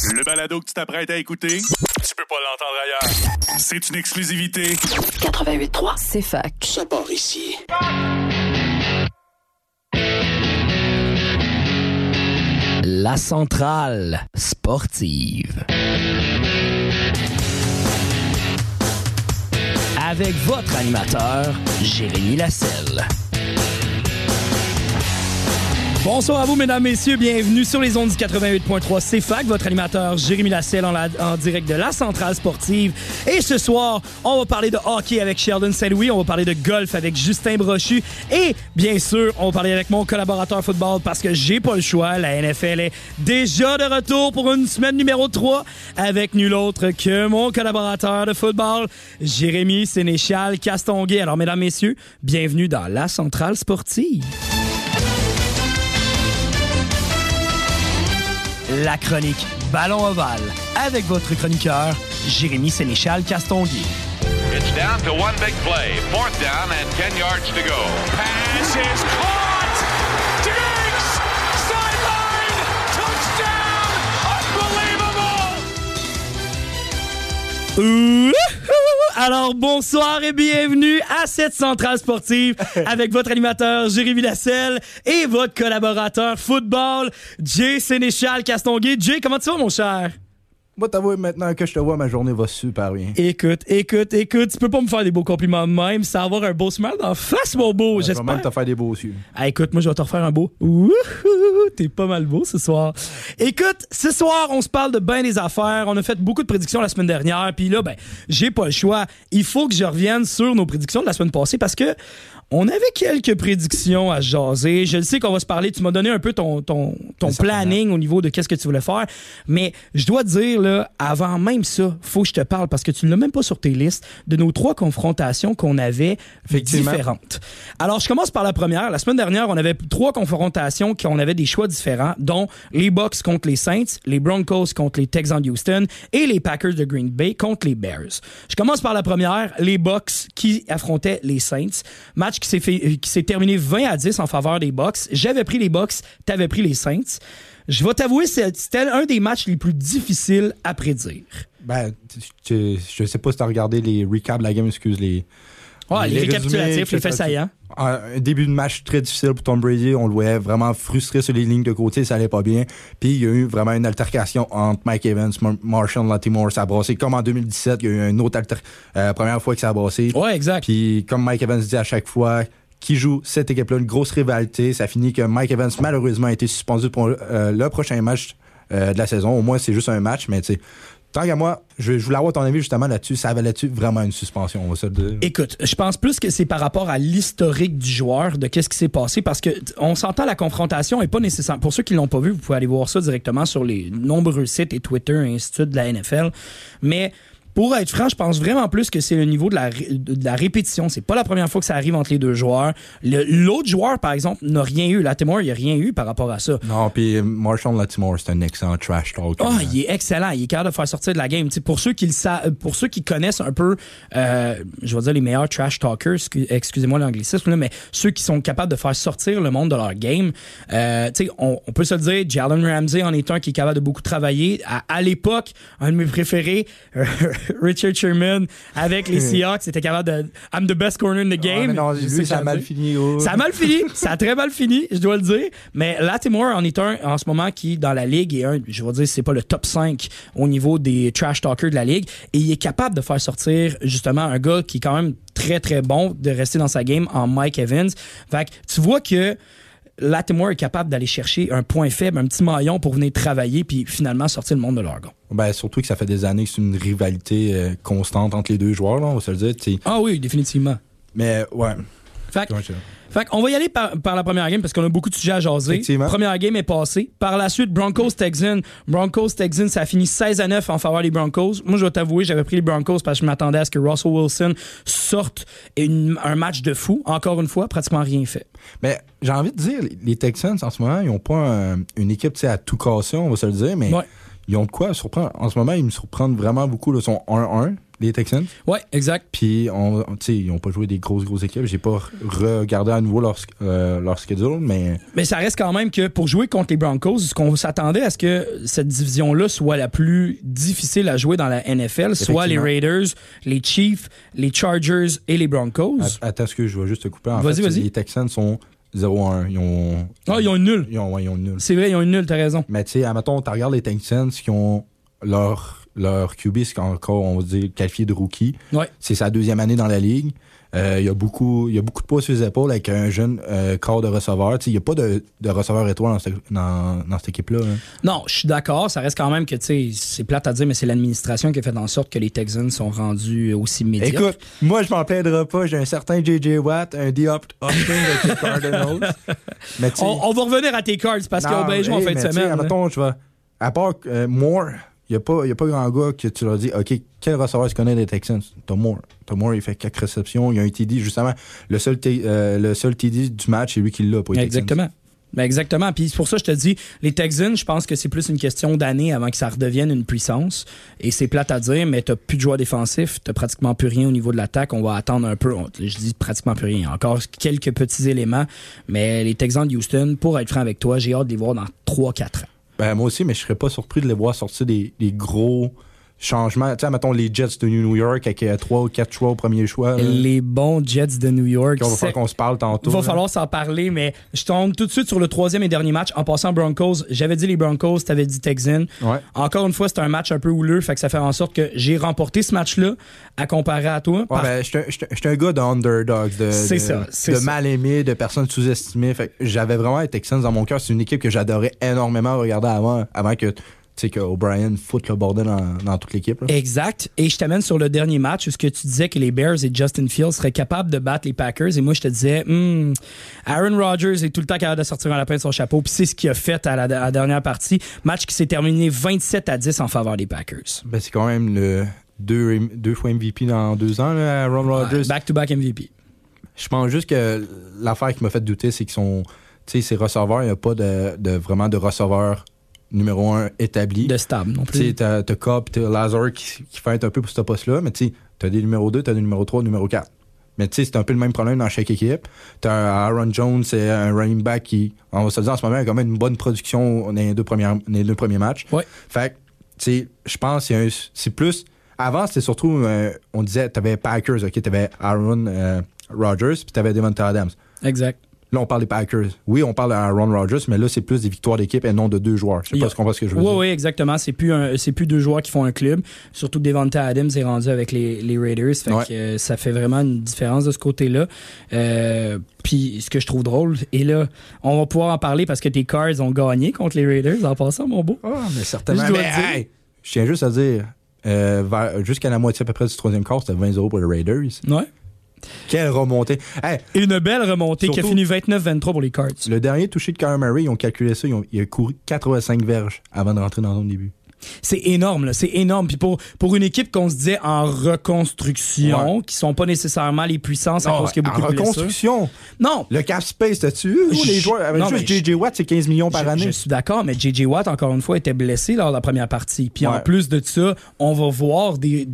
Le balado que tu t'apprêtes à écouter, tu peux pas l'entendre ailleurs. C'est une exclusivité. 88.3, c'est fac. Ça part ici. La centrale sportive. Avec votre animateur, Jérémy Lasselle. Bonsoir à vous, mesdames, messieurs. Bienvenue sur les ondes du 88.3 CFAC. Votre animateur, Jérémy Lasselle, en direct de la centrale sportive. Et ce soir, on va parler de hockey avec Sheldon Saint-Louis. On va parler de golf avec Justin Brochu. Et, bien sûr, on va parler avec mon collaborateur football parce que j'ai pas le choix. La NFL est déjà de retour pour une semaine numéro 3 avec nul autre que mon collaborateur de football, Jérémy Sénéchal Castonguay. Alors, mesdames, messieurs, bienvenue dans la centrale sportive. La chronique Ballon Ovale avec votre chroniqueur, Jérémy Sénéchal Castonguay. It's down to one big play. 4th down and 10 yards to go. Pass is caught! Diggs! Sideline! Touchdown! Unbelievable! Alors, bonsoir et bienvenue à cette centrale sportive avec votre animateur Jérémy Lasselle et votre collaborateur football, Jay Sénéchal Castonguay. Jay, comment tu vas, mon cher? Moi, t'avouer maintenant que je te vois, ma journée va super bien. Écoute, tu peux pas me faire des beaux compliments de même sans avoir un beau smile d'en face, mon beau, j'espère. Je vais même te faire des beaux yeux. Ah, écoute, moi, je vais te refaire un beau. Wouhou, t'es pas mal beau ce soir. Écoute, ce soir, on se parle de bien des affaires. On a fait beaucoup de prédictions la semaine dernière, puis là, ben, j'ai pas le choix. Il faut que je revienne sur nos prédictions de la semaine passée parce que on avait quelques prédictions à jaser. Je le sais qu'on va se parler. Tu m'as donné un peu ton planning au niveau de qu'est-ce que tu voulais faire. Mais je dois te dire, là, avant même ça, faut que je te parle parce que tu ne l'as même pas sur tes listes de nos 3 confrontations qu'on avait différentes. Alors, je commence par la première. La semaine dernière, on avait 3 confrontations qu'on avait des choix différents, dont les Bucks contre les Saints, les Broncos contre les Texans de Houston et les Packers de Green Bay contre les Bears. Je commence par la première, les Bucks qui affrontaient les Saints. Match qui s'est terminé 20-10 en faveur des Bucks. J'avais pris les Bucks, t'avais pris les Saints. Je vais t'avouer, c'était un des matchs les plus difficiles à prédire. Ben, je sais pas si t'as regardé les recaps de la game, les récapitulatifs, les faits saillants. Un début de match très difficile pour Tom Brady. On le voyait vraiment frustré sur les lignes de côté, ça allait pas bien. Puis il y a eu vraiment une altercation entre Mike Evans, Marshall Latimore. Ça a brassé comme en 2017. Il y a eu une autre première fois que ça a brassé. Ouais, exact. Puis comme Mike Evans dit à chaque fois, qui joue cette équipe-là, une grosse rivalité. Ça finit que Mike Evans, malheureusement, a été suspendu pour le prochain match de la saison. Au moins, c'est juste un match, mais tu sais, tant qu'à moi, je voulais avoir ton avis justement là-dessus. Ça valait-tu vraiment une suspension, on va se le dire? Écoute, je pense plus que c'est par rapport à l'historique du joueur, de qu'est-ce qui s'est passé, parce que on s'entend, la confrontation est pas nécessaire. Pour ceux qui l'ont pas vu, vous pouvez aller voir ça directement sur les nombreux sites et Twitter et ainsi de suite de la NFL. Mais pour être franc, je pense vraiment plus que c'est le niveau de la répétition. C'est pas la première fois que ça arrive entre les deux joueurs. L'autre joueur, par exemple, n'a rien eu. Latimore, il n'y a rien eu par rapport à ça. Non, puis Marshall Latimore, c'est un excellent trash talk. Il est excellent. Il est capable de faire sortir de la game. T'sais, pour ceux qui connaissent un peu, je vais dire les meilleurs trash talkers, excusez-moi l'anglicisme, là, mais ceux qui sont capables de faire sortir le monde de leur game, on peut se le dire, Jalen Ramsey en est un qui est capable de beaucoup travailler. À l'époque, un de mes préférés, Richard Sherman avec les Seahawks était capable de I'm the best corner in the game. Non, lui, ça a mal fini. Ça a mal fini. Ça a très mal fini, je dois le dire. Mais Latimore en est un en ce moment qui, dans la ligue, est je vais dire, c'est pas le top 5 au niveau des trash talkers de la ligue. Et il est capable de faire sortir, justement, un gars qui est quand même très, très bon de rester dans sa game en Mike Evans. Fait que tu vois que Latimore est capable d'aller chercher un point faible, un petit maillon pour venir travailler puis finalement sortir le monde de leur gars. Ben, surtout que ça fait des années que c'est une rivalité constante entre les deux joueurs, là, on va se le dire. T'sais. Ah oui, définitivement. Mais, ouais. Fait qu'on va y aller par la première game parce qu'on a beaucoup de sujets à jaser. Première game est passée. Par la suite, Broncos-Texans, ça a fini 16-9 en faveur des Broncos. Moi, je vais t'avouer, j'avais pris les Broncos parce que je m'attendais à ce que Russell Wilson sorte un match de fou. Encore une fois, pratiquement rien fait. Mais j'ai envie de dire, les Texans, en ce moment, ils n'ont pas une équipe à tout casser, on va se le dire, mais... Ouais. Ils ont de quoi surprendre. En ce moment, ils me surprennent vraiment beaucoup. Ils sont 1-1. les Texans. Ouais, exact. Puis, ils n'ont pas joué des grosses équipes. J'ai pas regardé à nouveau leur schedule, mais... Mais ça reste quand même que pour jouer contre les Broncos, est-ce qu'on s'attendait à ce que cette division-là soit la plus difficile à jouer dans la NFL, soit les Raiders, les Chiefs, les Chargers et les Broncos? Attends, ce que je vais juste te couper. Vas-y. Les Texans sont 0-1. Ils ont une nulle. Ils ont une nulle. C'est vrai, ils ont une nulle, t'as raison. Mais tu sais, admettons, tu regardes les Texans qui ont leur QB, c'est encore, on va dire, qualifié de rookie. Ouais. C'est sa 2e année dans la ligue. Il y a beaucoup de poids sur les épaules avec un jeune corps de receveur. Il n'y a pas de receveur étoile dans cette équipe-là. Hein. Non, je suis d'accord. Ça reste quand même que, c'est plate à dire, mais c'est l'administration qui a fait en sorte que les Texans sont rendus aussi médiocres. Écoute, moi, je m'en plaindrai pas. J'ai un certain J.J. Watt, un D-Hopkins avec les Cardinals. Mais on va revenir à tes Cards parce qu'ils ont bien joué en fin de semaine. Admettons, à part Moore... Il n'y a pas grand gars que tu leur dis, OK, quel receveur tu connais des Texans? T'as Moore, il fait 4 réceptions. Il y a un TD, justement. Le seul TD du match, c'est lui qui l'a pour les Exactement. Ben exactement. Puis c'est pour ça que je te dis, les Texans, je pense que c'est plus une question d'années avant que ça redevienne une puissance. Et c'est plate à dire, mais t'as plus de joueurs défensifs, t'as pratiquement plus rien au niveau de l'attaque. On va attendre un peu. Je dis pratiquement plus rien. Encore quelques petits éléments. Mais les Texans de Houston, pour être franc avec toi, j'ai hâte de les voir dans 3-4 ans. Ben, moi aussi, mais je serais pas surpris de les voir sortir des gros changements. Tu sais, mettons les Jets de New York avec 3 ou 4 choix au premier choix. Les bons Jets de New York. Il va falloir qu'on se parle tantôt. Il va falloir s'en parler, mais je tombe tout de suite sur le 3e et dernier match. En passant Broncos, j'avais dit les Broncos, t'avais dit Texans. Ouais. Encore une fois, c'est un match un peu houleux, fait que ça fait en sorte que j'ai remporté ce match-là à comparer à toi. Ouais, ben, j'étais un gars d'underdogs, de mal aimé, de personnes sous-estimées. Fait que j'avais vraiment les Texans dans mon cœur. C'est une équipe que j'adorais énormément regarder avant que... Tu sais, qu'O'Brien fout le bordel dans toute l'équipe. Là. Exact. Et je t'amène sur le dernier match où ce que tu disais que les Bears et Justin Fields seraient capables de battre les Packers. Et moi, je te disais, Aaron Rodgers est tout le temps capable de sortir un lapin de son chapeau. Puis c'est ce qu'il a fait à la dernière partie. Match qui s'est terminé 27-10 en faveur des Packers. Ben, c'est quand même le deux fois MVP dans 2 ans, là, Aaron Rodgers. Back-to-back MVP. Je pense juste que l'affaire qui m'a fait douter, c'est qu'ils sont... Tu sais, ces receveurs, il n'y a pas vraiment de receveurs numéro 1 établi. De stable non plus. Tu sais, t'as Cobb, t'as Lazar qui fait un peu pour ce poste-là, mais tu sais, t'as des numéros 2, t'as des numéros 3, numéro 4. Mais tu sais, c'est un peu le même problème dans chaque équipe. T'as Aaron Jones, c'est un running back qui, on va se dire en ce moment, a quand même une bonne production dans les deux premiers matchs. Ouais. Fait que, tu sais, je pense que c'est plus... Avant, c'était surtout, on disait, t'avais Packers, OK, t'avais Aaron Rodgers, puis t'avais Devonta Adams. Exact. Là, on parle des Packers. Oui, on parle d'Aaron Rodgers, mais là, c'est plus des victoires d'équipe et non de 2 joueurs. Je sais pas si tu comprends ce que je veux dire. Oui, exactement. C'est plus 2 joueurs qui font un club. Surtout que Devonta Adams est rendu avec les Raiders. Fait que ça fait vraiment une différence de ce côté-là. Puis, ce que je trouve drôle, et là, on va pouvoir en parler parce que tes Cards ont gagné contre les Raiders en passant, mon beau. Ah, mais certainement. Je tiens juste à dire, jusqu'à la moitié à peu près du 3e quart, c'était 20-0 pour les Raiders. Ouais. Quelle remontée. Hey, une belle remontée qui a fini 29-23 pour les Cards. Le dernier touché de Kyler Murray, ils ont calculé ça, il a couru 85 verges avant de rentrer dans son début. C'est énorme, là. C'est énorme. Puis pour une équipe qu'on se disait en reconstruction, qui sont pas nécessairement les puissances à cause qu'il y a beaucoup de blessures. En reconstruction? Non. Le cap space, t'as-tu vu? Les joueurs, juste J.J. Watt, c'est 15 millions par année. Je suis d'accord, mais J.J. Watt, encore une fois, était blessé lors de la première partie. Puis en plus de ça, on va voir des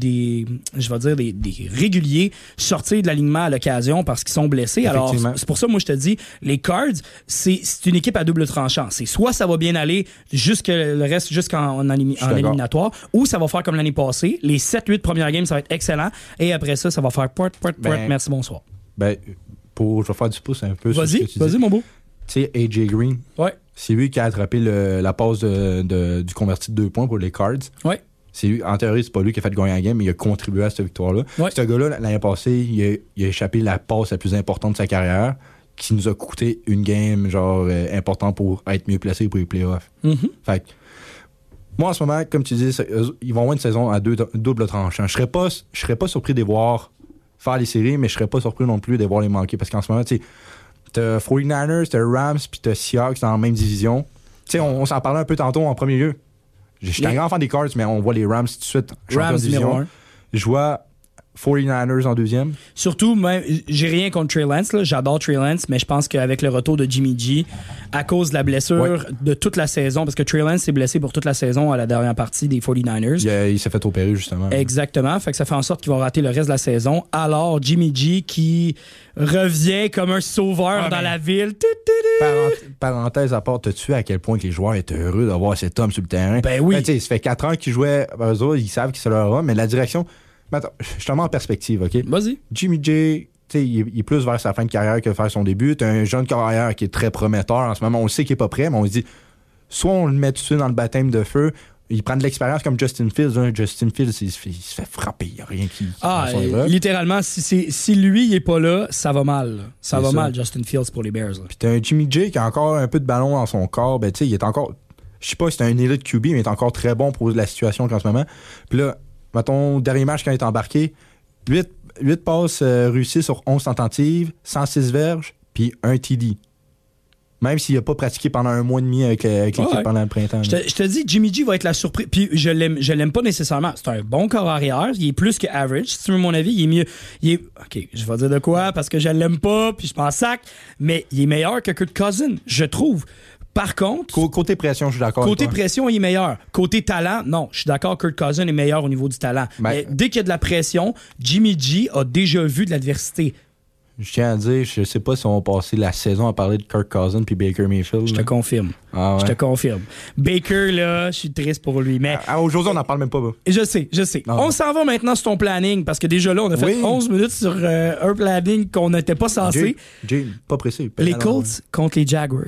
réguliers sortir de l'alignement à l'occasion parce qu'ils sont blessés. Alors, c'est pour ça, moi, je te dis, les Cards, c'est une équipe à double tranchant. C'est soit ça va bien aller jusqu'en éliminatoire, ou ça va faire comme l'année passée. Les 7-8 premières games, ça va être excellent. Et après ça, ça va faire merci, bonsoir. Ben, je vais faire du pouce un peu. Vas-y, mon beau. Tu sais, AJ Green, c'est lui qui a attrapé la passe du converti de 2 points pour les Cards. Ouais. C'est lui, en théorie, c'est pas lui qui a fait gagner la game, mais il a contribué à cette victoire-là. Ouais. Ce gars-là, l'année passée, il a échappé la passe la plus importante de sa carrière, qui nous a coûté une game importante pour être mieux placé pour les playoffs. Mm-hmm. Fait que, moi, en ce moment, comme tu dis, ils vont avoir une saison à double tranchant. Je serais pas surpris de les voir faire les séries, mais je serais pas surpris non plus de les voir les manquer. Parce qu'en ce moment, tu sais, t'as 49ers, t'as Rams, puis t'as Seahawks dans la même division. Tu sais, on s'en parlait un peu tantôt en premier lieu. Je suis un grand fan des Cards, mais on voit les Rams tout de suite champion de division. Je vois 49ers en deuxième. Surtout, même, j'ai rien contre Trey Lance, là. J'adore Trey Lance, mais je pense qu'avec le retour de Jimmy G, à cause de la blessure de toute la saison, parce que Trey Lance s'est blessé pour toute la saison à la dernière partie des 49ers. Il s'est fait opérer, justement. Exactement. Fait que ça fait en sorte qu'il va rater le reste de la saison. Alors, Jimmy G qui revient comme un sauveur dans la ville. Parenthèse à part, t'as-tu à quel point que les joueurs étaient heureux d'avoir cet homme sur le terrain? Ben oui. Ça fait 4 ans qu'ils jouaient, eux autres, ils savent qu'ils se leur a, mais la direction... Attends, je te mets en perspective, OK? Vas-y. Jimmy J, il est plus vers sa fin de carrière que faire son début. T'as un jeune carrière qui est très prometteur en ce moment. On le sait qu'il est pas prêt, mais on se dit, soit on le met tout de suite dans le baptême de feu, il prend de l'expérience comme Justin Fields. Hein. Justin Fields, il se fait frapper. Il n'y a rien qui littéralement, si lui, il est pas là, ça va mal. Ça va mal, Justin Fields, pour les Bears. Là. Puis t'as un Jimmy J qui a encore un peu de ballon dans son corps. Ben, il est encore... Je sais pas si c'est un élite QB, mais il est encore très bon pour la situation en ce moment. Puis là, mettons, dernier match quand il est embarqué, 8 passes réussies sur 11 tentatives, 106 verges, puis un TD. Même s'il n'a pas pratiqué pendant un mois et demi avec l'équipe pendant le printemps. Je te dis, Jimmy G va être la surprise. Puis je l'aime pas nécessairement. C'est un bon corps arrière. Il est plus que average. Si tu veux mon avis, il est mieux. OK, je vais dire de quoi parce que je l'aime pas, puis je m'en sac. Mais il est meilleur que Kirk Cousins, je trouve. Par contre... Côté pression, je suis d'accord. Côté pression, il est meilleur. Côté talent, non. Je suis d'accord que Kirk Cousins est meilleur au niveau du talent. Mais dès qu'il y a de la pression, Jimmy G a déjà vu de l'adversité. Je tiens à dire, je sais pas si on va passer la saison à parler de Kirk Cousins puis Baker Mayfield. Je te confirme. Ah ouais. Je te confirme. Baker, là, je suis triste pour lui. Mais aujourd'hui, on n'en parle même pas. Je sais. On s'en va maintenant sur ton planning parce que déjà là, on a fait 11 minutes sur un planning qu'on n'était pas censé. Jay, pas pressé. Les Colts contre les Jaguars.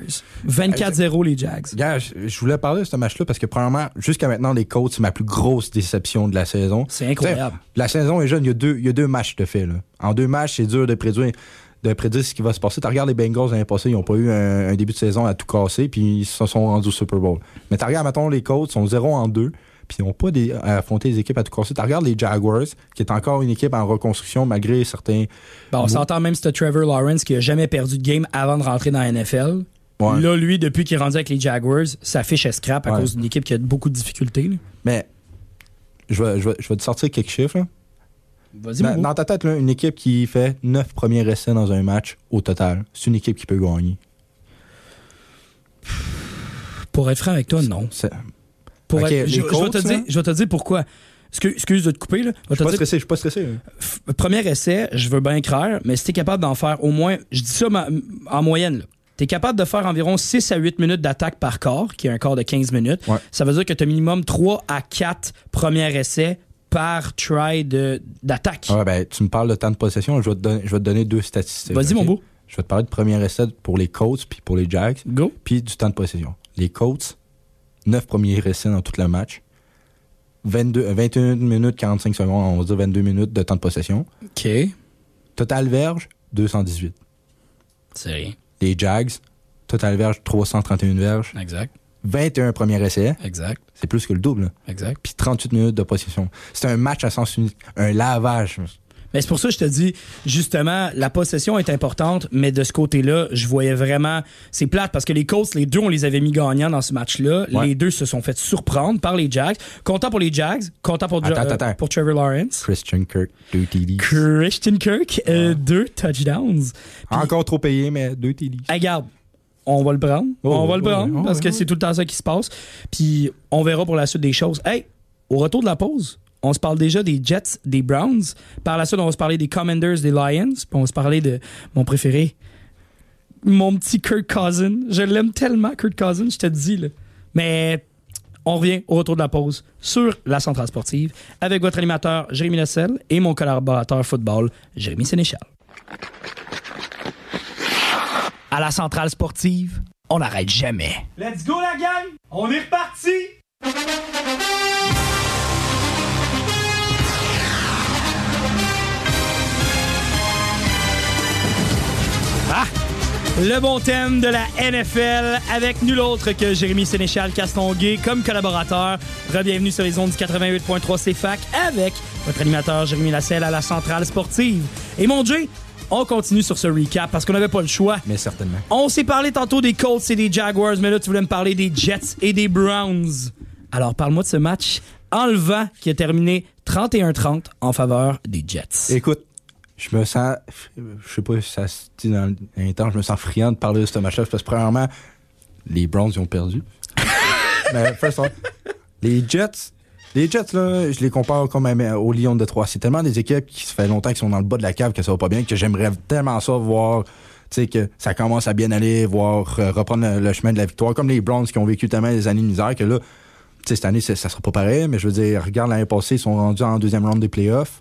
24-0 les Jags. Gars, je voulais parler de ce match-là parce que premièrement, jusqu'à maintenant, les Colts, c'est ma plus grosse déception de la saison. C'est incroyable. La saison est jeune, il y a deux matchs de fait. Là. En 2 matchs, c'est dur de prédire ce qui va se passer. Tu regardes les Bengals l'année passée, ils n'ont pas eu un début de saison à tout casser, puis ils se sont rendus au Super Bowl. Mais tu regardes, mettons, les Colts sont 0-2, puis ils n'ont pas affronté les équipes à tout casser. Tu regardes les Jaguars, qui est encore une équipe en reconstruction, malgré certains... On s'entend même c'était Trevor Lawrence qui n'a jamais perdu de game avant de rentrer dans la NFL. Ouais. Là, lui, depuis qu'il est rendu avec les Jaguars, sa fiche est scrap à cause d'une équipe qui a beaucoup de difficultés. Là. Mais je vais te sortir quelques chiffres, là. Vas-y, dans ta tête, là, une équipe qui fait 9 premiers essais dans un match au total, c'est une équipe qui peut gagner. Pour être franc avec toi, non. Je vais te dire pourquoi. Excuse de te couper. Là. Je suis pas stressé. Premier essai, je veux bien croire, mais si tu es capable d'en faire au moins, je dis ça en moyenne, tu es capable de faire environ 6 à 8 minutes d'attaque par quart, qui est un quart de 15 minutes. Ouais. Ça veut dire que tu as minimum 3 à 4 premiers essais par try d'attaque. Ouais, ben, tu me parles de temps de possession, je vais te donner 2 statistiques. Vas-y, mon beau. Je vais te parler de premier essai pour les Colts puis pour les Jags. Go. Puis du temps de possession. Les Colts, 9 premiers essais dans tout le match. 21 minutes 45 secondes, on va dire 22 minutes de temps de possession. OK. Total verge, 218. C'est rien. Les Jags, total verge, 331 verges. Exact. 21 premiers essais. Exact. C'est plus que le double. Exact. Puis 38 minutes de possession. C'est un match à sens unique. Un lavage. Mais c'est pour ça que je te dis, justement, la possession est importante, mais de ce côté-là, je voyais vraiment... C'est plate, parce que les Colts, les deux, on les avait mis gagnants dans ce match-là. Ouais. Les deux se sont fait surprendre par les Jags. Content pour les Jags, content pour Trevor Lawrence. Christian Kirk, 2 TDs. Christian Kirk, 2 touchdowns. Puis, encore trop payé, mais 2 TDs. Regarde. On va le prendre. Parce que c'est tout le temps ça qui se passe. Puis on verra pour la suite des choses. Hey, au retour de la pause, on se parle déjà des Jets, des Browns. Par la suite, on va se parler des Commanders, des Lions. Puis on va se parler de mon préféré, mon petit Kirk Cousins. Je l'aime tellement, Kirk Cousins, je te dis. Là. Mais on revient au retour de la pause sur la Centrale Sportive avec votre animateur Jérémy Lessel et mon collaborateur football, Jérémy Sénéchal. À la Centrale Sportive, on n'arrête jamais. Let's go la gang! On est reparti! Ah! Le bon thème de la NFL avec nul autre que Jérémy Sénéchal Castonguay comme collaborateur. Bienvenue sur les ondes du 88.3 CFAC avec votre animateur Jérémy Lasselle à la Centrale Sportive. Et mon Dieu, on continue sur ce recap parce qu'on n'avait pas le choix. Mais certainement. On s'est parlé tantôt des Colts et des Jaguars, mais là, tu voulais me parler des Jets et des Browns. Alors, parle-moi de ce match enlevant qui a terminé 31-30 en faveur des Jets. Écoute, je me sens, je sais pas si ça se dit dans un temps, je me sens friand de parler de ce match-là parce que premièrement, les Browns ils ont perdu. Mais first of all, les Jets, là, je les compare comme aux Lions de Détroit. C'est tellement des équipes qui se fait longtemps qu'ils sont dans le bas de la cave que ça va pas bien, que j'aimerais tellement ça voir, tu sais, que ça commence à bien aller, voir reprendre le chemin de la victoire, comme les Browns qui ont vécu tellement des années de misère que là, tu sais, cette année, ça sera pas pareil, mais je veux dire, regarde l'année passée, ils sont rendus en deuxième round des playoffs.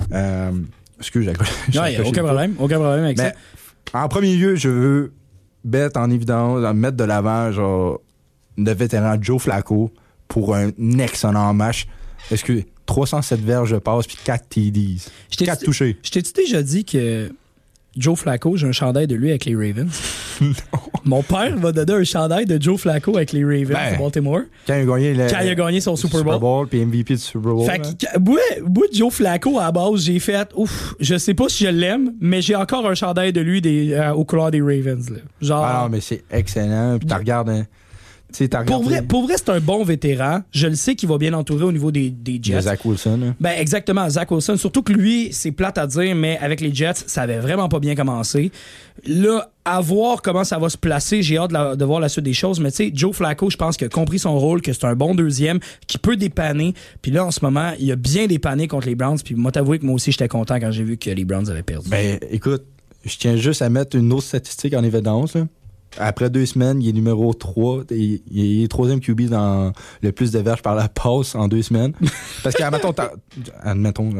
Excuse, j'ai aucun problème avec ça. En premier lieu, je veux mettre en évidence, mettre de l'avant, genre, le vétéran Joe Flacco pour un excellent match. Est-ce que 307 verges de passe puis 4 TDs. 4 touchés. Je t'ai-tu déjà dit que Joe Flacco, j'ai un chandail de lui avec les Ravens? Non. Mon père m'a donné un chandail de Joe Flacco avec les Ravens de Baltimore. Quand il a gagné son Super Bowl puis MVP du Super Bowl. Fait que, moi, Joe Flacco, à la base, j'ai fait, je sais pas si je l'aime, mais j'ai encore un chandail de lui aux couleurs des Ravens. Là. Genre, ah non, mais c'est excellent. Puis tu regardes... Pour vrai, c'est un bon vétéran. Je le sais qu'il va bien entourer au niveau des Jets. Zach Wilson. Hein? Ben exactement, Zach Wilson. Surtout que lui, c'est plate à dire, mais avec les Jets, ça avait vraiment pas bien commencé. Là, à voir comment ça va se placer, j'ai hâte de voir la suite des choses. Mais tu sais, Joe Flacco, je pense qu'il a compris son rôle, que c'est un bon deuxième, qui peut dépanner. Puis là, en ce moment, il a bien dépanné contre les Browns. Puis moi, t'avouer que moi aussi, j'étais content quand j'ai vu que les Browns avaient perdu. Ben écoute, je tiens juste à mettre une autre statistique en évidence, là. Après 2 semaines, il est numéro 3. Il est 3e QB dans le plus de verges par la passe en 2 semaines. Parce que, admettons,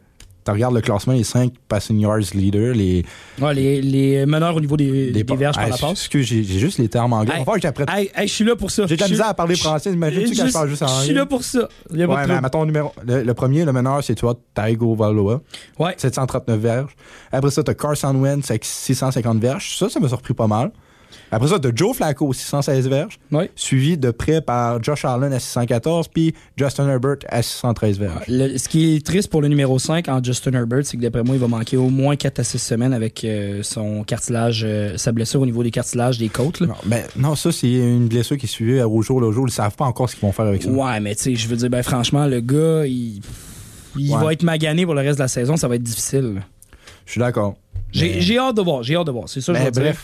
tu regardes le classement, les 5 passing yards leaders, les meneurs au niveau des verges par la passe. Excuse, j'ai juste les termes anglais. Je suis là pour ça. J'ai de la misère à parler français. Imagine-tu quand je parle juste en anglais. Je suis là pour ça. Mais mettons, le premier, le meneur, c'est toi, Tagovailoa. Ouais. 739 verges. Après ça, tu as Carson Wentz avec 650 verges. Ça m'a surpris pas mal. Après ça, t'as Joe Flacco, 616 verges, suivi de près par Josh Allen à 614, puis Justin Herbert à 613 verges. Ce qui est triste pour le numéro 5 en Justin Herbert, c'est que d'après moi, il va manquer au moins 4 à 6 semaines avec son cartilage, sa blessure au niveau des cartilages des côtes. Là. Non, ça, c'est une blessure qui est suivie au jour le jour. Ils savent pas encore ce qu'ils vont faire avec ça. Ouais, mais tu sais, je veux dire, franchement, le gars, il va être magané pour le reste de la saison. Ça va être difficile. Là. Je suis d'accord. J'ai hâte de voir. C'est ça que je veux dire.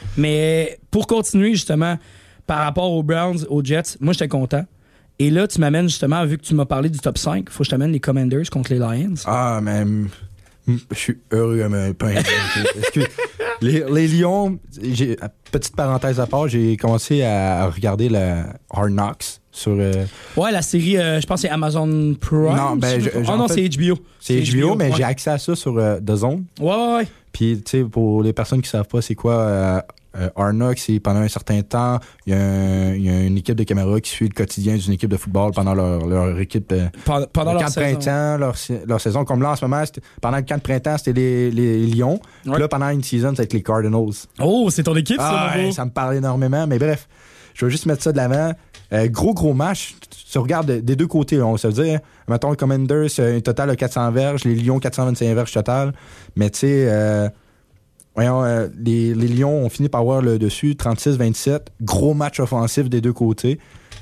Mais pour continuer, justement, par rapport aux Browns, aux Jets, moi, j'étais content. Et là, tu m'amènes, justement, vu que tu m'as parlé du top 5, faut que je t'amène les Commanders contre les Lions. Ah, mais je suis heureux comme un pain. Les Lions, petite parenthèse à part, j'ai commencé à regarder la Hard Knocks sur... Ouais, la série, je pense que c'est Amazon Prime. Non, c'est HBO. C'est HBO, mais j'ai accès à ça sur The Zone. Ouais. Puis, tu sais, pour les personnes qui savent pas c'est quoi Hard Knocks, c'est pendant un certain temps, il y a une équipe de caméras qui suit le quotidien d'une équipe de football pendant leur équipe pendant leur camp de printemps, leur saison. Comme là, en ce moment, pendant le camp de printemps, c'était les Lions. Puis là, pendant une saison, c'est avec les Cardinals. Oh, c'est ton équipe, ça, ça me parle énormément. Mais bref, je vais juste mettre ça de l'avant. Gros match. Tu regardes des deux côtés, on se dit, mettons, le Commanders, un total de 400 verges, les Lions, 425 verges total. Mais tu sais, les Lions ont fini par avoir le dessus, 36-27. Gros match offensif des deux côtés.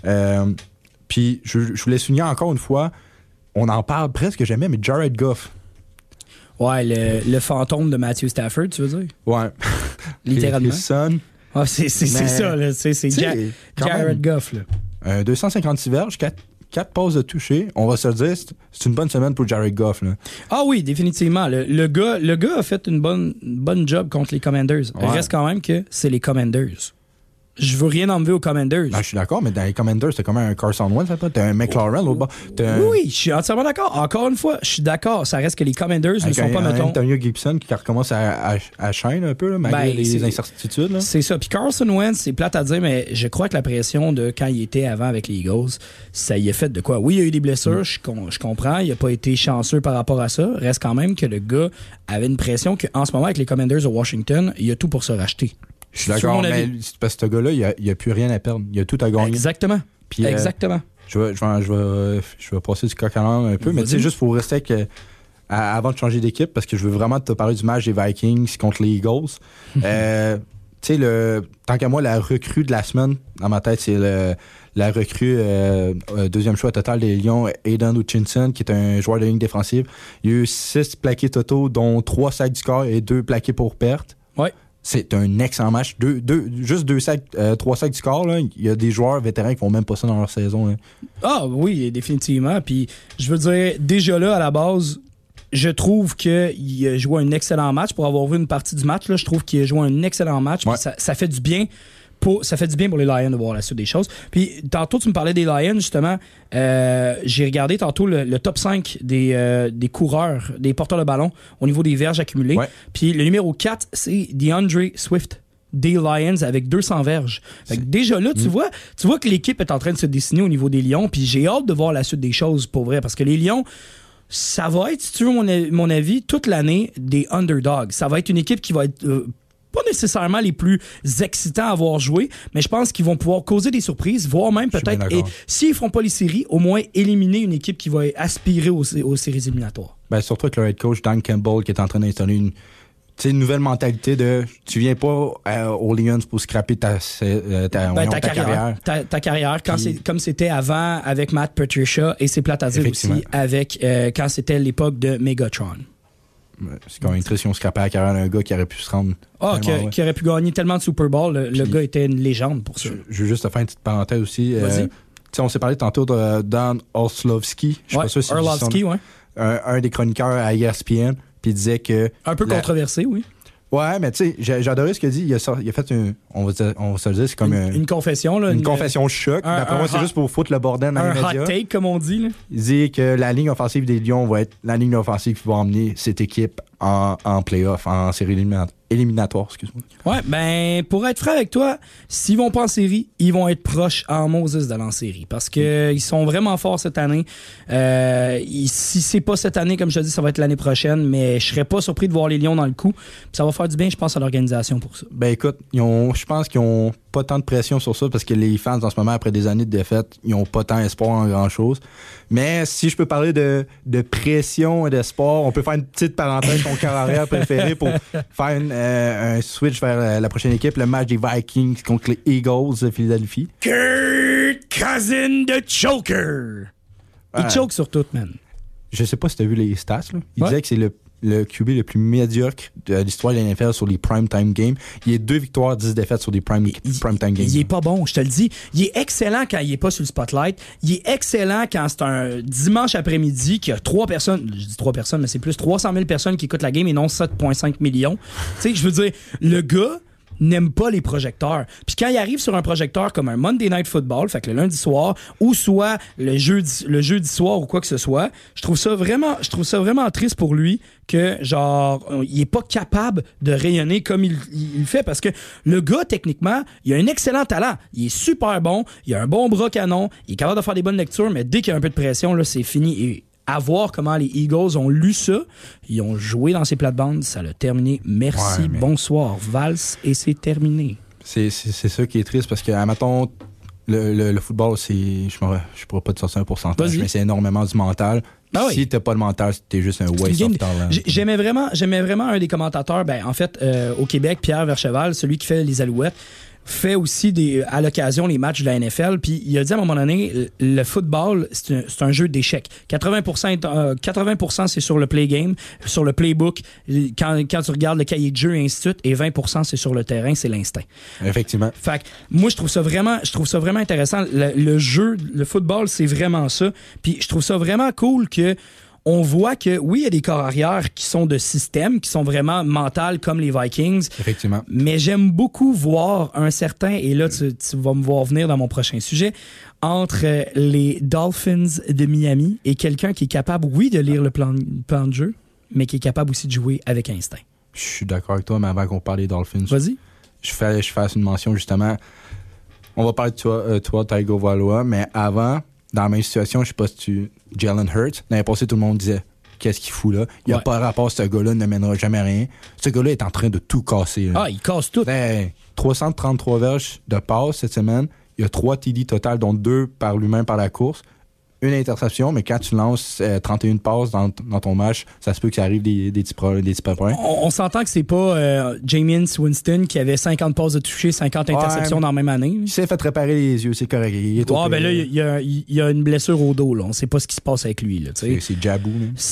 Puis, je voulais souligner encore une fois, on en parle presque jamais, mais Jared Goff. Ouais, le fantôme de Matthew Stafford, tu veux dire? Ouais. Littéralement. His son. Ah, c'est ça, là. C'est Jared Goff, là. 256 verges, 4 passes de toucher. On va se le dire, c'est une bonne semaine pour Jared Goff. Là. Ah oui, définitivement. Le gars a fait une bonne job contre les Commanders. Il reste quand même que c'est les Commanders. Je veux rien enlever aux Commanders. Je suis d'accord, mais dans les Commanders, t'as comme un Carson Wentz, t'as un McLaurin l'autre bord. Oui, je suis entièrement d'accord. Encore une fois, je suis d'accord. Ça reste que les Commanders ne sont pas, mettons... Antonio Gibson qui recommence à shine un peu, là, malgré les incertitudes. Là. C'est ça. Puis Carson Wentz, c'est plate à dire, mais je crois que la pression de quand il était avant avec les Eagles, ça y a fait de quoi? Oui, il y a eu des blessures, je comprends. Il n'a pas été chanceux par rapport à ça. Reste quand même que le gars avait une pression qu'en ce moment, avec les Commanders de Washington, il y a tout pour se racheter. Je suis d'accord, mais parce que ce gars-là, il a plus rien à perdre. Il a tout à gagner. Exactement. Puis, exactement. Je vais passer du coq à l'âne un peu, mais tu sais, juste pour rester avec, avant de changer d'équipe, parce que je veux vraiment te parler du match des Vikings contre les Eagles. tu sais, tant qu'à moi, la recrue de la semaine, dans ma tête, c'est la recrue deuxième choix total des Lions, Aidan Hutchinson, qui est un joueur de ligne défensive. Il y a eu 6 plaqués totaux, dont 3 sacs du score et 2 plaqués pour perte. Ouais. C'est un excellent match. Juste 3 sacs du score. Là. Il y a des joueurs vétérans qui font même pas ça dans leur saison. Là. Ah oui, définitivement. Puis je veux dire, déjà là, à la base, je trouve qu'il a joué un excellent match. Pour avoir vu une partie du match, là, je trouve qu'il a joué un excellent match. Ouais. Ça fait du bien. Ça fait du bien pour les Lions de voir la suite des choses. Puis tantôt, tu me parlais des Lions, justement. J'ai regardé tantôt le top 5 des coureurs, des porteurs de ballon au niveau des verges accumulées. Ouais. Puis le numéro 4, c'est DeAndre Swift des Lions avec 200 verges. Fait que déjà là, tu vois que l'équipe est en train de se dessiner au niveau des Lions. Puis j'ai hâte de voir la suite des choses pour vrai. Parce que les Lions, ça va être, si tu veux mon avis, toute l'année des underdogs. Ça va être une équipe qui va être... pas nécessairement les plus excitants à avoir joué, mais je pense qu'ils vont pouvoir causer des surprises, voire même peut-être, et s'ils ne feront pas les séries, au moins éliminer une équipe qui va aspirer aux séries éliminatoires. Ben, surtout avec le head coach Dan Campbell qui est en train d'installer une nouvelle mentalité de tu viens pas aux Lions pour scraper ta carrière. Ta carrière, comme c'était avant avec Matt Patricia, et c'est plate à dire aussi avec quand c'était l'époque de Megatron. C'est quand même triste si on scrapait la carrière d'un gars qui aurait pu se rendre. Qui aurait pu gagner tellement de Super Bowl. Le gars était une légende pour ça. Je veux juste te faire une petite parenthèse aussi. Vas-y. On s'est parlé tantôt de Dan Orlovsky. Je sais pas sûr si Orlovsky, ouais. Un des chroniqueurs à ESPN. Puis il disait que. Un peu controversé, oui. Ouais, mais tu sais, j'ai adoré ce qu'il a dit. Il a fait on va se le dire, c'est comme une confession. Là, une confession choc. D'après moi, c'est juste pour foutre le bordel dans les médias. Un hot take, comme on dit. Là. Il dit que la ligne offensive des Lions va être la ligne offensive qui va emmener cette équipe en playoff, en série éliminatoire, excuse-moi. Ouais, ben, pour être franc avec toi, s'ils vont pas en série, ils vont être proches en Moses d'aller en série. Parce que ils sont vraiment forts cette année. Si c'est pas cette année, comme je te dis, ça va être l'année prochaine, mais je serais pas surpris de voir les Lions dans le coup. Puis ça va faire du bien, je pense, à l'organisation pour ça. Ben écoute, je pense qu'ils ont pas tant de pression sur ça parce que les fans en ce moment, après des années de défaite, ils ont pas tant espoir en grand-chose. Mais si je peux parler de pression et d'espoir, on peut faire une petite parenthèse ton carrière préféré pour faire un switch vers la prochaine équipe, le match des Vikings contre les Eagles de Philadelphie. Kirk Cousins de Choker! Il choke sur tout, man. Je sais pas si t'as vu les stats, là. Il disait que c'est le QB le plus médiocre de l'histoire de la NFL sur les primetime games. Il y a 2 victoires, 10 défaites sur des primetime games. Il est pas bon, je te le dis. Il est excellent quand il est pas sur le spotlight. Il est excellent quand c'est un dimanche après-midi qu'il y a 3 personnes, je dis 3 personnes, mais c'est plus 300 000 personnes qui écoutent la game et non 7,5 millions. Tu sais, je veux dire, le gars n'aime pas les projecteurs. Puis quand il arrive sur un projecteur comme un Monday Night Football, fait que le lundi soir, ou soit le jeudi soir ou quoi que ce soit, je trouve ça vraiment triste pour lui que, genre, il est pas capable de rayonner comme il fait, parce que le gars, techniquement, il a un excellent talent. Il est super bon, il a un bon bras canon, il est capable de faire des bonnes lectures, mais dès qu'il y a un peu de pression, là, c'est fini. Et à voir comment les Eagles ont lu ça. Ils ont joué dans ces plates-bandes. Ça l'a terminé. Merci, bonsoir, valse, et c'est terminé. C'est ça qui est triste parce que, admettons, le football, je pourrais pas te sortir un pourcentage, mais c'est énormément du mental. Si t'as pas de mental, t'es juste un waste of talent. J'aimais vraiment un des commentateurs, en fait, au Québec, Pierre Vercheval, celui qui fait les Alouettes, fait aussi à l'occasion les matchs de la NFL, puis il a dit à un moment donné, le football, c'est un jeu d'échecs. 80% c'est sur le play game, sur le playbook, quand tu regardes le cahier de jeu et ainsi de suite, et 20% c'est sur le terrain, c'est l'instinct. Effectivement. Fait que moi, je trouve ça vraiment intéressant. Le jeu, le football, c'est vraiment ça. Puis je trouve ça vraiment cool que on voit que, oui, il y a des corps arrière qui sont de système, qui sont vraiment mentales comme les Vikings. Effectivement. Mais j'aime beaucoup voir un certain, et là, tu vas me voir venir dans mon prochain sujet, entre les Dolphins de Miami et quelqu'un qui est capable, oui, de lire le plan de jeu, mais qui est capable aussi de jouer avec instinct. Je suis d'accord avec toi, mais avant qu'on parle des Dolphins, vas-y. Je fasse une mention, justement. On va parler de toi Tagovailoa, mais avant, dans la même situation, je sais pas si Jalen Hurts, l'année passée, tout le monde disait qu'est-ce qu'il fout là? Il n'y a pas de rapport, ce gars-là ne mènera jamais rien. Ce gars-là est en train de tout casser. Là. Il casse tout. 333 verges de passes cette semaine. Il y a 3 TD total, dont 2 par lui-même par la course. une interception, mais quand tu lances 31 passes dans ton match, ça se peut que ça arrive des petits problèmes. On s'entend que c'est pas Jameis Winston qui avait 50 passes de toucher, 50 interceptions dans la même année. Il s'est fait réparer les yeux, c'est correct. Ben là, il y a une blessure au dos. Là. On sait pas ce qui se passe avec lui. Là, c'est Jabou.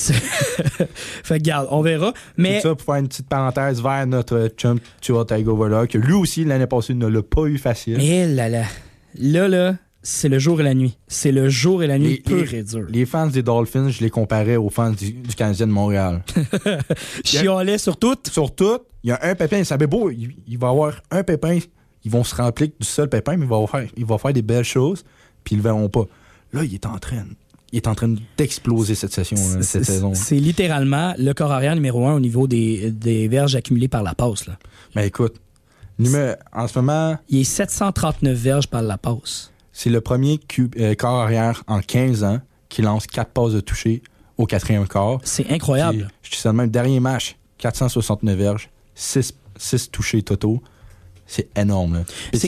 Fait que garde, on verra. Mais... Tout ça pour faire une petite parenthèse vers notre chum Tua Tagovailoa, que lui aussi, l'année passée, ne l'a pas eu facile. Et là, c'est le jour et la nuit. C'est le jour et la nuit pur et dur. Les fans des Dolphins, je les comparais aux fans du Canadien de Montréal. Chialait sur tout. Sur tout. Il y a un pépin. Ça va beau. Il va y avoir un pépin. Ils vont se remplir du seul pépin, mais il va faire des belles choses, puis ils le verront pas. Là, il est en train d'exploser cette saison. C'est littéralement le corps arrière numéro 1 au niveau des verges accumulées par la passe. Là. Mais écoute, en ce moment... Il est 739 verges par la passe. C'est le premier corps arrière en 15 ans qui lance 4 passes de toucher au 4e quart. C'est incroyable. Je dis ça de même, dernier match, 469 verges, 6 touchés totaux. C'est énorme.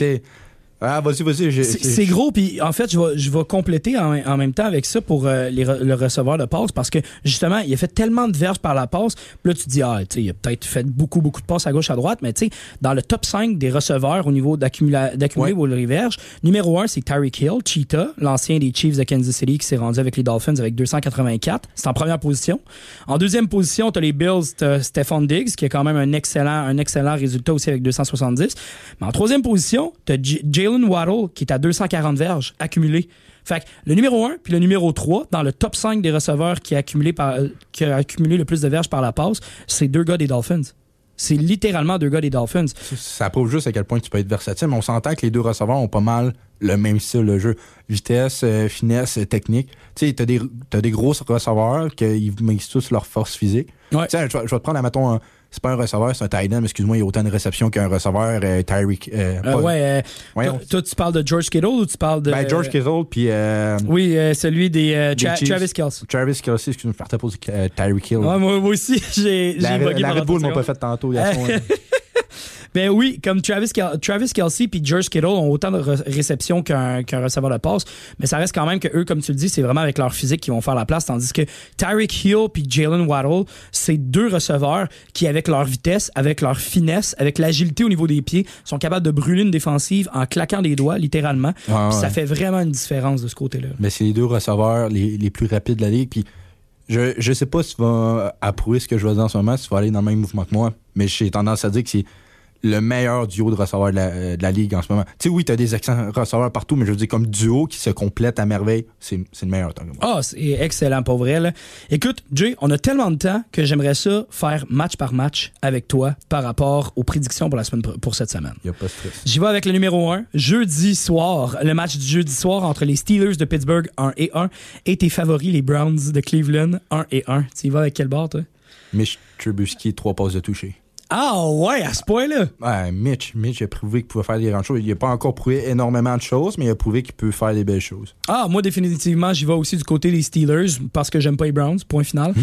Vas-y. C'est gros, puis en fait, je vais compléter en même temps avec ça pour le receveur de passe, parce que justement, il a fait tellement de verges par la passe, puis là, tu te dis, il a peut-être fait beaucoup de passes à gauche, à droite, mais tu sais, dans le top 5 des receveurs au niveau d'accumuler vos verges, numéro 1, c'est Tyreek Hill, Cheetah, l'ancien des Chiefs de Kansas City qui s'est rendu avec les Dolphins avec 284. C'est en première position. En deuxième position, t'as les Bills, t'as Stephon Diggs, qui a quand même un excellent résultat aussi avec 270. Mais en troisième position, t'as Jalen Waddle qui est à 240 verges accumulées. Fait que le numéro 1 puis le numéro 3 dans le top 5 des receveurs qui a accumulé le plus de verges par la passe, c'est 2 gars des Dolphins. C'est littéralement 2 gars des Dolphins. Ça prouve juste à quel point tu peux être versatile, mais on s'entend que les 2 receveurs ont pas mal le même style de jeu. Vitesse, finesse, technique. Tu sais, t'as des gros receveurs qui mixent tous leur force physique. Ouais. Tu sais, je vais te prendre, mettons, c'est pas un receveur, c'est un tight end, excuse-moi, il y a autant de réceptions qu'un receveur, Tyreek. Toi, tu parles de George Kittle ou tu parles de... George Kittle, puis... oui, celui des Travis Kelce. Travis Kelce, excuse-moi, je partais pour Tyreek Hill. Ouais, moi aussi, j'ai bugué la Red Bull m'a pas fait tantôt, il y a son... Ben oui, comme Travis Kelce et George Kittle ont autant de réceptions qu'un receveur de passe, mais ça reste quand même que eux, comme tu le dis, c'est vraiment avec leur physique qu'ils vont faire la place, tandis que Tyreek Hill puis Jalen Waddle, c'est 2 receveurs qui, avec leur vitesse, avec leur finesse, avec l'agilité au niveau des pieds, sont capables de brûler une défensive en claquant des doigts, littéralement. Ça fait vraiment une différence de ce côté-là. Mais c'est les 2 receveurs les plus rapides de la ligue, puis je sais pas si tu vas approuver ce que je vais dire en ce moment, si tu vas aller dans le même mouvement que moi, mais j'ai tendance à dire que c'est le meilleur duo de receveurs de la ligue en ce moment. Tu sais, oui, t'as des excellents receveurs partout, mais je veux dire, comme duo qui se complète à merveille, c'est le meilleur. C'est excellent, pour vrai. Là. Écoute, Jay, on a tellement de temps que j'aimerais ça faire match par match avec toi par rapport aux prédictions pour cette semaine. Y a pas de stress. J'y vais avec le numéro 1. Jeudi soir, le match du jeudi soir entre les Steelers de Pittsburgh 1-1 et tes favoris, les Browns de Cleveland 1-1. Tu y vas avec quel bord, toi? Mitch Trubisky, 3 passes de toucher. Ah ouais, à ce point-là? Ouais, Mitch a prouvé qu'il pouvait faire des grandes choses. Il n'a pas encore prouvé énormément de choses, mais il a prouvé qu'il peut faire des belles choses. Moi, définitivement, j'y vais aussi du côté des Steelers parce que j'aime pas les Browns, point final.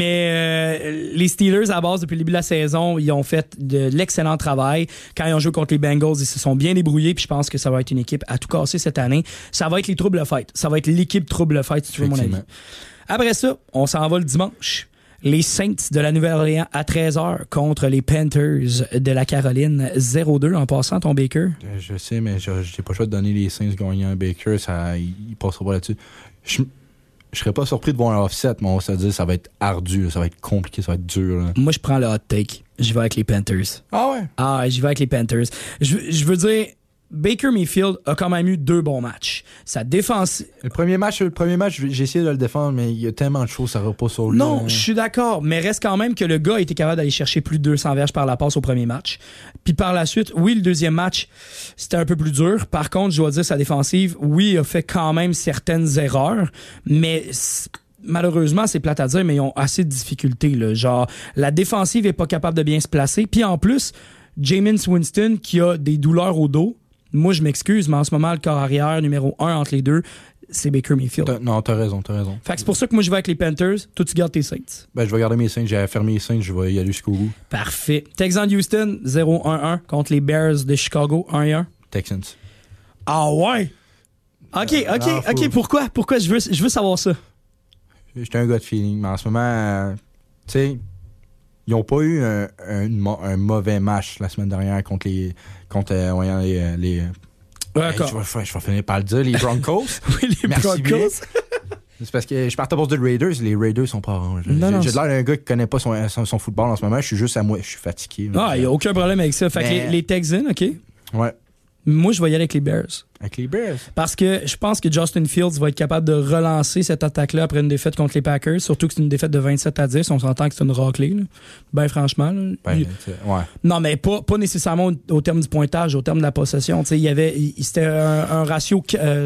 Mais les Steelers, à base, depuis le début de la saison, ils ont fait de l'excellent travail. Quand ils ont joué contre les Bengals, ils se sont bien débrouillés, puis je pense que ça va être une équipe à tout casser cette année. Ça va être les troubles fight. Ça va être l'équipe trouble fight, si tu veux mon avis. Après ça, on s'en va le dimanche. Les Saints de la Nouvelle-Orléans à 13h contre les Panthers de la Caroline 0-2 en passant ton Baker. Je sais, mais j'ai pas le choix de donner les Saints gagnant à Baker. Il passera pas là-dessus. Je serais pas surpris de voir un offset, mais on va se dire ça va être ardu, ça va être compliqué, ça va être dur. Là. Moi, je prends le hot take. J'y vais avec les Panthers. Ah ouais? Ah, j'y vais avec les Panthers. Je veux dire... Baker Mayfield a quand même eu 2 bons matchs. Sa défense... Le premier match, j'ai essayé de le défendre, mais il y a tellement de choses, ça repose sur lui. Non, je suis d'accord, mais reste quand même que le gars a été capable d'aller chercher plus de 200 verges par la passe au premier match. Puis par la suite, oui, le deuxième match, c'était un peu plus dur. Par contre, je dois dire, sa défensive, oui, il a fait quand même certaines erreurs, mais... Malheureusement, c'est plate à dire, mais ils ont assez de difficultés. Là. Genre, la défensive est pas capable de bien se placer. Puis en plus, Jameis Winston, qui a des douleurs au dos, moi, je m'excuse, mais en ce moment, le corps arrière numéro 1 entre les deux, c'est Baker Mayfield. Non, t'as raison. Fait que c'est pour ça que moi, je vais avec les Panthers. Toi, tu gardes tes Saints. Ben, je vais garder mes Saints. J'ai fermé les Saints. Je vais y aller jusqu'au bout. Parfait. Texans Houston, 0-1-1 contre les Bears de Chicago, 1-1. Texans. Ah ouais? OK. Pourquoi? Je veux savoir ça. J'étais un gars de feeling, mais en ce moment, tu sais, ils n'ont pas eu un mauvais match la semaine dernière contre les je vais finir par le dire, les Broncos. Oui, les Broncos. C'est parce que je partais pour dire Raiders. Les Raiders sont pas oranges. J'ai l'air d'un gars qui connaît pas son football en ce moment. Je suis juste à moi. Je suis fatigué. Il n'y a aucun problème avec ça. Fait que les Texans, OK? Ouais. Moi, je vais y aller avec les Bears. Avec les Bears? Parce que je pense que Justin Fields va être capable de relancer cette attaque-là après une défaite contre les Packers. Surtout que c'est une défaite de 27-10. On s'entend que c'est une raclée. Ben franchement. Là. Ouais. Non, mais pas nécessairement au terme du pointage, au terme de la possession. C'était un ratio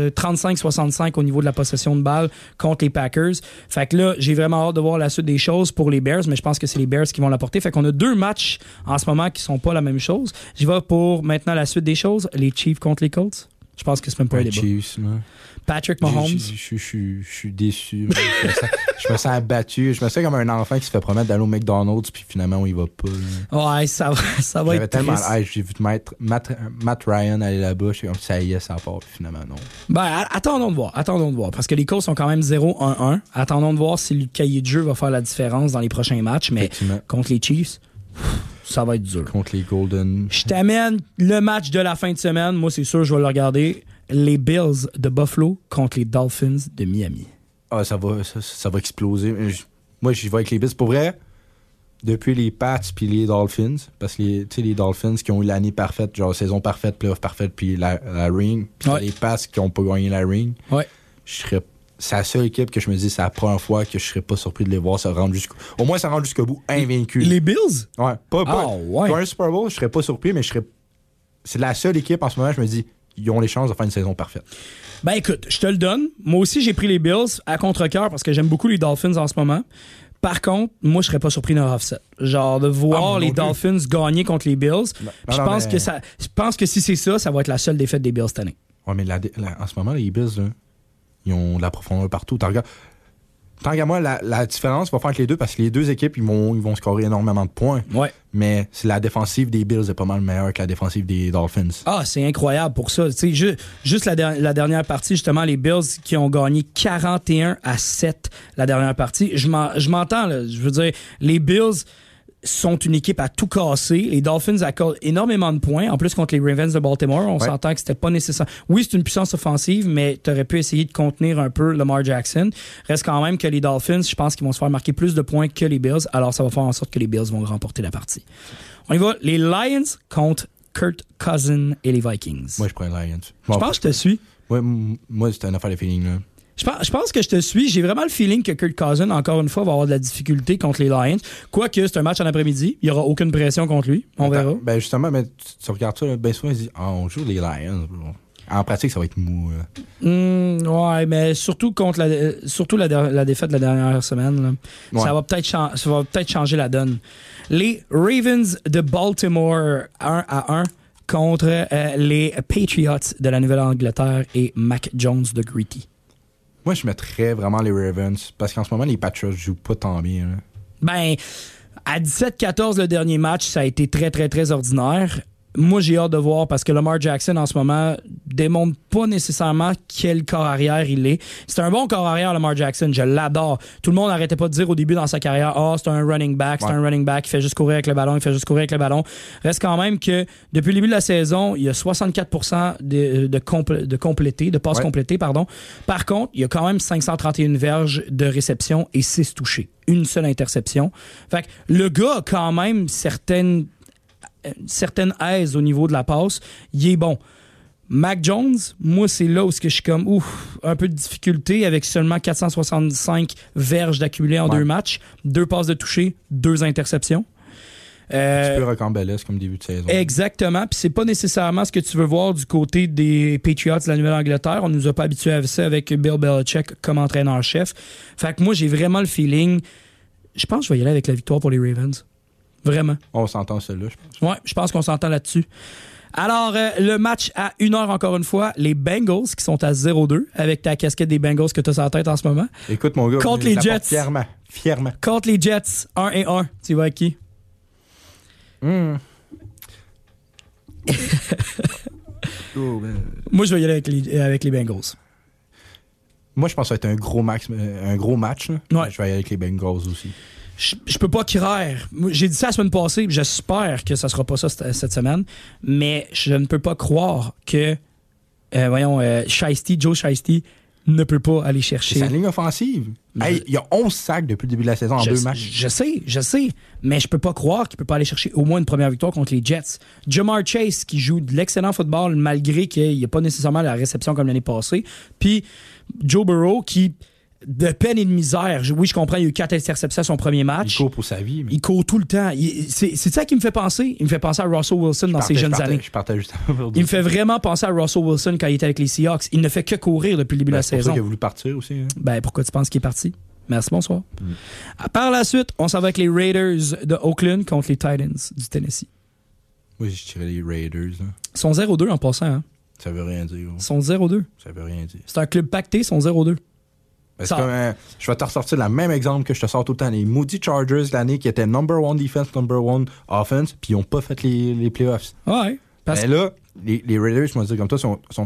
35-65 au niveau de la possession de balle contre les Packers. Fait que là, j'ai vraiment hâte de voir la suite des choses pour les Bears, mais je pense que c'est les Bears qui vont l'apporter. Fait qu'on a 2 matchs en ce moment qui sont pas la même chose. J'y vais pour maintenant la suite des choses. Les Chiefs contre les Colts. Je pense que c'est même pas un débat. Chiefs, Patrick Mahomes. Je suis déçu. Je me sens abattu. Je me sens comme un enfant qui se fait promettre d'aller au McDonald's puis finalement on y va pas. Ouais, ça va être tellement triste. j'ai vu Matt Ryan aller là-bas. Je suis comme ça y est, ça part. Puis finalement non. Ben, attendons de voir. Parce que les Colts sont quand même 0-1-1. Attendons de voir si le cahier de jeu va faire la différence dans les prochains matchs. Mais contre les Chiefs, ça va être dur. Contre les Golden. Je t'amène le match de la fin de semaine. Moi, c'est sûr, je vais le regarder. Les Bills de Buffalo contre les Dolphins de Miami. Ah, ça va exploser. Moi, j'y vais avec les Bills. Pour vrai, depuis les Pats puis les Dolphins, parce que les Dolphins qui ont eu l'année parfaite, genre saison parfaite, playoff parfaite, puis la ring, puis les Pats qui n'ont pas gagné la ring, c'est la seule équipe que je me dis, c'est la première fois que je serais pas surpris de les voir se rendre au moins ça rendre jusqu'au bout, invaincus. Les Bills? Ouais. Pas un Super Bowl, je serais pas surpris, mais c'est la seule équipe en ce moment, je me dis, ils ont les chances de faire une saison parfaite. Ben écoute, je te le donne. Moi aussi, j'ai pris les Bills à contre-cœur parce que j'aime beaucoup les Dolphins en ce moment. Par contre, moi, je serais pas surpris d'un offset. Genre, de voir les Dolphins gagner contre les Bills. Je pense que si c'est ça, ça va être la seule défaite des Bills cette année. Ouais, mais en ce moment, les Bills, là, ils ont de la profondeur partout. Tant qu'à moi, la différence va faire entre les deux parce que les deux équipes, ils vont scorer énormément de points. Ouais. Mais la défensive des Bills est pas mal meilleure que la défensive des Dolphins. Ah, c'est incroyable pour ça. Juste la dernière partie, justement, les Bills qui ont gagné 41-7 la dernière partie. Je m'entends, là. Je veux dire, les Bills sont une équipe à tout casser. Les Dolphins accordent énormément de points. En plus, contre les Ravens de Baltimore, on s'entend que c'était pas nécessaire. Oui, c'est une puissance offensive, mais tu aurais pu essayer de contenir un peu Lamar Jackson. Reste quand même que les Dolphins, je pense qu'ils vont se faire marquer plus de points que les Bills. Alors, ça va faire en sorte que les Bills vont remporter la partie. On y va. Les Lions contre Kirk Cousins et les Vikings. Moi, je prends les Lions. Je pense que je te suis. Moi, c'était une affaire de feeling, là. Je pense que je te suis. J'ai vraiment le feeling que Kirk Cousins, encore une fois, va avoir de la difficulté contre les Lions. Quoique, c'est un match en après-midi. Il n'y aura aucune pression contre lui. On verra. Ben justement, mais tu regardes ça, bien souvent, ils disent on joue les Lions. En pratique, ça va être mou. Ouais, mais surtout contre la défaite de la dernière semaine. Là. Ouais. Ça va peut-être changer la donne. Les Ravens de Baltimore 1-1 contre les Patriots de la Nouvelle-Angleterre et Mac Jones de Gritty. Moi, je mettrais vraiment les Ravens parce qu'en ce moment, les Patriots jouent pas tant bien. Là. Ben, à 17-14, le dernier match, ça a été très, très, très ordinaire. Moi, j'ai hâte de voir parce que Lamar Jackson, en ce moment, démontre pas nécessairement quel corps arrière il est. C'est un bon corps arrière, Lamar Jackson. Je l'adore. Tout le monde n'arrêtait pas de dire au début dans sa carrière, c'est un running back, c'est un running back, il fait juste courir avec le ballon, Reste quand même que depuis le début de la saison, il y a 64% de passes complétées, pardon. Par contre, il y a quand même 531 verges de réception et 6 touchés. Une seule interception. Fait que le gars a quand même certaines aises au niveau de la passe. Il est bon. Mac Jones, moi, c'est là où je suis comme un peu de difficulté avec seulement 465 verges d'accumulées en 2 matchs, 2 passes de toucher, 2 interceptions. Un petit peu rocambolesque comme début de saison. Exactement. Puis c'est pas nécessairement ce que tu veux voir du côté des Patriots de la Nouvelle-Angleterre. On nous a pas habitués à ça avec Bill Belichick comme entraîneur-chef. Fait que moi, j'ai vraiment le feeling. Je pense que je vais y aller avec la victoire pour les Ravens. Vraiment. On s'entend celle-là, je pense. Ouais, je pense qu'on s'entend là-dessus. Alors, le match à 1h encore une fois, les Bengals qui sont à 0-2 avec ta casquette des Bengals que tu as sur la tête en ce moment. Écoute, mon gars, contre les Jets. Fièrement. Contre les Jets, 1-1. Tu vas avec qui? Moi, je vais y aller avec les Bengals. Moi, je pense que ça va être un gros match. Là. Ouais. Je vais y aller avec les Bengals aussi. Je peux pas croire. Moi, j'ai dit ça la semaine passée, puis j'espère que ça sera pas ça cette semaine, mais je ne peux pas croire que Joe Shiesty ne peut pas aller chercher. C'est sa ligne offensive. Hey, il y a 11 sacs depuis le début de la saison en 2 matchs. Je sais, mais je peux pas croire qu'il peut pas aller chercher au moins une première victoire contre les Jets. Jamar Chase qui joue de l'excellent football malgré qu'il n'y a pas nécessairement la réception comme l'année passée. Puis Joe Burrow qui, de peine et de misère, oui, je comprends, il y a eu 4 interceptions à son premier match. Il court pour sa vie. Mais... Il court tout le temps. C'est ça qui me fait penser. Il me fait penser à Russell Wilson dans ses jeunes années. Je partais juste Il me fait vraiment penser à Russell Wilson quand il était avec les Seahawks. Il ne fait que courir depuis le début de la c'est pour saison. ça qu'il a voulu partir aussi. Hein? Ben, pourquoi tu penses qu'il est parti? Merci, bonsoir. Par la suite, on s'en va avec les Raiders de Oakland contre les Titans du Tennessee. Moi, je dirais les Raiders. Là. Ils sont 0-2 en passant. Hein? Ça veut rien dire. Ils sont 0-2. Ça veut rien dire. C'est un club pacté, ils sont 0-2. C'est comme, je vais te ressortir le même exemple que je te sors tout le temps. Les Moody Chargers l'année qui étaient number 1 defense, number 1 offense, puis ils n'ont pas fait les playoffs. Ouais. Mais là, les Raiders, je vais dire comme toi,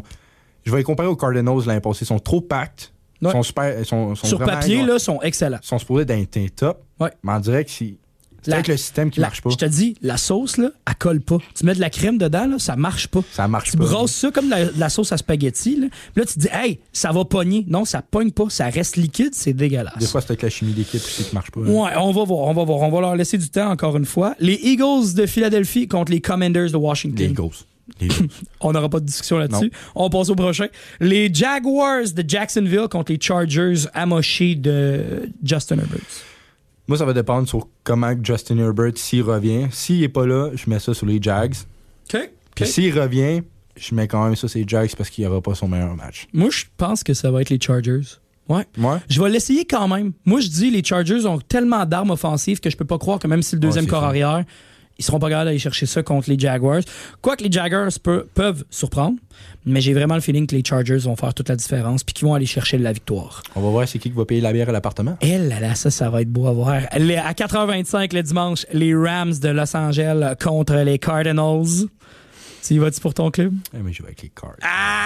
je vais les comparer aux Cardinals l'année passée. Ils sont trop pactes. Ouais. Sont sur papier, là, sont excellents. Ils sont supposés d'être top. Ouais. Mais on dirait que c'est avec le système qui marche pas. Je te dis, la sauce, là, elle colle pas. Tu mets de la crème dedans, là, ça marche pas. Ça marche tu pas. Tu brosses ça comme la sauce à spaghetti. Là. Puis là, tu te dis, hey, ça va pogner. Non, ça pogne pas. Ça reste liquide, c'est dégueulasse. Des fois, c'est avec la chimie d'équipe qui marche pas. Ouais, on va voir. On va leur laisser du temps encore une fois. Les Eagles de Philadelphie contre les Commanders de Washington. Les Eagles. On n'aura pas de discussion là-dessus. On passe au prochain. Les Jaguars de Jacksonville contre les Chargers amochés de Justin Herbert. Moi, ça va dépendre sur comment Justin Herbert, s'il revient. S'il n'est pas là, je mets ça sur les Jags. OK. Puis s'il revient, je mets quand même ça sur les Jags parce qu'il n'y aura pas son meilleur match. Moi, je pense que ça va être les Chargers. Ouais. Je vais l'essayer quand même. Moi, je dis les Chargers ont tellement d'armes offensives que je peux pas croire que même si le deuxième corps arrière, ils seront pas capables d'aller chercher ça contre les Jaguars. Quoique les Jaguars peuvent surprendre, mais j'ai vraiment le feeling que les Chargers vont faire toute la différence puis qu'ils vont aller chercher la victoire. On va voir c'est qui va payer la bière à l'appartement. Ça va être beau à voir. À 4h25 le dimanche, les Rams de Los Angeles contre les Cardinals. Tu y vas-tu pour ton club? Mais je vais avec les Cards.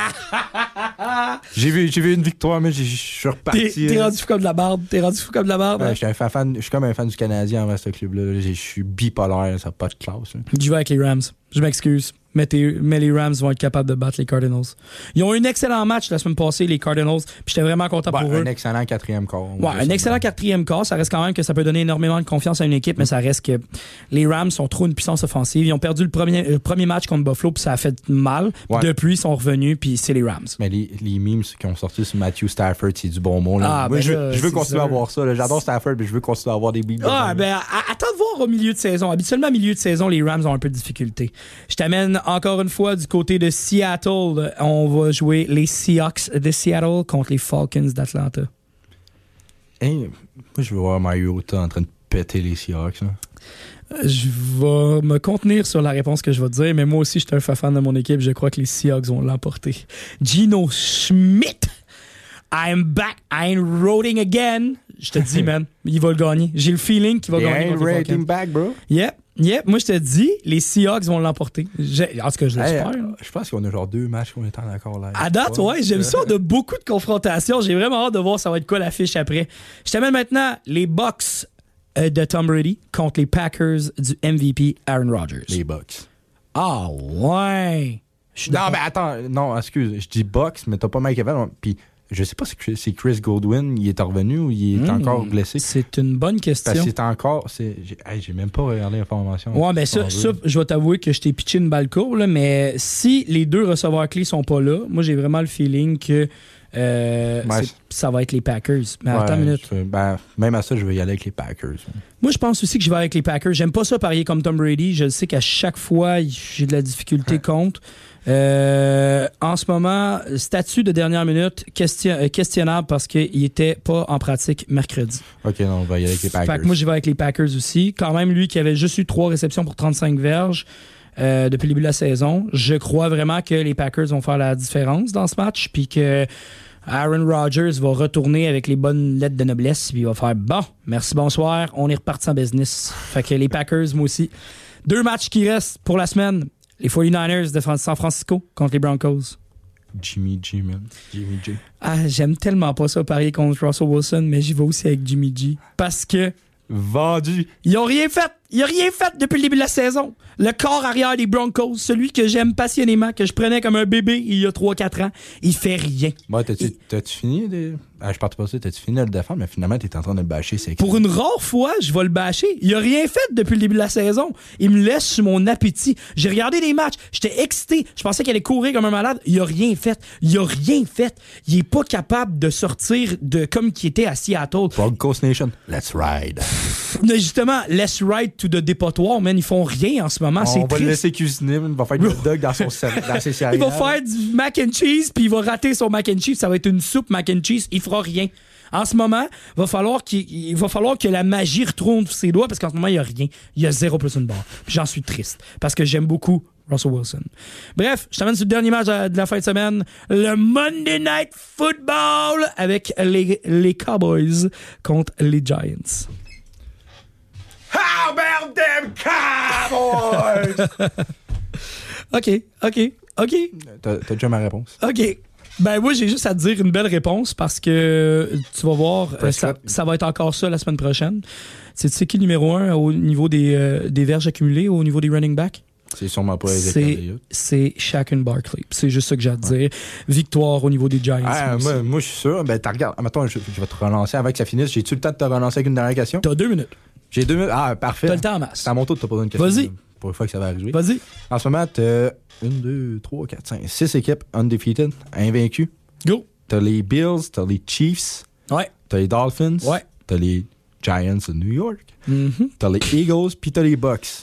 J'ai vu une victoire, mais je suis reparti. T'es rendu fou comme de la barbe. Je suis comme un fan du Canadien envers ce club-là. Je suis bipolaire, ça n'a pas de classe. Là. Je vais avec les Rams. Je m'excuse. Mais les Rams vont être capables de battre les Cardinals. Ils ont eu un excellent match la semaine passée, les Cardinals. Puis j'étais vraiment content pour eux. Un excellent quatrième quart. Ouais, un excellent quatrième quart. Ça reste quand même que ça peut donner énormément de confiance à une équipe, mais ça reste que les Rams sont trop une puissance offensive. Ils ont perdu le premier match contre Buffalo, puis ça a fait mal. Ouais. Depuis, ils sont revenus, puis c'est les Rams. Mais les memes qui ont sorti sur Matthew Stafford, c'est du bon mot. Là. Moi, je veux continuer à voir ça. Là. J'adore Stafford, mais je veux continuer à avoir des big. Attends de voir au milieu de saison. Habituellement, au milieu de saison, les Rams ont un peu de difficulté. Je t'amène encore une fois du côté de Seattle. On va jouer les Seahawks de Seattle contre les Falcons d'Atlanta. Hey, moi, je veux voir Mariota en train de péter les Seahawks. Hein. Je vais me contenir sur la réponse que je vais te dire, mais moi aussi, je suis un fan de mon équipe. Je crois que les Seahawks vont l'emporter. Geno Schmidt, I'm back, I'm roading again. Je te dis, man, il va le gagner. J'ai le feeling qu'il va gagner. I'm rating back, bro. Yep, moi je te dis, les Seahawks vont l'emporter. En tout cas, je l'espère. Je pense qu'on a genre 2 matchs qu'on est en accord là. À date, ouais, j'aime ça. On a beaucoup de confrontations. J'ai vraiment hâte de voir ça va être quoi l'affiche après. Je t'amène maintenant les Bucks de Tom Brady contre les Packers du MVP Aaron Rodgers. Les Bucks. Ah ouais. Non, mais attends, non, excuse, je dis Bucks, mais t'as pas Mike Evans. Puis je sais pas si Chris Godwin il est revenu ou il est encore blessé. C'est une bonne question. Parce que c'est encore. J'ai même pas regardé l'information. Ouais, ben ça, je vais t'avouer que je t'ai pitché une balle courte, là, mais si les 2 receveurs clés sont pas là, moi j'ai vraiment le feeling que ça va être les Packers. Mais attends une minute. Même à ça, je vais y aller avec les Packers. Moi, je pense aussi que je vais avec les Packers. J'aime pas ça parier comme Tom Brady. Je sais qu'à chaque fois, j'ai de la difficulté contre. En ce moment, statut de dernière minute questionnable parce qu'il était pas en pratique mercredi. OK, non, on va y aller avec les Packers. Fait que moi, j'y vais avec les Packers aussi. Quand même, lui qui avait juste eu 3 réceptions pour 35 verges depuis le début de la saison. Je crois vraiment que les Packers vont faire la différence dans ce match puis que Aaron Rodgers va retourner avec les bonnes lettres de noblesse puis il va faire bon, merci, bonsoir, on est reparti en business. Fait que les Packers, moi aussi. 2 matchs qui restent pour la semaine. Les 49ers de San Francisco contre les Broncos. Jimmy G, man. Jimmy G. Ah, j'aime tellement pas ça parier contre Russell Wilson, mais j'y vais aussi avec Jimmy G. Parce que Vendu. ils ont rien fait. Il a rien fait depuis le début de la saison. Le corps arrière des Broncos, celui que j'aime passionnément, que je prenais comme un bébé il y a 3-4 ans, il fait rien. Ouais, t'as-tu fini de... Ah, je partais pas ça, t'as-tu fini de le défendre, mais finalement, t'es en train de le bâcher, c'est Pour une rare fois, je vais le bâcher. Il a rien fait depuis le début de la saison. Il me laisse sur mon appétit. J'ai regardé les matchs, j'étais excité. Je pensais qu'il allait courir comme un malade. Il a rien fait. Il a rien fait. Il est pas capable de sortir de comme qu'il était à Seattle. Broncos Nation, let's ride. Mais justement, let's ride to the dépotoir, man. Ils font rien en ce moment. C'est On va triste. le laisser cuisiner, il va faire du hot dog dans ses céréales. Il va faire du mac and cheese, puis il va rater son mac and cheese. Ça va être une soupe mac and cheese. Il fera rien. En ce moment, il va falloir que la magie retourne sur ses doigts, parce qu'en ce moment, il n'y a rien. Il y a 0 plus une barre. Puis j'en suis triste, parce que j'aime beaucoup Russell Wilson. Bref, je t'amène sur le dernier match de la fin de semaine. Le Monday Night Football avec les Cowboys contre les Giants. How about them Cowboys? OK. T'as déjà ma réponse. OK. Ben moi, j'ai juste à te dire une belle réponse parce que tu vas voir, ça va être encore ça la semaine prochaine. C'est qui le numéro 1 au niveau des verges accumulées, au niveau des running backs? C'est sûrement pas c'est Shaquan Barkley. C'est juste ça que j'ai à te dire. Victoire au niveau des Giants. Ah, moi je suis sûr. Ben, regarde, maintenant, je vais te relancer avant que ça finisse. J'ai-tu le temps de te relancer avec une dernière question? T'as 2 minutes. J'ai 2 minutes. Ah, parfait. T'as le temps en masse. C'est à mon tour de te poser une question. Vas-y. Pour une fois que ça va arriver. Vas-y. En ce moment, t'as 1, 2, 3, 4, 5, 6 équipes undefeated, invaincues. Go. T'as les Bills, t'as les Chiefs. Ouais. T'as les Dolphins. Ouais. T'as les Giants de New York. Mm-hmm. T'as les Eagles, puis t'as les Bucks.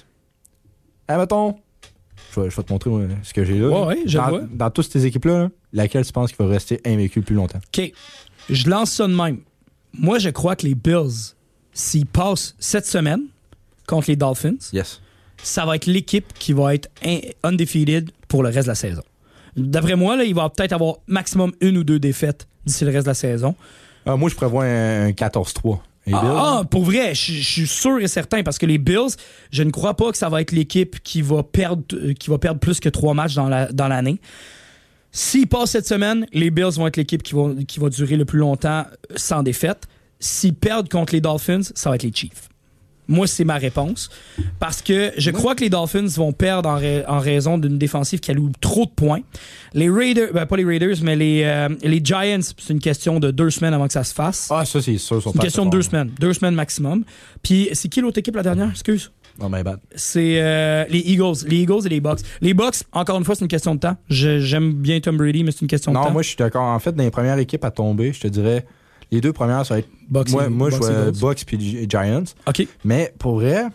Mettons, je vais te montrer ce que j'ai là. Ouais, je vois. Dans toutes ces équipes-là, laquelle tu penses qu'il va rester invaincu le plus longtemps? OK. Je lance ça de même. Moi, je crois que les Bills, s'ils passent cette semaine contre les Dolphins, yes, ça va être l'équipe qui va être undefeated pour le reste de la saison. D'après moi, là, il va peut-être avoir maximum 1 ou 2 défaites d'ici le reste de la saison. Moi, je prévois un 14-3. Pour vrai, je suis sûr et certain, parce que les Bills, je ne crois pas que ça va être l'équipe qui va perdre plus que 3 matchs dans l'année. S'ils passent cette semaine, les Bills vont être l'équipe qui va durer le plus longtemps sans défaite. S'ils perdent contre les Dolphins, ça va être les Chiefs. Moi, c'est ma réponse. Parce que je crois que les Dolphins vont perdre en raison d'une défensive qui alloue trop de points. Les Raiders, pas les Raiders, mais les Giants, c'est une question de 2 semaines avant que ça se fasse. Ah, ça, c'est sûr. C'est une question de 2 semaines. 2 semaines maximum. Puis, c'est qui l'autre équipe, la dernière? Excuse. Oh, my bad. C'est les Eagles. Les Eagles et les Bucks. Les Bucks, encore une fois, c'est une question de temps. J'aime bien Tom Brady, mais c'est une question de temps. Non, moi, je suis d'accord. En fait, dans les premières équipes à tomber, je te dirais... Les 2 premières, ça va être... Bucks moi je vois Bucks puis Giants. OK. Mais pour vrai,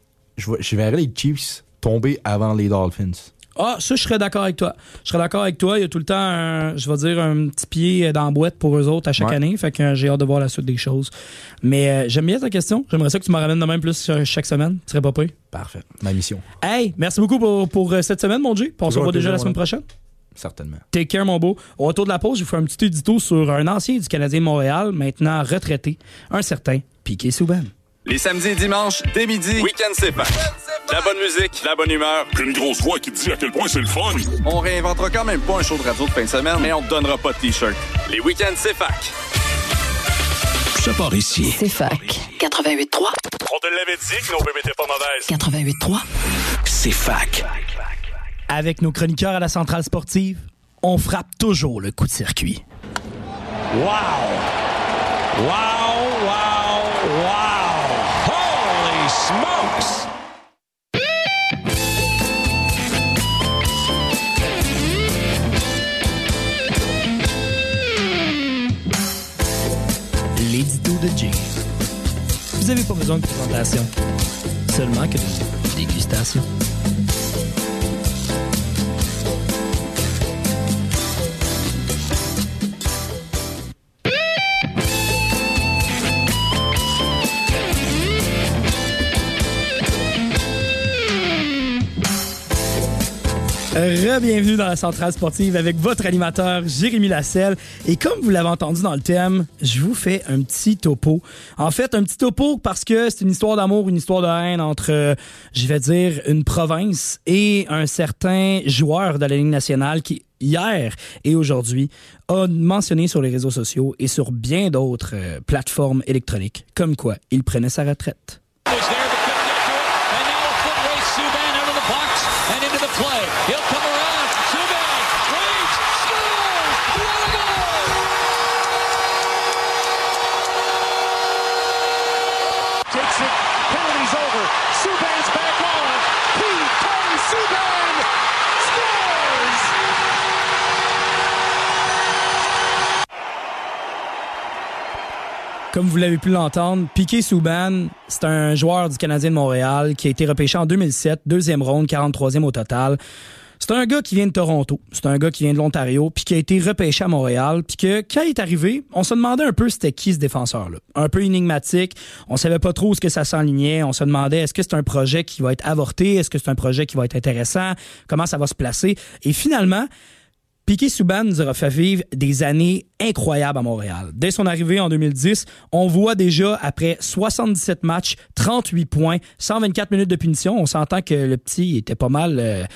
je verrais les Chiefs tomber avant les Dolphins. Ah, ça, je serais d'accord avec toi. Il y a tout le temps, un petit pied dans la boîte pour eux autres à chaque année. Fait que j'ai hâte de voir la suite des choses. Mais j'aime bien ta question. J'aimerais ça que tu me ramènes de même plus chaque semaine. Tu serais pas prêt? Parfait. Ma mission. Hey, merci beaucoup pour cette semaine, mon Dieu. On se revoit déjà la semaine prochaine. Certainement. Take care, mon beau. Au retour de la pause, je vous fais un petit édito sur un ancien du Canadien de Montréal, maintenant retraité, un certain Piquet Souban. Les samedis et dimanches, dès midi, Week-end CFAC. La bonne musique, la bonne humeur. Une grosse voix qui te dit à quel point c'est le fun. On réinventera quand même pas un show de radio de fin de semaine, mais on te donnera pas de T-shirt. Les Week-ends CFAC. Ça part ici. CFAC 88.3. On te l'avait dit que nos bébés étaient pas mauvaises. 88.3. CFAC. Avec nos chroniqueurs à la centrale sportive, on frappe toujours le coup de circuit. Wow! Wow, wow, wow! Holy smokes! L'édito de Jay. Vous n'avez pas besoin de présentation, seulement que de dégustation. Re-bienvenue dans la centrale sportive avec votre animateur Jérémy Lasselle. Et comme vous l'avez entendu dans le thème, je vous fais un petit topo. En fait, un petit topo parce que c'est une histoire d'amour, une histoire de haine entre, je vais dire, une province et un certain joueur de la Ligue nationale qui hier et aujourd'hui, a mentionné sur les réseaux sociaux et sur bien d'autres plateformes électroniques comme quoi il prenait sa retraite. Comme vous l'avez pu l'entendre, Piquet Subban, c'est un joueur du Canadien de Montréal qui a été repêché en 2007, deuxième ronde, 43e au total. C'est un gars qui vient de Toronto, c'est un gars qui vient de l'Ontario, puis qui a été repêché à Montréal, puis que quand il est arrivé, on se demandait un peu c'était qui ce défenseur-là. Un peu énigmatique, on savait pas trop où ce que ça s'enlignait, on se demandait est-ce que c'est un projet qui va être avorté, est-ce que c'est un projet qui va être intéressant, comment ça va se placer. Et finalement, Piquet Subban nous aura fait vivre des années incroyables à Montréal. Dès son arrivée en 2010, on voit déjà, après 77 matchs, 38 points, 124 minutes de punition. On s'entend que le petit était pas mal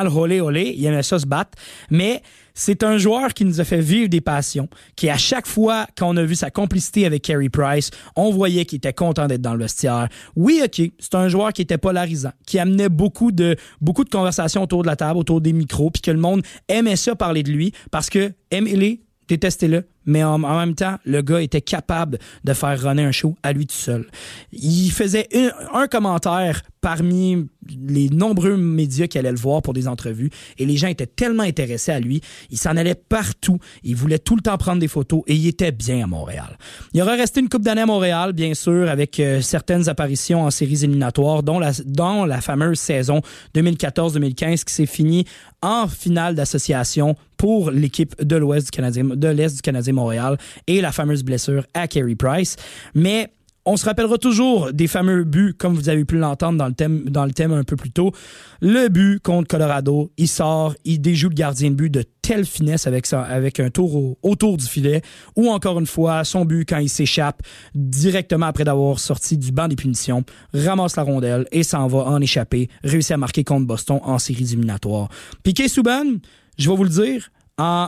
olé, il aimait ça se battre. Mais c'est un joueur qui nous a fait vivre des passions, qui à chaque fois qu'on a vu sa complicité avec Carey Price, on voyait qu'il était content d'être dans le vestiaire. Oui, OK, c'est un joueur qui était polarisant, qui amenait beaucoup de conversations autour de la table, autour des micros, puis que le monde aimait ça parler de lui, parce que aimez-les, détestez-le, mais en même temps, le gars était capable de faire runner un show à lui tout seul. Il faisait un commentaire parmi les nombreux médias qui allaient le voir pour des entrevues, et les gens étaient tellement intéressés à lui, il s'en allait partout, il voulait tout le temps prendre des photos, et il était bien à Montréal. Il aurait resté une couple d'années à Montréal, bien sûr, avec certaines apparitions en séries éliminatoires, dont la fameuse saison 2014-2015 qui s'est finie en finale d'association pour l'équipe de l'Est du Canadien Montréal, et la fameuse blessure à Carey Price. Mais on se rappellera toujours des fameux buts, comme vous avez pu l'entendre dans le thème un peu plus tôt. Le but contre Colorado, il sort, il déjoue le gardien de but de telle finesse avec un tour autour du filet, ou encore une fois, son but quand il s'échappe directement après d'avoir sorti du banc des punitions, ramasse la rondelle et s'en va en échapper, réussit à marquer contre Boston en séries éliminatoires. Piquet Subban, je vais vous le dire, en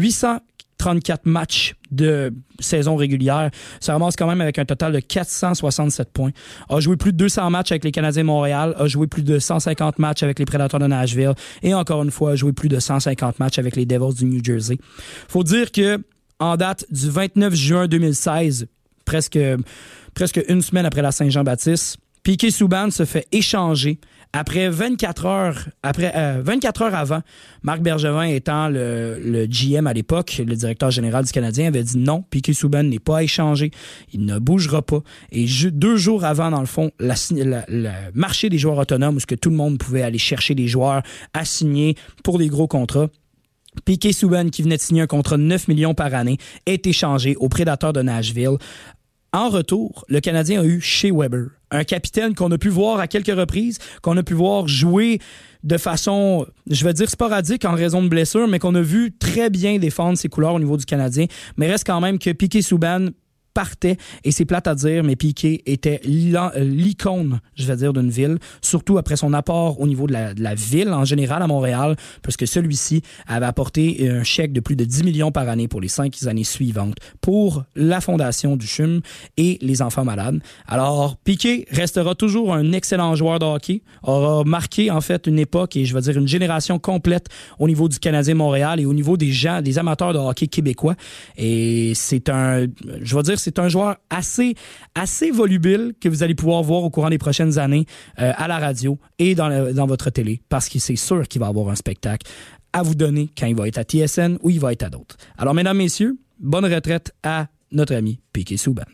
834 matchs de saison régulière, ça ramasse quand même avec un total de 467 points. A joué plus de 200 matchs avec les Canadiens de Montréal, a joué plus de 150 matchs avec les Predators de Nashville, et encore une fois, a joué plus de 150 matchs avec les Devils du New Jersey. Faut dire que en date du 29 juin 2016, presque une semaine après la Saint-Jean-Baptiste, Piquet Subban se fait échanger après 24 heures avant. Marc Bergevin étant le GM à l'époque, le directeur général du Canadien, avait dit non, Piquet Subban n'est pas à échanger, il ne bougera pas. Et 2 jours avant, dans le fond, le marché des joueurs autonomes, où ce que tout le monde pouvait aller chercher des joueurs à signer pour des gros contrats, Piquet Subban, qui venait de signer un contrat de 9 millions par année, est échangé aux Prédateurs de Nashville. En retour, le Canadien a eu Shea Weber, un capitaine qu'on a pu voir à quelques reprises, qu'on a pu voir jouer de façon, je vais dire sporadique en raison de blessures, mais qu'on a vu très bien défendre ses couleurs au niveau du Canadien. Mais reste quand même que Piquet Subban partait, et c'est plate à dire, mais Piquet était l'icône, je vais dire, d'une ville, surtout après son apport au niveau de la ville en général à Montréal, parce que celui-ci avait apporté un chèque de plus de 10 millions par année pour les 5 années suivantes pour la fondation du CHUM et les enfants malades. Alors, Piquet restera toujours un excellent joueur de hockey, aura marqué en fait une époque et je vais dire une génération complète au niveau du Canadien Montréal et au niveau des gens, des amateurs de hockey québécois, et c'est un joueur assez volubile que vous allez pouvoir voir au courant des prochaines années à la radio et dans votre télé, parce que c'est sûr qu'il va avoir un spectacle à vous donner quand il va être à TSN ou il va être à d'autres. Alors, mesdames, messieurs, bonne retraite à notre ami Piquet Subban.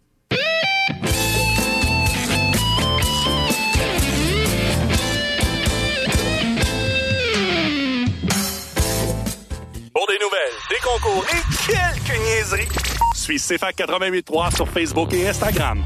Pour des nouvelles, des concours et quelques niaiseries, suis CFAC 88.3 sur Facebook et Instagram.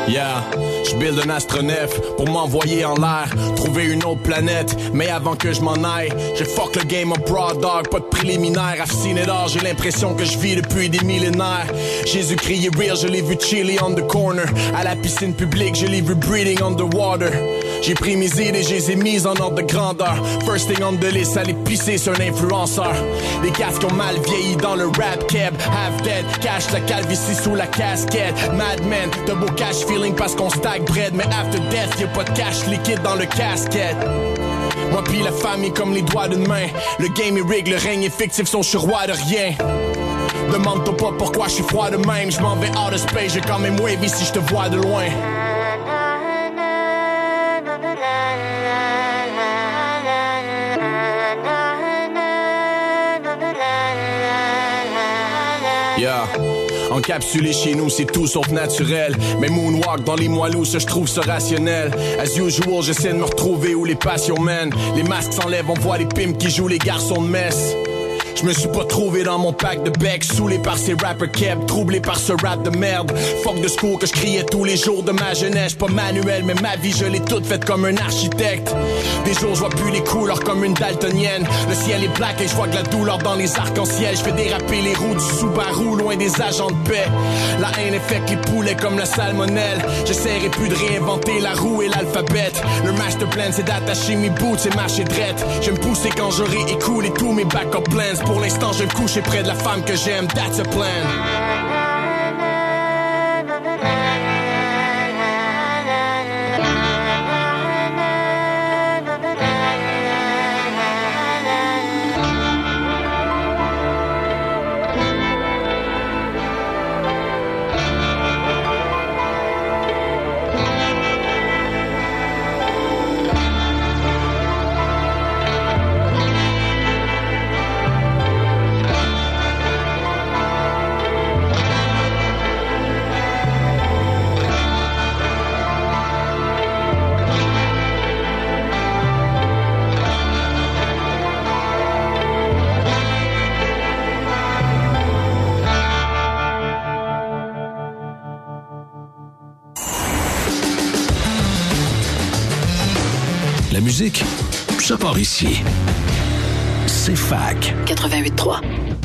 Yeah, je build un astronef pour m'envoyer en l'air, trouver une autre planète. Mais avant que je m'en aille, je fuck le game en broad dog, pas de préliminaire. I've seen it all, j'ai l'impression que je vis depuis des millénaires. Jésus-Christ est real, je l'ai vu chiller on the corner. À la piscine publique, je l'ai vu breathing underwater. J'ai pris mes idées, je les ai mises en ordre de grandeur. First thing on the list, aller pisser sur un influenceur. Des casques ont mal vieilli dans le rap keb. Half dead, cache la calvitie sous la casquette. Madman, de beau cash feeling parce qu'on stack bread. Mais after death, y'a pas de cash liquide dans le casquette. Moi pis la famille comme les doigts d'une main. Le game est rig, le règne est fictif, son je suis roi de rien. Demande-toi pas pourquoi je suis froid de même. Je m'en vais out of space, j'ai quand même wavy si je te vois de loin. Yeah. Encapsulé chez nous, c'est tout sauf naturel. Mais moonwalk dans les moelleux, ça je trouve ça rationnel. As usual, j'essaie de me retrouver où les passions mènent. Les masques s'enlèvent, on voit les pimps qui jouent les garçons de messe. Je me suis pas trouvé dans mon pack de bec, saoulé par ces rappers keb, troublé par ce rap de merde. Fuck de school que je criais tous les jours de ma jeunesse. Pas manuel, mais ma vie je l'ai toute faite comme un architecte. Des jours je vois plus les couleurs comme une daltonienne. Le ciel est black et je vois de la douleur dans les arcs-en-ciel. Je fais déraper les roues du Subaru loin des agents de paix. La haine infecte les poulets comme la salmonelle. J'essaierai plus de réinventer la roue et l'alphabet. Le master plan c'est d'attacher mes boots et marcher drette. Je vais me pousser quand j'aurai écoulé tous mes backup plans. Pour l'instant, je vais me coucher près de la femme que j'aime. That's a plan. La musique, ça part ici. C'est FAC 88.3.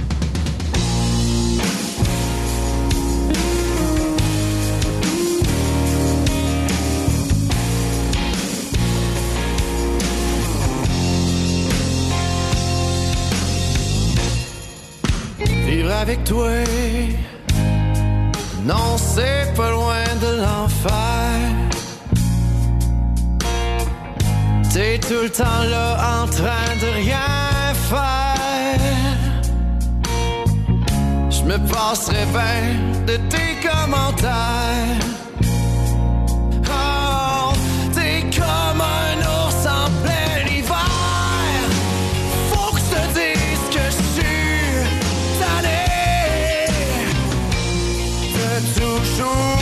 Vivre avec toi, non, c'est pas loin de l'enfer. T'es tout le temps là en train de rien faire. Je me passerai bien de tes commentaires. Oh, t'es comme un ours en plein hiver. Faut que je te dise que je suis tanné de toujours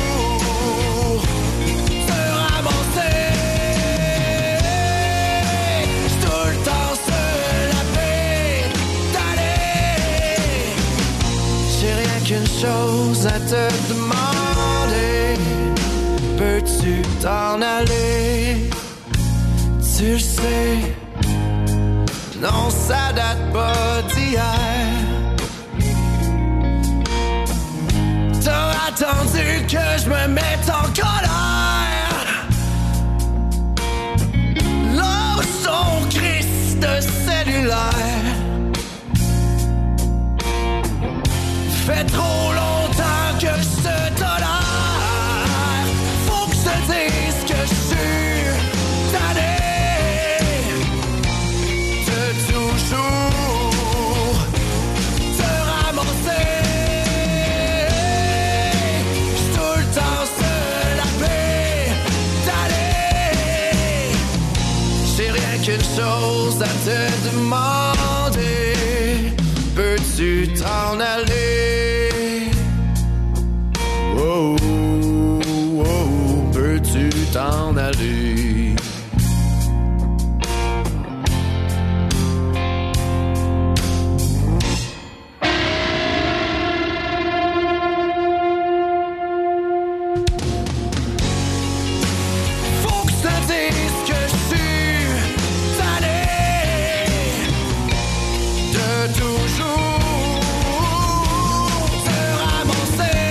chose à te demander. Peux-tu t'en aller? Tu le sais, non, ça date pas d'hier. T'as attendu que je me mette en colère. Lâche ton Christ de cellulaire. Fait trop longtemps que je te tolère. Faut que je te dise que je suis tanné de toujours te ramasser. J'suis tout le temps seul à pédaler. J'ai rien qu'une chose à te demander. Peux-tu t'en aller? Oh, oh, oh, peux-tu t'en aller? de toujours te ramasser.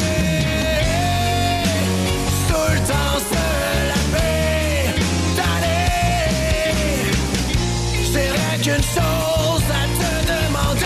Tout le temps se laver, d'aller. J'ai rien qu'une chose à te demander.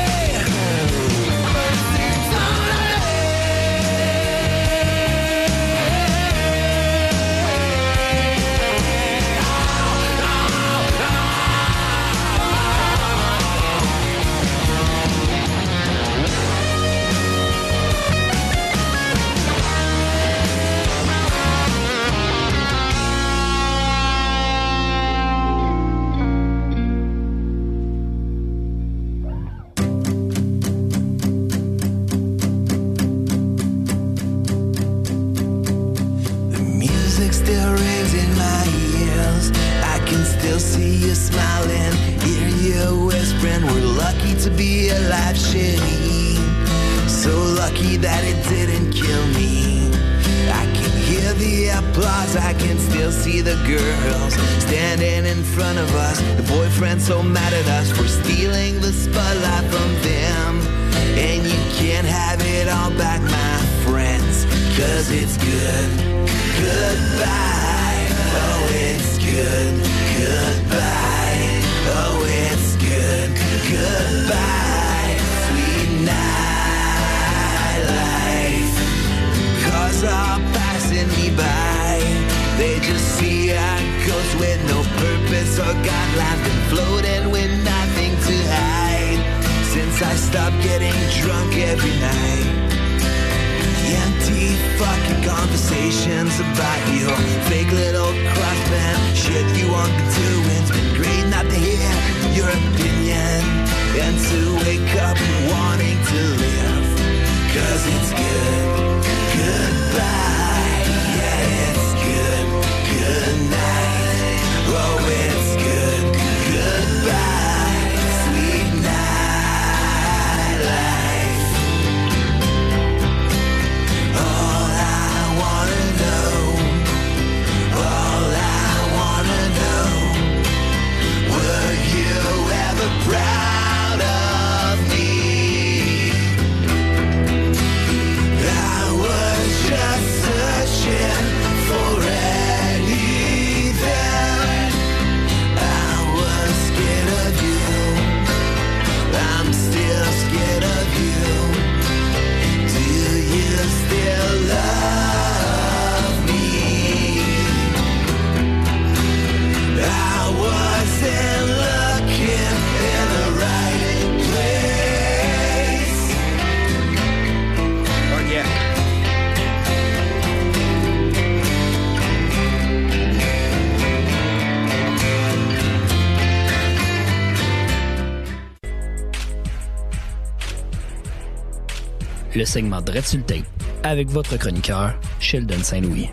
Still rings in my ears. I can still see you smiling, hear you whispering. We're lucky to be alive, shitty. So lucky that it didn't kill me. I can hear the applause, I can still see the girls standing in front of us. The boyfriend's so mad at us for stealing the spotlight from them. And you can't have it all back, my friends, 'cause it's good. Goodbye, oh it's good, goodbye, oh it's good, goodbye, sweet night life. Cars are passing me by, they just see a ghost with no purpose or guidelines, been floating with nothing to hide, since I stopped getting drunk every night. Empty fucking conversations about your fake little crossband shit you won't be doing. It's been great not to hear your opinion and to wake up wanting to live, 'cause it's good. Goodbye, yeah it's good. Good night, oh it's good. Goodbye, sweet night life. All I wanna know, were you ever proud of me? I was just searching for anything. I was scared of you, I'm still scared of you. Do you still love me? I wasn't looking in the right place. Oh yeah. Le segment Dread sur le tape avec votre chroniqueur Sheldon Saint-Louis.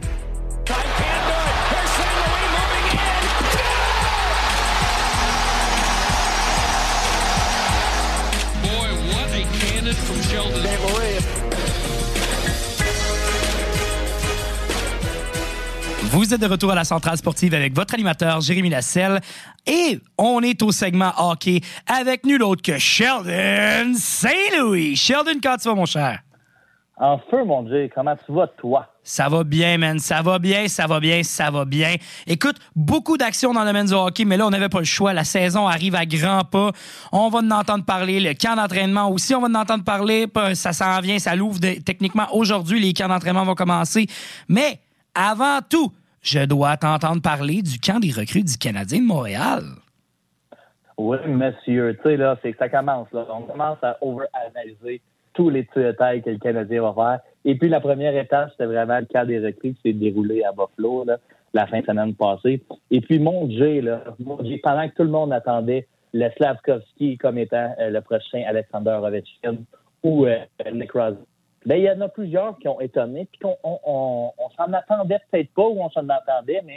Vous êtes de retour à la Centrale Sportive avec votre animateur Jérémy Lasselle et on est au segment hockey avec nul autre que Sheldon Saint-Louis. Sheldon, comment tu vas, mon cher? En feu, mon Dieu. Comment tu vas, toi? Ça va bien, man. Ça va bien. Écoute, beaucoup d'actions dans le domaine du hockey, mais là, on n'avait pas le choix. La saison arrive à grands pas. On va en entendre parler. Le camp d'entraînement aussi, on va en entendre parler. Ça s'en vient, ça l'ouvre techniquement aujourd'hui. Les camps d'entraînement vont commencer. Mais avant tout, je dois t'entendre parler du camp des recrues du Canadien de Montréal. Oui, monsieur. Tu sais, là, c'est que ça commence. Là. On commence à over-analyser tous les détails que le Canadien va faire. Et puis, la première étape, c'était vraiment le camp des recrues qui s'est déroulé à Buffalo, là, la fin de semaine passée. Et puis, mon Dieu, pendant que tout le monde attendait le Slavkovski comme étant le prochain Alexander Ovechkin ou Nick Crosby, ben, il y en a plusieurs qui ont étonné, puis on s'en attendait peut-être pas, ou on s'en attendait, mais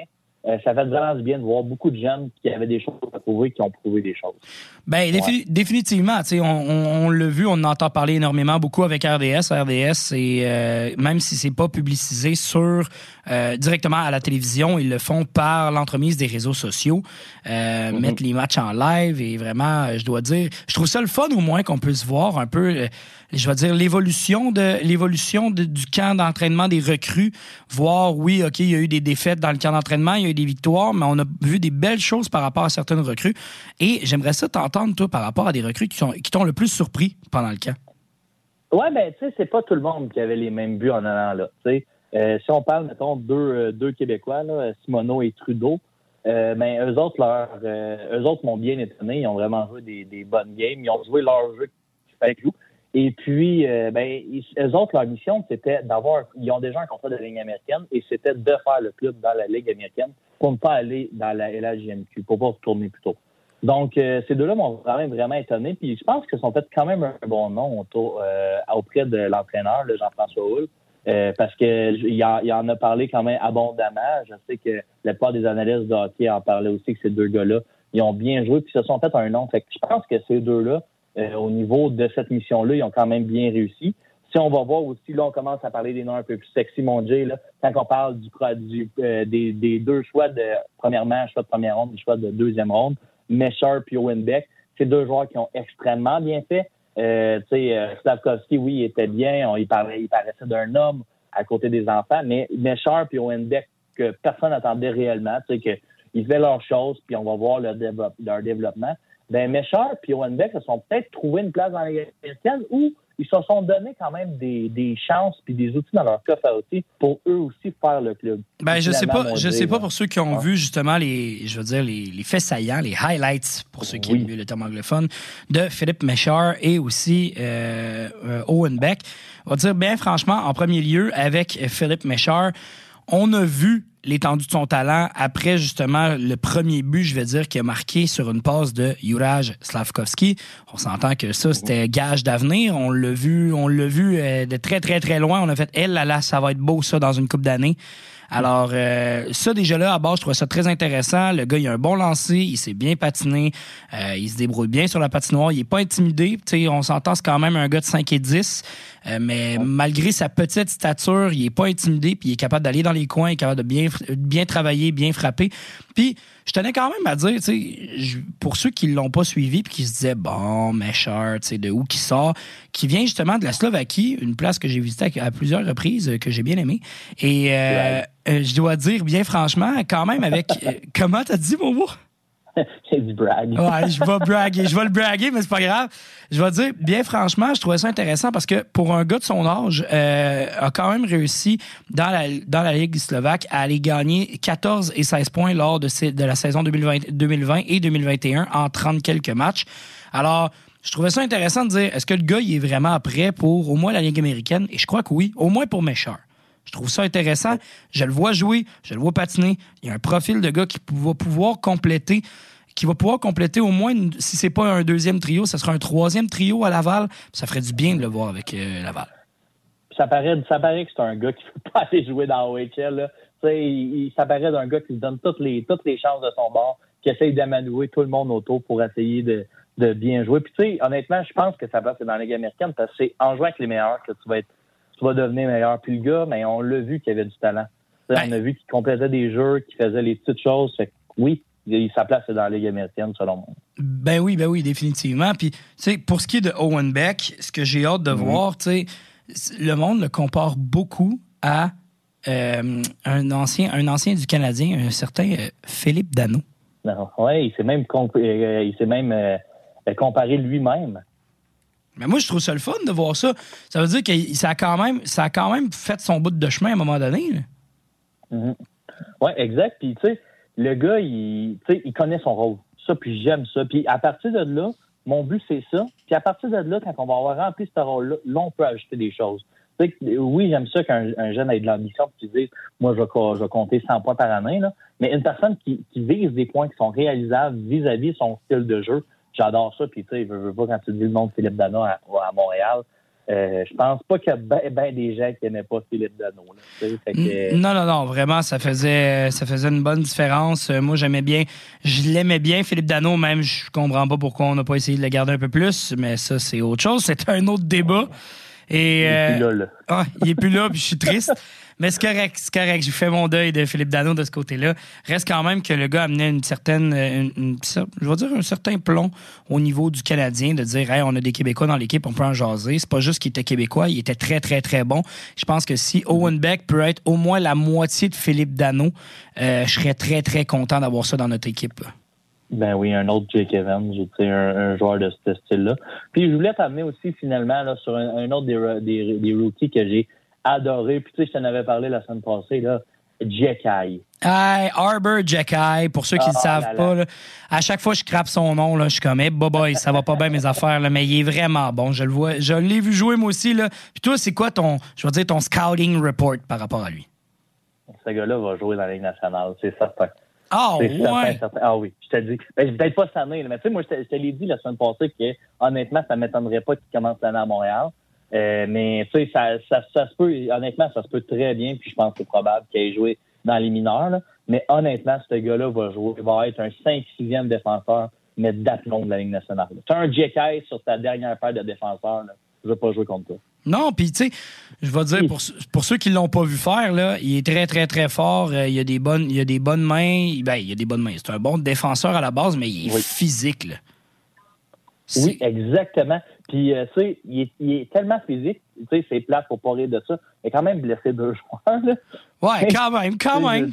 ça fait vraiment du bien de voir beaucoup de jeunes qui avaient des choses à prouver, qui ont prouvé des choses. Ben, définitivement. On l'a vu, on en entend parler énormément, beaucoup avec RDS. RDS, même si c'est pas publicisé directement à la télévision, ils le font par l'entremise des réseaux sociaux, mettre les matchs en live et vraiment, je dois dire, je trouve ça le fun au moins qu'on puisse voir un peu, je vais dire, l'évolution du camp d'entraînement des recrues, voir, oui, OK, il y a eu des défaites dans le camp d'entraînement, il y a eu des victoires, mais on a vu des belles choses par rapport à certaines recrues. Et j'aimerais ça t'entendre, toi, par rapport à des recrues qui t'ont le plus surpris pendant le camp. Ouais, ben, tu sais, c'est pas tout le monde qui avait les mêmes buts en allant là. Tu sais, si on parle, mettons, deux Québécois, là, Simoneau et Trudeau, ben, eux autres m'ont bien étonné. Ils ont vraiment joué des bonnes games. Ils ont joué leur jeu qu'il fallait qu'ils jouent. Et puis, ben, eux autres, leur mission, c'était ils ont déjà un contrat de Ligue américaine et c'était de faire le club dans la Ligue américaine pour ne pas aller dans la LHJMQ, pour pas retourner plus tôt. Donc, ces deux-là m'ont vraiment étonné. Puis, je pense qu'ils sont fait quand même un bon nom auprès de l'entraîneur, le Jean-François Houle, parce qu'il en a parlé quand même abondamment. Je sais que la plupart des analystes de hockey en parlaient aussi, que ces deux gars-là, ils ont bien joué puis se sont fait un nom. Fait que je pense que ces deux-là, au niveau de cette mission-là, ils ont quand même bien réussi. Si on va voir aussi, là, on commence à parler des noms un peu plus sexy, mon Jay, là, quand on parle des deux choix de premièrement, choix de première ronde, choix de deuxième ronde, Mesher puis Owen Beck, c'est deux joueurs qui ont extrêmement bien fait. Slavkovski, oui, il était bien, il paraissait d'un homme à côté des enfants, mais Mesher puis Owen Beck, que personne n'attendait réellement, tu sais, qu'ils faisaient leurs choses, puis on va voir leur développement. Ben, Mesher puis Owen Beck se sont peut-être trouvé une place dans la Ligue américaine où ils se sont donné quand même des chances puis des outils dans leur coffre à outils pour eux aussi faire le club. Ben, je sais pas pour ceux qui ont vu justement les faits saillants, les highlights, pour ceux qui aiment mieux le terme anglophone, de Philippe Mesher et aussi Owen Beck. On va dire bien franchement, en premier lieu, avec Philippe Mesher, on a vu l'étendue de son talent après justement le premier but, je vais dire, qui a marqué sur une passe de Juraj Slavkovski. On s'entend que ça, c'était gage d'avenir. On l'a vu de très, très, très loin. On a fait, là, ça va être beau, ça, dans une couple d'années. Alors, ça, déjà là, à base, je trouvais ça très intéressant. Le gars, il a un bon lancer, il s'est bien patiné, il se débrouille bien sur la patinoire, il est pas intimidé. T'sais, on s'entend, c'est quand même un gars de 5 et 10, mais malgré sa petite stature, il est pas intimidé, puis il est capable d'aller dans les coins, il est capable de bien travailler, bien frapper. Puis, je tenais quand même à dire, pour ceux qui l'ont pas suivi puis qui se disaient, bon, Mesher, de où qui sort, qui vient justement de la Slovaquie, une place que j'ai visitée à plusieurs reprises, que j'ai bien aimée. Et je dois dire, bien franchement, quand même avec... comment t'as dit, mon mot? C'est du brag. Ouais, je vais le braguer, mais c'est pas grave. Je vais dire, bien franchement, je trouvais ça intéressant parce que pour un gars de son âge, a quand même réussi dans la Ligue slovaque à aller gagner 14 et 16 points lors de la saison 2020 et 2021 en 30 quelques matchs. Alors, je trouvais ça intéressant de dire, est-ce que le gars, il est vraiment prêt pour au moins la Ligue américaine? Et je crois que oui, au moins pour Mesher. Je trouve ça intéressant. Je le vois jouer, je le vois patiner. Il y a un profil de gars qui va pouvoir compléter au moins, si c'est pas un deuxième trio, ça sera un troisième trio à Laval. Ça ferait du bien de le voir avec Laval. Ça paraît que c'est un gars qui ne peut pas aller jouer dans OHL. Là. Ça paraît d'un gars qui se donne toutes les chances de son bord, qui essaye d'amanouer tout le monde autour pour essayer de bien jouer. Puis tu sais, honnêtement, je pense que ça passe dans la Ligue américaine parce que c'est en jouant avec les meilleurs que tu vas devenir meilleur. Puis le gars, mais on l'a vu qu'il avait du talent. On a vu qu'il complétait des jeux, qu'il faisait les petites choses. Fait que, oui, sa place est dans la Ligue américaine, selon moi. Ben oui, définitivement. Puis, tu sais, pour ce qui est de Owen Beck, ce que j'ai hâte de voir, tu sais, le monde le compare beaucoup à un ancien du Canadien, un certain Philippe Danault. Oui, il s'est même comparé lui-même. Mais moi, je trouve ça le fun de voir ça. Ça veut dire que ça a quand même fait son bout de chemin à un moment donné. Oui, exact. Puis, tu sais, le gars, il connaît son rôle. Ça, puis j'aime ça. Puis, à partir de là, mon but, c'est ça. Puis, à partir de là, quand on va avoir rempli ce rôle-là, là, on peut ajouter des choses. Tu sais, oui, j'aime ça qu'un jeune ait de l'ambition puis qu'il dise, moi, je vais compter 100 points par année, là. Mais une personne qui vise des points qui sont réalisables vis-à-vis son style de jeu, j'adore ça. Puis, tu sais, je veux pas quand tu dis le nom de Philippe Danault à Montréal, Je pense pas qu'il y a ben des gens qui n'aimaient pas Philippe Danault. Non, vraiment, ça faisait une bonne différence. Moi, je l'aimais bien, Philippe Danault, même je comprends pas pourquoi on n'a pas essayé de le garder un peu plus, mais ça, c'est autre chose. C'est un autre débat. Et, il est plus là. Il est plus là, puis je suis triste. Mais c'est correct. J'ai fait mon deuil de Philippe Danault de ce côté-là. Reste quand même que le gars amenait un certain plomb au niveau du Canadien, de dire, hey, on a des Québécois dans l'équipe, on peut en jaser. C'est pas juste qu'il était Québécois, il était très, très, très bon. Je pense que si Owen Beck peut être au moins la moitié de Philippe Danault, je serais très, très content d'avoir ça dans notre équipe. Ben oui, un autre Jake Evans, un joueur de ce style-là. Puis je voulais t'amener aussi finalement là, sur un autre des rookies que j'ai adoré. Puis tu sais, je t'en avais parlé la semaine passée, là, Jekai. Hey, Arbor Jekai, pour ceux qui ne le savent pas, là, à chaque fois que je crappe son nom, là, je suis comme, hey, boy, ça va pas bien mes affaires, là, mais il est vraiment bon. Je le vois, je l'ai vu jouer moi aussi. Là. Puis toi, c'est quoi ton scouting report par rapport à lui? Ce gars-là va jouer dans la Ligue nationale, c'est certain. Ah, ouais. Certain. Ah oui, je te dis. Ben, peut-être pas cette année, mais tu sais, moi, je te l'ai dit la semaine passée que, honnêtement, ça m'étonnerait pas qu'il commence l'année à Montréal. Mais, tu sais, ça se peut, honnêtement, ça se peut très bien, puis je pense que c'est probable qu'il ait joué dans les mineurs, là. Mais honnêtement, ce gars-là va être un 5-6e défenseur, mais d'aplomb de la Ligue nationale. Tu as un Jekai sur ta dernière paire de défenseurs, là. Je veux pas jouer contre toi. Non, puis tu sais, je vais dire, pour ceux qui l'ont pas vu faire, là, il est très, très, très fort. Il a des bonnes mains. Ben, il a des bonnes mains. C'est un bon défenseur à la base, mais il est physique, là. Oui, exactement. Puis, tu sais, il est tellement physique. Tu sais, c'est plate pour pas rire de ça. Il a quand même blessé 2 joueurs, là. Ouais, quand même.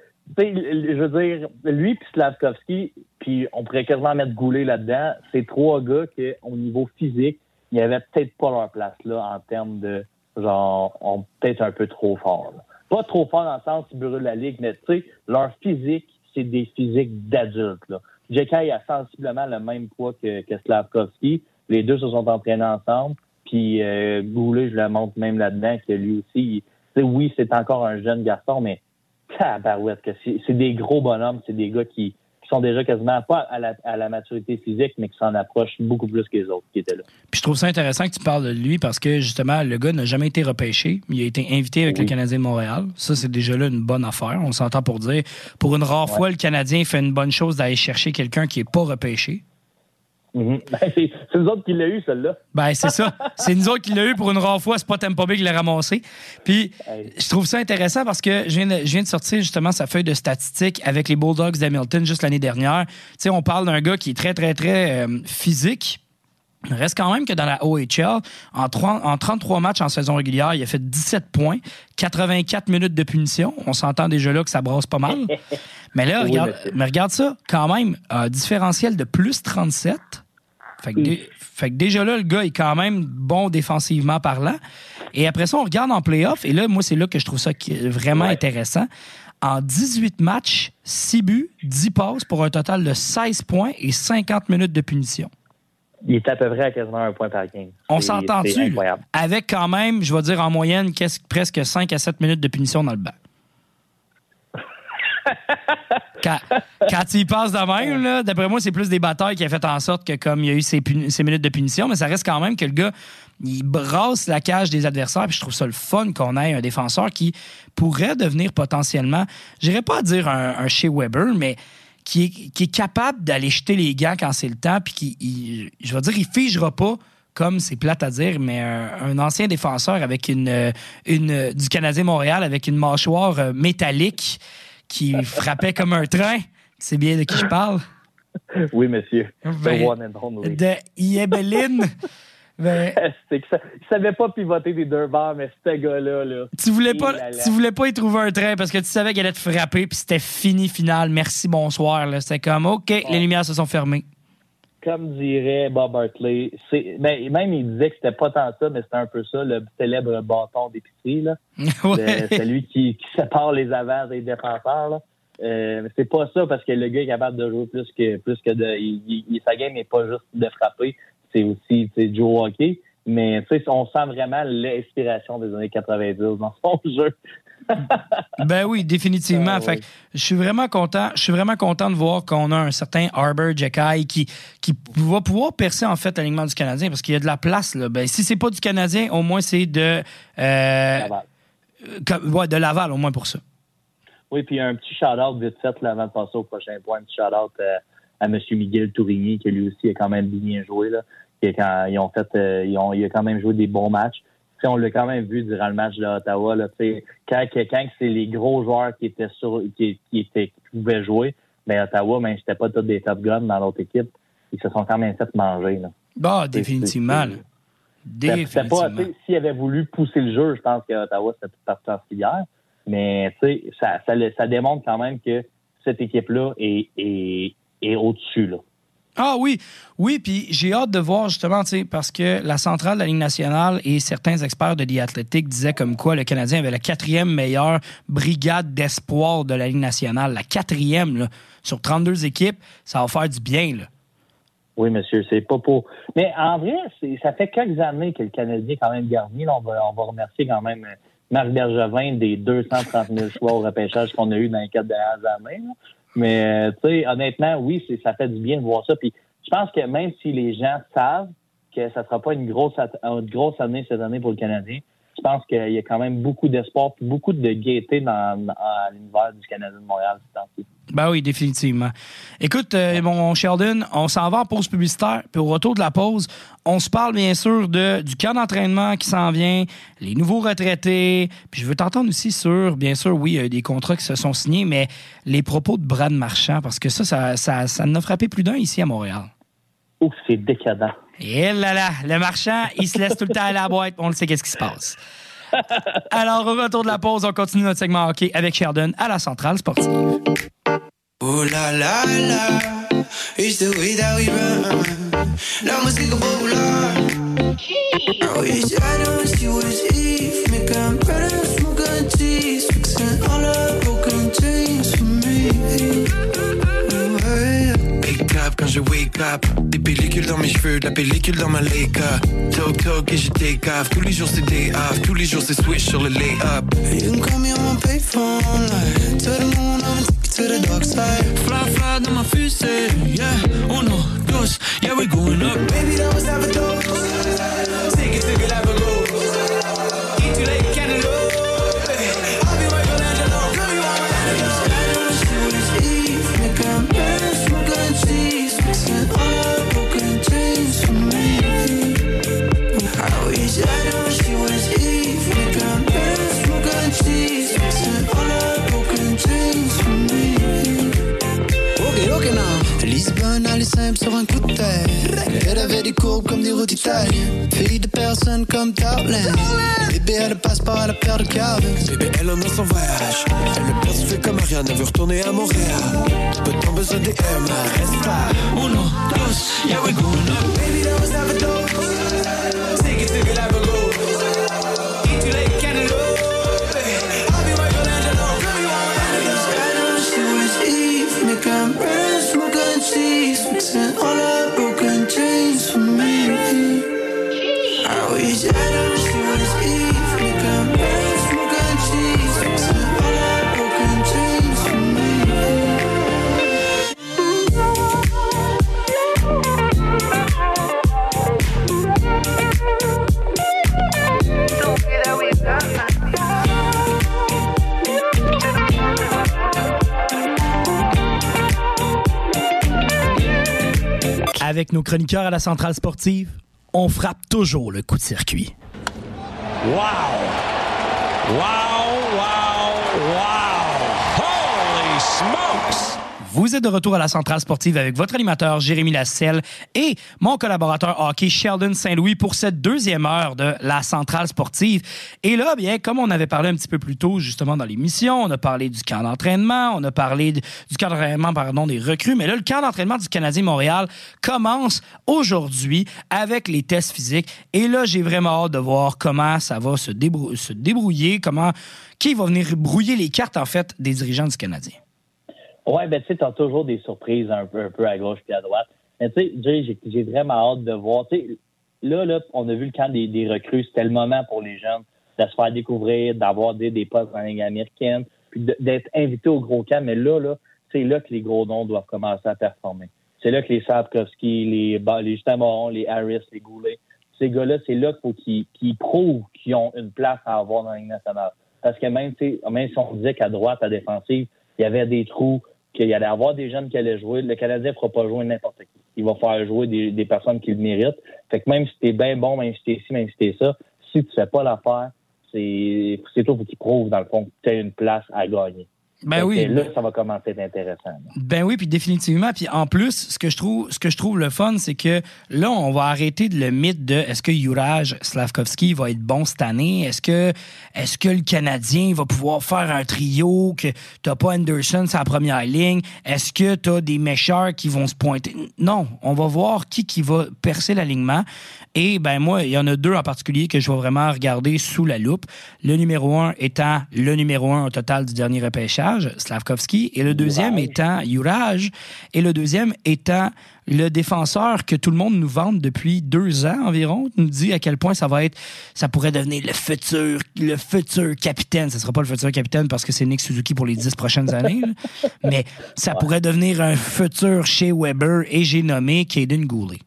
Je veux dire, lui puis Slavkovski, puis on pourrait quasiment mettre Goulet là-dedans, c'est 3 gars qui, au niveau physique, ils avaient peut-être pas leur place là en termes de genre peut-être un peu trop fort. Là. Pas trop fort dans le sens du bureau de la Ligue, mais tu sais, leur physique, c'est des physiques d'adultes. Là. Jekai a sensiblement le même poids que Slavkovski. Les deux se sont entraînés ensemble. Puis Goulet, je le montre même là-dedans, que lui aussi, oui, c'est encore un jeune garçon, mais tabarouette, que c'est des gros bonhommes, c'est des gars qui sont déjà quasiment pas à la maturité physique, mais qui s'en approchent beaucoup plus que les autres qui étaient là. Puis je trouve ça intéressant que tu parles de lui parce que, justement, le gars n'a jamais été repêché. Il a été invité avec le Canadien de Montréal. Ça, c'est déjà là une bonne affaire. On s'entend pour dire. Pour une rare fois, le Canadien fait une bonne chose d'aller chercher quelqu'un qui n'est pas repêché. Mm-hmm. Ben, c'est nous autres qui l'a eu, celle-là. Ben, c'est ça. C'est nous autres qui l'a eu pour une rare fois. C'est pas Tampa Bay qui l'a ramassé. Puis, je trouve ça intéressant parce que je viens de sortir justement sa feuille de statistiques avec les Bulldogs d'Hamilton juste l'année dernière. Tu sais, on parle d'un gars qui est très, très, très physique. Il reste quand même que dans la OHL, en 33 matchs en saison régulière, il a fait 17 points, 84 minutes de punition. On s'entend déjà là que ça brasse pas mal. Mais là, regarde ça, quand même, un différentiel de plus 37. Fait que déjà là, le gars est quand même bon défensivement parlant. Et après ça, on regarde en play-off. Et là, moi, c'est là que je trouve ça vraiment intéressant. En 18 matchs, 6 buts, 10 passes pour un total de 16 points et 50 minutes de punition. Il est à peu près à quasiment 1 point par game. On s'entend-tu? Avec quand même, je vais dire en moyenne, presque 5 à 7 minutes de punition dans le banc. Quand il passe de même, là, d'après moi, c'est plus des batailles qui a fait en sorte que comme il y a eu ces minutes de punition, mais ça reste quand même que le gars, il brasse la cage des adversaires, puis je trouve ça le fun qu'on ait un défenseur qui pourrait devenir potentiellement, j'irais pas dire un Shea Weber, mais qui est capable d'aller jeter les gants quand c'est le temps, puis je vais dire, il figera pas, comme c'est plate à dire, mais un ancien défenseur avec du Canadien Montréal avec une mâchoire métallique qui frappait comme un train. C'est bien de qui je parle? Oui, monsieur. De Yebelin. C'est que il savait pas pivoter des 2 barres, mais ce gars-là, là. Tu voulais pas y trouver un train parce que tu savais qu'elle allait te frapper, puis c'était fini, final. Merci, bonsoir. Là. C'était comme, OK, les lumières se sont fermées. Comme dirait Bob Hartley, même il disait que c'était pas tant ça, mais c'était un peu ça, le célèbre bâton d'épicerie, là. Celui qui sépare les avants des défenseurs, là. C'est pas ça parce que le gars est capable de jouer plus que de. Sa game n'est pas juste de frapper, c'est aussi du hockey. Mais on sent vraiment l'inspiration des années 90 dans son jeu. Ben oui, définitivement. Fait que je suis vraiment content de voir qu'on a un certain Arbor Jekai qui va pouvoir percer en fait l'alignement du Canadien parce qu'il y a de la place là. Ben si c'est pas du Canadien, au moins c'est de Laval. De Laval au moins pour ça. Oui, puis un petit shout-out vite fait là, avant de passer au prochain point, un petit shout-out à M. Miguel Tourigny qui lui aussi a quand même bien joué là. Il a quand même joué des bons matchs. T'sais, on l'a quand même vu durant le match de Ottawa. Là, quand c'est les gros joueurs qui pouvaient jouer, mais Ottawa, c'était pas tous des top guns dans l'autre équipe. Ils se sont quand même fait manger. Là. Bah, définitivement. Définitivement. S'il avait voulu pousser le jeu, je pense qu'Ottawa, c'était tout parti en filière. Mais ça démontre quand même que cette équipe-là est au-dessus. Là. Ah oui, puis j'ai hâte de voir justement, parce que la centrale de la Ligue nationale et certains experts de The Athletic disaient comme quoi le Canadien avait la 4e meilleure brigade d'espoir de la Ligue nationale. La 4e, là, sur 32 équipes, ça va faire du bien, là. Oui, monsieur, c'est pas pour... Mais en vrai, ça fait quelques années que le Canadien est quand même garni. Là, on va remercier quand même Marc Bergevin des 230 000 choix au repêchage qu'on a eu dans les 4 dernières années, là. Mais, honnêtement, oui, ça fait du bien de voir ça. Puis, je pense que même si les gens savent que ça sera pas une grosse année cette année pour le Canadien, je pense qu'il y a quand même beaucoup d'espoir et beaucoup de gaieté dans l'univers du Canadien de Montréal ce temps-ci. Ben oui, définitivement. Écoute, mon Sheldon, on s'en va en pause publicitaire, puis au retour de la pause, on se parle bien sûr du camp d'entraînement qui s'en vient, les nouveaux retraités, puis je veux t'entendre aussi sur, bien sûr, oui, il y a des contrats qui se sont signés, mais les propos de Brad Marchand, parce que ça en a frappé plus d'un ici à Montréal. Ouf, c'est décadent. Et là, le Marchand, il se laisse tout le temps à la boîte, on le sait qu'est-ce qui se passe. Alors, au retour de la pause, on continue notre segment hockey avec Sheldon à la Centrale Sportive. Oh la la la, it's the way that we run. La musique populaire. Oh yes, I don't see what it's if. Make a better smoke and cheese. Fixing all the broken dreams for me. Wake up quand je wake up. Des pellicules dans mes cheveux, de la pellicule dans ma Leica. Talk talk et je take off. Tous les jours c'est day off. Tous les jours c'est switch sur le lay-up. You can call me on my payphone. Like, to the moon, I'm to the dark side. Fly dans ma fusée, yeah. 1, 2, yeah, we're going up. Baby, that was have a dose. Take it, have a go. Eat you like cantaloupe. I'll be Michelangelo, girl, you are Michelangelo. I don't see what it's Eve. Make a better smoke and cheese. Fixing all our broken dreams for me. I wish I don't see what it's Eve. Make a better smoke and cheese. Fixing all our broken dreams for me. Ok, now. Lisbonne, elle est simple sur un coup de tête. Elle avait des courbes comme des routes italiennes. Fille de personne comme Darlene. Bébé, elle a le passeport à la paire de Calvin. Bébé, elle en a son voyage. Elle le pense fait comme Ariane, elle veut retourner à Montréal. Peu de temps besoin des Emma. Reste là. 1, 2, yeah, we're going up. Baby, that was never dose. Take it, have a go. Eat you like cantaloupe. I'll be Michelangelo, girl, you are Michelangelo. I don't see what it's Eve. Make a bread, smoke and cheese. Fixing all our broken dreams for me. I wish I don't see what it's Eve. Make a bread, smoke and cheese. Fixing all our broken dreams for me. Avec nos chroniqueurs à la Centrale Sportive, on frappe toujours le coup de circuit. Wow! Wow, wow, wow! Holy smokes! Vous êtes de retour à la Centrale Sportive avec votre animateur Jérémy Lasselle et mon collaborateur hockey Sheldon Saint-Louis pour cette deuxième heure de la Centrale Sportive. Et là, bien, comme on avait parlé un petit peu plus tôt justement dans l'émission, on a parlé du camp d'entraînement, on a parlé du camp d'entraînement, des recrues, mais là, le camp d'entraînement du Canadien Montréal commence aujourd'hui avec les tests physiques. Et là, j'ai vraiment hâte de voir comment ça va se débrouiller, qui va venir brouiller les cartes, en fait, des dirigeants du Canadien. Ouais, ben tu sais, t'as toujours des surprises un peu à gauche puis à droite. Mais tu sais, Jay, j'ai vraiment hâte de voir. Tu sais, là, on a vu le camp des recrues. C'était le moment pour les jeunes de se faire découvrir, d'avoir des postes dans la Ligue américaine, puis d'être invité au gros camp. Mais là, c'est là que les gros noms doivent commencer à performer. C'est là que les Slafkovský, les Justin Moron, les Harris, les Goulet, ces gars-là, c'est là qu'il faut qu'ils prouvent qu'ils ont une place à avoir dans la Ligue nationale. Parce que même si on disait qu'à droite, à défensive, il y avait des trous, qu'il y allait avoir des jeunes qui allaient jouer, le Canadien ne fera pas jouer n'importe qui. Il va faire jouer des personnes qui le méritent. Fait que même si t'es bien bon, même si t'es ci, même si t'es ça, si tu fais pas l'affaire, c'est toi qu'il prouve, dans le fond, que tu as une place à gagner. Ben oui. Là, ça va commencer à être intéressant. Là. Ben oui, puis définitivement. Puis en plus, ce que je trouve le fun, c'est que là, on va arrêter de le mythe de est-ce que Juraj Slafkovský va être bon cette année? Est-ce que le Canadien va pouvoir faire un trio, que t'as pas Anderson sur la première ligne? Est-ce que t'as des mécheurs qui vont se pointer? Non, on va voir qui va percer l'alignement. Et ben moi, il y en a deux en particulier que je vais vraiment regarder sous la loupe. Le numéro 1 étant le numéro 1 au total du dernier repêchage, Slafkovský, et le deuxième étant Juraj, et le deuxième étant le défenseur que tout le monde nous vante depuis 2 ans environ, nous dit à quel point ça pourrait devenir le futur capitaine. Ça sera pas le futur capitaine parce que c'est Nick Suzuki pour les 10 prochaines années, là. Mais ça pourrait devenir un futur chez Weber, et j'ai nommé Kaiden Guhle.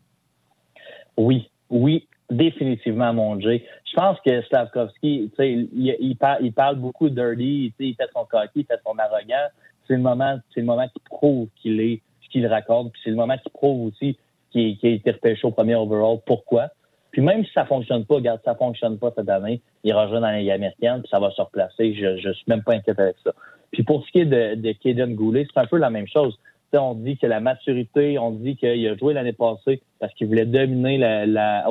Oui, définitivement, mon Jay. Je pense que Slafkovský, il parle beaucoup dirty, il fait son cocky, il fait son arrogant. C'est le moment qu'il prouve qu'il est ce qu'il raconte, puis c'est le moment qu'il prouve aussi qu'il a été repêché au premier overall. Pourquoi? Puis même si ça fonctionne pas, cette année, il rejoint dans la Ligue américaine, puis ça va se replacer. Je suis même pas inquiet avec ça. Puis pour ce qui est de Kaiden Guhle, c'est un peu la même chose. On dit que la maturité, on dit qu'il a joué l'année passée parce qu'il voulait dominer la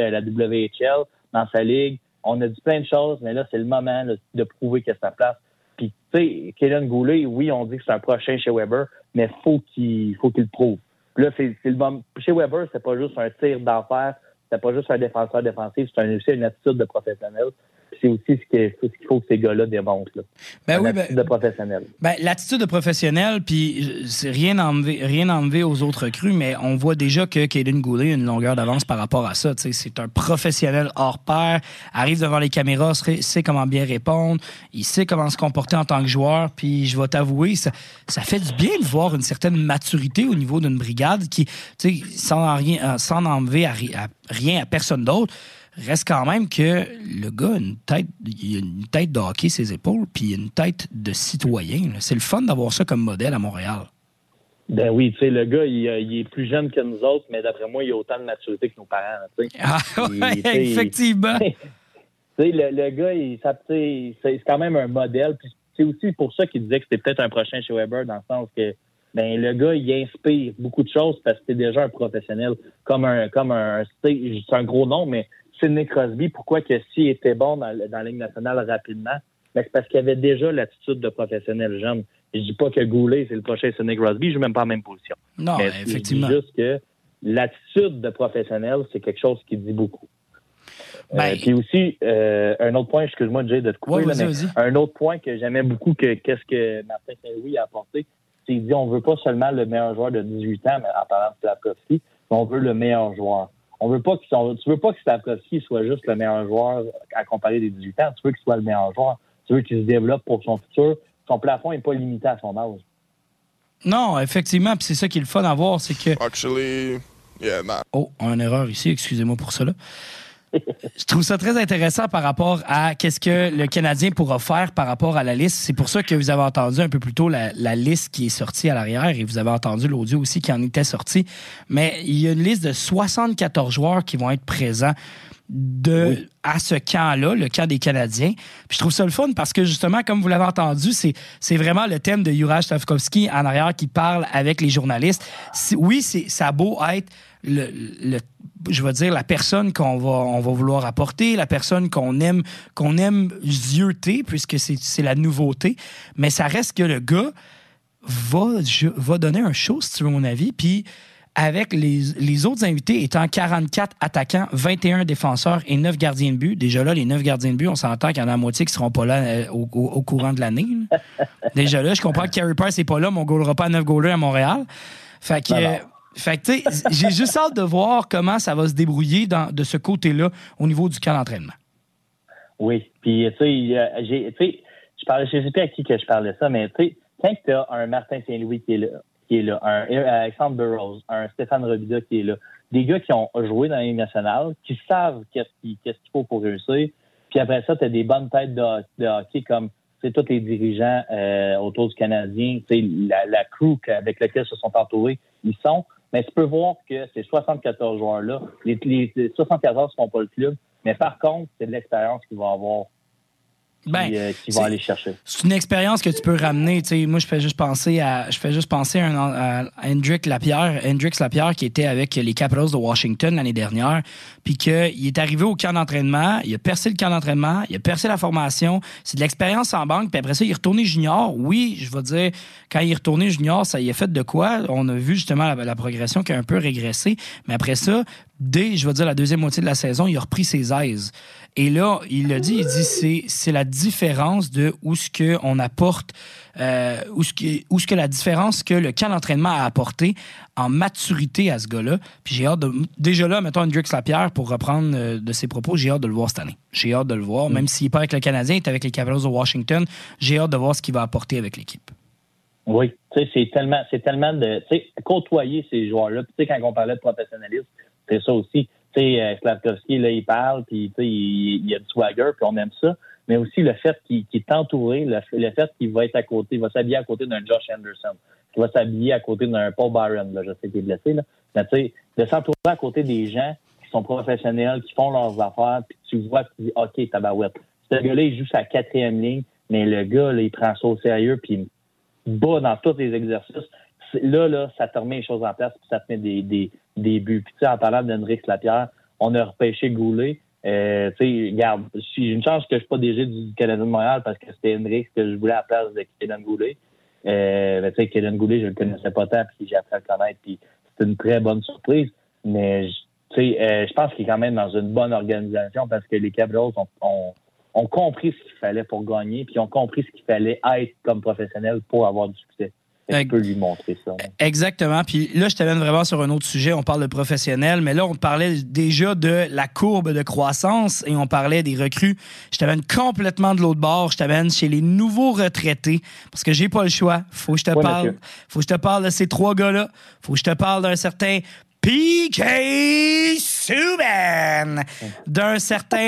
WHL dans sa ligue. On a dit plein de choses, mais là, c'est le moment là, de prouver qu'il a sa place. Puis, tu sais, Kaiden Guhle, oui, on dit que c'est un prochain chez Weber, mais faut qu'il le prouve. Puis là, c'est le moment. Chez Weber, c'est pas juste un tir d'enfer, c'est pas juste un défenseur défensif, c'est aussi une attitude de professionnel. C'est aussi ce qu'il faut que ces gars-là démontrent. Là. L'attitude de professionnel. L'attitude de professionnel, puis c'est rien enlevé aux autres recrues, mais on voit déjà que Kaiden Guhle a une longueur d'avance par rapport à ça. T'sais, c'est un professionnel hors pair, arrive devant les caméras, sait comment bien répondre, il sait comment se comporter en tant que joueur, puis je vais t'avouer, ça fait du bien de voir une certaine maturité au niveau d'une brigade qui, sans enlever rien à personne d'autre, reste quand même que le gars il a une tête de hockey sur ses épaules, puis il a une tête de citoyen. Là. C'est le fun d'avoir ça comme modèle à Montréal. Ben oui, tu sais, le gars, il est plus jeune que nous autres, mais d'après moi, il a autant de maturité que nos parents. Effectivement. Tu sais, le gars, c'est quand même un modèle. Puis c'est aussi pour ça qu'il disait que c'était peut-être un prochain chez Weber, dans le sens que le gars, il inspire beaucoup de choses parce que c'est déjà un professionnel. Comme un c'est un gros nom, mais Sidney Crosby, pourquoi que s'il était bon dans la Ligue nationale rapidement, c'est parce qu'il avait déjà l'attitude de professionnel jeune. Je dis pas que Goulet, c'est le prochain Sidney Crosby, je joue même pas en même position. Non, mais effectivement. Je dis juste que l'attitude de professionnel, c'est quelque chose qui dit beaucoup. Puis aussi, un autre point, excuse-moi Jay de te couper, vas-y. Un autre point que j'aimais beaucoup, qu'est-ce que Martin Saint-Louis a apporté, c'est qu'il dit on veut pas seulement le meilleur joueur de 18 ans, mais en parlant de Slafkovský, mais on veut le meilleur joueur. Tu veux pas que Slafkovský soit juste le meilleur joueur à comparer des 18 ans. Tu veux qu'il soit le meilleur joueur. Tu veux qu'il se développe pour son futur. Son plafond n'est pas limité à son âge. Non, effectivement. Puis c'est ça qui est le fun à voir, c'est que... Actually, yeah, man. Oh, une erreur ici. Excusez-moi pour cela. Je trouve ça très intéressant par rapport à qu'est-ce que le Canadien pourra faire par rapport à la liste. C'est pour ça que vous avez entendu un peu plus tôt la liste qui est sortie à l'arrière et vous avez entendu l'audio aussi qui en était sorti. Mais il y a une liste de 74 joueurs qui vont être présents à ce camp-là, le camp des Canadiens. Puis je trouve ça le fun parce que justement, comme vous l'avez entendu, c'est vraiment le thème de Juraj Slafkovský en arrière qui parle avec les journalistes. Oui, ça a beau être je veux dire, la personne qu'on va vouloir apporter, la personne qu'on aime zioter, puisque c'est la nouveauté, mais ça reste que le gars va donner un show, si tu veux mon avis, puis avec les autres invités étant 44 attaquants, 21 défenseurs et 9 gardiens de but. Déjà là, les 9 gardiens de but, on s'entend qu'il y en a la moitié qui ne seront pas là au courant de l'année. Là. Déjà là, je comprends que Carey Price n'est pas là, mais on ne goalera pas à 9 goalers à Montréal. Fait que tu sais, j'ai juste hâte de voir comment ça va se débrouiller de ce côté-là au niveau du camp d'entraînement. Oui. Puis, tu sais, je sais plus à qui que je parlais ça, mais tu sais, quand tu as un Martin Saint-Louis qui est là, un Alexandre Burroughs, un Stéphane Robida qui est là, des gars qui ont joué dans la Ligue nationale, qui savent qu'est-ce qu'il faut pour réussir. Puis après ça, tu as des bonnes têtes de hockey comme tous les dirigeants autour du Canadien, la crew avec laquelle se sont entourés, ils sont. Mais tu peux voir que ces 74 joueurs-là, les 74 ne font pas le club, mais par contre, c'est de l'expérience qu'ils vont avoir. Qui va aller chercher. C'est une expérience que tu peux ramener. T'sais, moi, je fais juste penser à Hendrix Lapierre qui était avec les Capitals de Washington l'année dernière, puis qu'il est arrivé au camp d'entraînement, il a percé le camp d'entraînement, il a percé la formation. C'est de l'expérience en banque, puis après ça, il est retourné junior. Oui, je vais dire, quand il est retourné junior, ça y a fait de quoi? On a vu justement la progression qui a un peu régressé, mais après ça, dès, je vais dire, la deuxième moitié de la saison, il a repris ses aises. Et là, il l'a dit, c'est la différence de où ce que on apporte, où ce que la différence que le camp d'entraînement a apporté en maturité à ce gars-là. Puis j'ai hâte déjà là, mettons Hendrix Lapierre, pour reprendre de ses propos, j'ai hâte de le voir cette année. J'ai hâte de le voir, même s'il n'est pas avec le Canadien, il est avec les Capitals de Washington. J'ai hâte de voir ce qu'il va apporter avec l'équipe. Oui, tu sais, c'est tellement de, tu sais, côtoyer ces joueurs-là. Tu sais, quand on parlait de professionnalisme, c'est ça aussi. Tu sais, Slavkovski, là, il parle, puis tu sais, il a du swagger, puis on aime ça. Mais aussi le fait qu'il est entouré, le fait qu'il va être à côté, il va s'habiller à côté d'un Josh Anderson, qu'il va s'habiller à côté d'un Paul Byron, là, je sais qu'il est blessé, là. Mais tu sais, de s'entourer à côté des gens qui sont professionnels, qui font leurs affaires, puis tu vois, tu dis, OK, tabarouette. Ce gars-là, il joue sa 4e ligne, mais le gars, là, il prend ça au sérieux, puis il bat dans tous les exercices. Là, ça te remet les choses en place, puis ça te met des buts. Puis, tu sais, en parlant d'Hendrix Lapierre, on a repêché Goulet. Tu sais, regarde, j'ai une chance que je ne suis pas DG du Canadien de Montréal parce que c'était Hendrix que je voulais à la place de Kaden Goulet. Tu sais, Kaden Goulet, je le connaissais pas tant, puis j'ai appris à le connaître, puis c'était une très bonne surprise. Mais, tu sais, je pense qu'il est quand même dans une bonne organisation parce que les Capitals ont compris ce qu'il fallait pour gagner, puis ont compris ce qu'il fallait être comme professionnel pour avoir du succès. Tu peux lui montrer ça. Exactement. Puis là, je t'amène vraiment sur un autre sujet. On parle de professionnel, mais là, on parlait déjà de la courbe de croissance et on parlait des recrues. Je t'amène complètement de l'autre bord. Je t'amène chez les nouveaux retraités parce que j'ai pas le choix. Faut que je te parle de ces trois gars-là. Faut que je te parle d'un certain P.K. Subban, d'un certain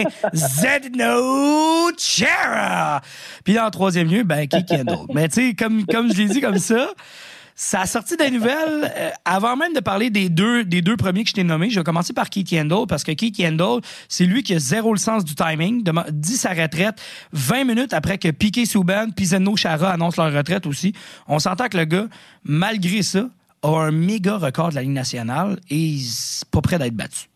Zdeno Chara. Puis dans le troisième lieu, Keith Yandle. Mais tu sais, comme je l'ai dit comme ça, ça a sorti des nouvelles. Avant même de parler des deux premiers que je t'ai nommés, je vais commencer par Keith Yandle, parce que Keith Yandle, c'est lui qui a zéro le sens du timing, dit sa retraite 20 minutes après que P.K. Subban puis Zdeno Chara annoncent leur retraite aussi. On s'entend que le gars, malgré ça, a un méga record de la Ligue nationale et il n'est pas prêt d'être battu.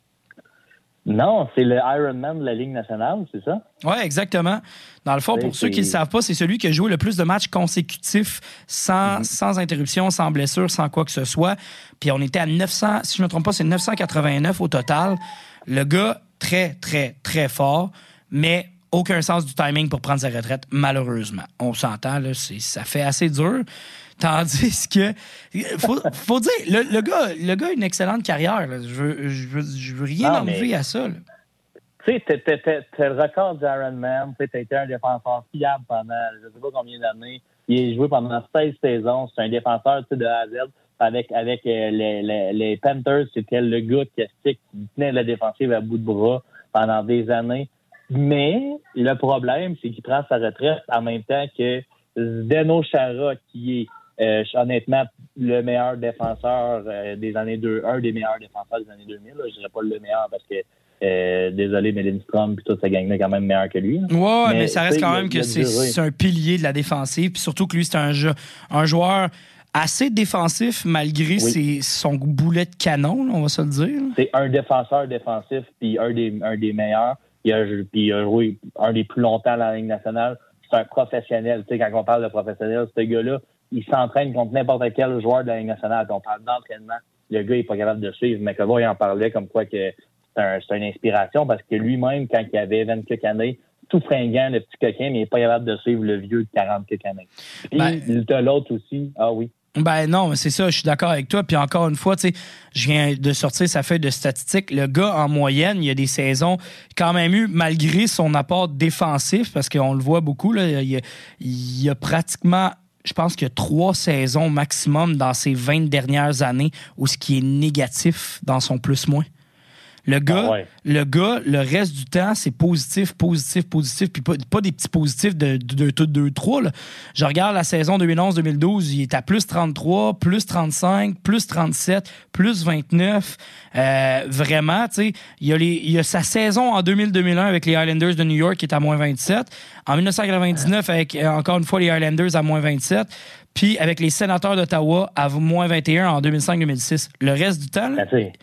Non, c'est le Ironman de la Ligue nationale, c'est ça? Oui, exactement. Dans le fond, pour ceux qui ne le savent pas, c'est celui qui a joué le plus de matchs consécutifs sans interruption, sans blessure, sans quoi que ce soit. Puis on était à 900, si je ne me trompe pas, c'est 989 au total. Le gars, très, très, très fort, mais aucun sens du timing pour prendre sa retraite, malheureusement. On s'entend, là, ça fait assez dur. Tandis que, faut dire, le gars a une excellente carrière. Là. Je veux rien enlever à ça. Tu sais, t'as le record d'Iron Man. Tu as été un défenseur fiable pendant je ne sais pas combien d'années. Il a joué pendant 16 saisons. C'est un défenseur de A à Z. Avec les Panthers, c'était le gars qui tenait la défensive à bout de bras pendant des années. Mais le problème, c'est qu'il prend sa retraite en même temps que Zdeno Chara, qui est honnêtement le meilleur défenseur des années 2000, un des meilleurs défenseurs des années 2000. Là. Je dirais pas le meilleur parce que désolé, mais Lindstrom puis toute sa gang-là est quand même meilleur que lui. Là. Ouais, mais ça reste quand même que c'est un pilier de la défensive, puis surtout que lui c'est un joueur assez défensif malgré son boulet de canon, là, on va se le dire. C'est un défenseur défensif puis un des meilleurs. Il a joué un des plus longtemps dans la Ligue nationale. C'est un professionnel. Tu sais, quand on parle de professionnel, ce gars-là, il s'entraîne contre n'importe quel joueur de la Ligue nationale. On parle d'entraînement. Le gars, il n'est pas capable de suivre. McAvoy en parlait comme quoi que c'est une inspiration parce que lui-même, quand il avait 20 quelques années, tout fringant, le petit coquin, mais il n'est pas capable de suivre le vieux de 40 quelques années. Puis, t'as l'autre aussi. Ah oui. Ben non, mais c'est ça, je suis d'accord avec toi. Puis encore une fois, tu sais, je viens de sortir sa feuille de statistiques. Le gars, en moyenne, il y a des saisons quand même eu, malgré son apport défensif, parce qu'on le voit beaucoup, là, il y a pratiquement, je pense qu'il y a 3 saisons maximum dans ces 20 dernières années où ce qui est négatif dans son plus-moins. Le gars, le reste du temps, c'est positif, puis pas des petits positifs de 2-3. Là. Je regarde la saison 2011-2012, il est à plus 33, plus 35, plus 37, plus 29. Vraiment, tu sais, il y a sa saison en 2000-2001 avec les Islanders de New York qui est à moins 27. En 1999, avec encore une fois les Islanders à moins 27. Puis avec les Sénateurs d'Ottawa à moins 21 en 2005-2006. Le reste du temps,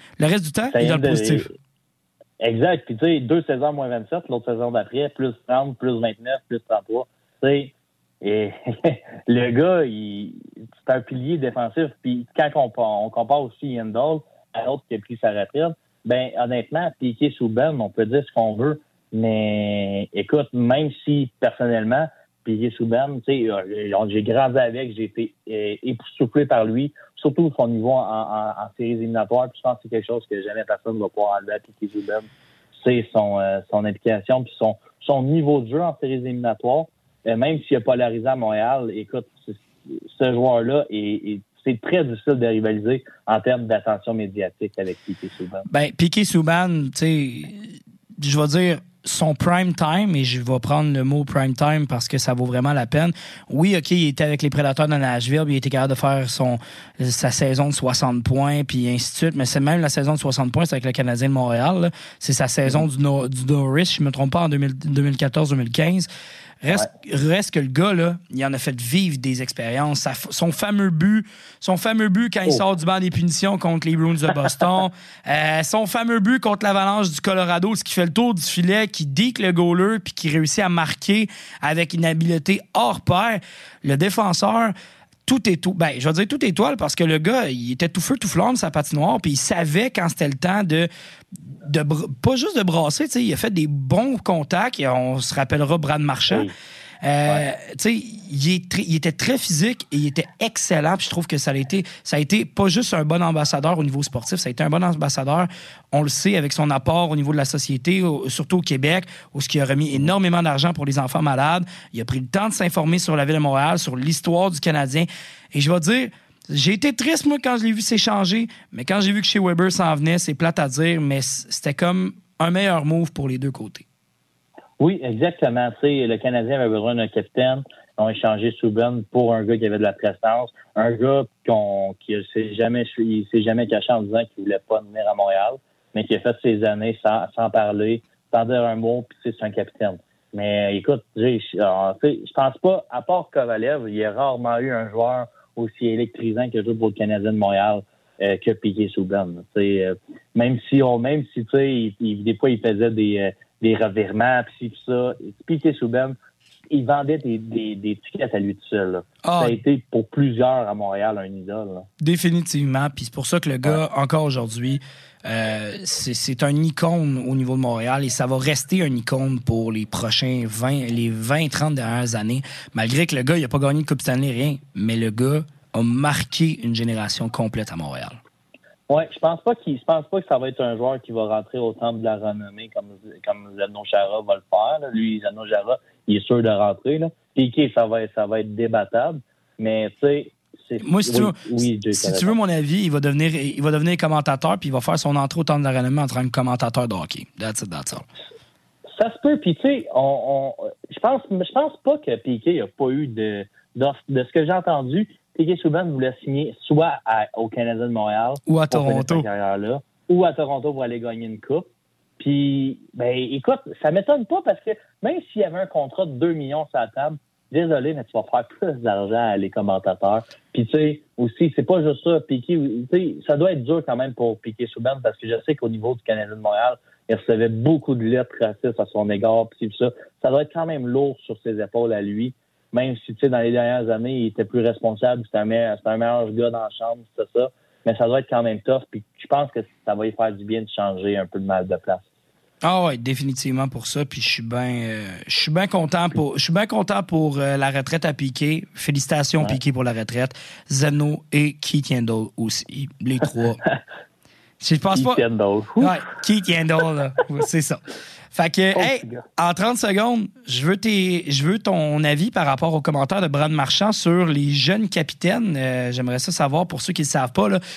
il est dans le positif. Exact. Puis tu sais, 2 saisons moins 27, l'autre saison d'après, plus 30, plus 29, plus 33. Tu sais, et le gars, c'est un pilier défensif. Puis quand on compare aussi Yandel à l'autre qui a pris sa retraite, ben honnêtement, Piqué Subban, on peut dire ce qu'on veut, mais écoute, même si personnellement, Piqué Subban, tu sais, j'ai grandi avec, j'ai été époustouflé par lui, surtout son niveau en séries éliminatoires. Puis je pense que c'est quelque chose que jamais personne ne va pouvoir enlever à Piqué Subban. C'est son implication puis son niveau de jeu en séries éliminatoires. Même s'il a polarisé à Montréal, écoute, ce joueur-là c'est très difficile de rivaliser en termes d'attention médiatique avec Piqué Subban. Ben, Piqué Subban, tu sais, je vais dire son prime time, et je vais prendre le mot prime time parce que ça vaut vraiment la peine. Oui, OK, il était avec les Prédateurs de Nashville, puis il était capable de faire sa saison de 60 points, puis ainsi de suite, mais c'est même la saison de 60 points, c'est avec le Canadien de Montréal. Là. C'est sa saison du Norris, si je ne me trompe pas, en 2014-2015. Reste que le gars, là, il en a fait vivre des expériences. Son fameux but quand il sort du banc des punitions contre les Bruins de Boston. Son fameux but contre l'Avalanche du Colorado, ce qui fait le tour du filet, qui dique le goaler puis qui réussit à marquer avec une habileté hors pair. Le défenseur, tout est tout. Ben, je vais dire tout étoile parce que le gars, il était tout feu, tout flamme sa patinoire, puis il savait quand c'était le temps de pas juste de brasser, tu sais, il a fait des bons contacts, et on se rappellera Brad Marchand. Oui. Tu sais, il était très physique et il était excellent. Puis je trouve que ça a été pas juste un bon ambassadeur au niveau sportif, ça a été un bon ambassadeur. On le sait avec son apport au niveau de la société, surtout au Québec, où il a remis énormément d'argent pour les enfants malades. Il a pris le temps de s'informer sur la ville de Montréal, sur l'histoire du Canadien. Et je vais dire, j'ai été triste, moi, quand je l'ai vu s'échanger, mais quand j'ai vu que chez Weber s'en venait, c'est plate à dire, mais c'était comme un meilleur move pour les deux côtés. Oui, exactement. Tu sais, le Canadien avait besoin d'un capitaine. Ils ont échangé Subban pour un gars qui avait de la prestance, un gars qui s'est jamais caché en disant qu'il voulait pas venir à Montréal, mais qui a fait ses années sans parler, sans dire un mot, puis c'est un capitaine. Mais écoute, je pense pas, à part Kovalev, il y a rarement eu un joueur aussi électrisant que joué pour le Canadien de Montréal que Piqué Subban. Même si tu sais, des fois il faisait des revirements, puis ça. Piqué Subban, il vendait des tickets à lui tout seul. Là. Ça a été pour plusieurs à Montréal un idole. Là. Définitivement. Puis c'est pour ça que le gars, encore aujourd'hui, c'est un icône au niveau de Montréal, et ça va rester un icône pour les prochains 20-30 dernières années. Malgré que le gars, il n'a pas gagné de Coupe Stanley, rien. Mais le gars a marqué une génération complète à Montréal. Oui, je pense pas que ça va être un joueur qui va rentrer au temple de la renommée comme Zdeno Chara va le faire. Là. Lui, Zdeno Chara, il est sûr de rentrer. Là. Piqué, ça va être débattable. Mais tu sais, moi, si tu veux mon avis, il va devenir commentateur, puis il va faire son entrée au temple de la renommée en tant que commentateur de hockey. That's all. Ça se peut. Puis tu sais, je pense pas que Piqué a pas eu d'offre. De ce que j'ai entendu, Piqué Subban voulait signer soit au Canadien de Montréal ou à Toronto, ou à Toronto pour aller gagner une coupe. Puis, ben, écoute, ça m'étonne pas parce que même s'il y avait un contrat de 2 millions sur la table, désolé, mais tu vas faire plus d'argent à les commentateurs. Puis, tu sais, aussi, c'est pas juste ça. Piqué, tu sais, ça doit être dur quand même pour Piqué Subban parce que je sais qu'au niveau du Canadien de Montréal, il recevait beaucoup de lettres racistes à son égard. Puis, ça doit être quand même lourd sur ses épaules à lui. Même si, tu sais, dans les dernières années, il était plus responsable, c'était un meilleur gars dans la chambre, c'est ça. Mais ça doit être quand même tough. Puis je pense que ça va lui faire du bien de changer un peu de mal de place. Ah oui, définitivement pour ça. Puis je suis bien content pour la retraite à Piquet. Félicitations Piquet pour la retraite. Zeno et Keith Yandel aussi, les trois. Je pense pas. Keith Yandel. Ouais, Keith Yandel, là. C'est ça. Fait que, en 30 secondes, je veux ton avis par rapport aux commentaires de Brad Marchand sur les jeunes capitaines. J'aimerais ça savoir, pour ceux qui ne le savent pas, là,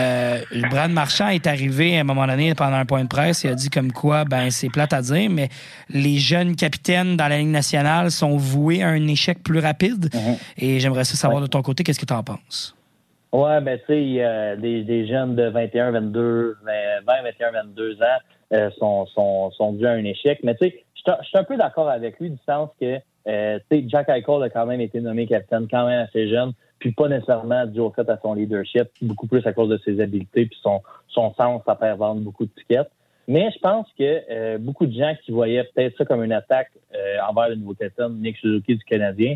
Brad Marchand est arrivé à un moment donné pendant un point de presse. Il a dit comme quoi, c'est plate à dire, mais les jeunes capitaines dans la Ligue nationale sont voués à un échec plus rapide. Et j'aimerais ça savoir de ton côté, qu'est-ce que tu en penses? Ouais, tu sais, des jeunes de 21, 22, 20, 21, 22 ans sont dus à un échec. Mais tu sais, je suis un peu d'accord avec lui du sens que, tu sais, Jack Eichel a quand même été nommé capitaine quand même assez jeune, puis pas nécessairement dû au fait à son leadership, beaucoup plus à cause de ses habiletés puis son sens à faire vendre beaucoup de tickets. Mais je pense que beaucoup de gens qui voyaient peut-être ça comme une attaque envers le nouveau capitaine Nick Suzuki du Canadien,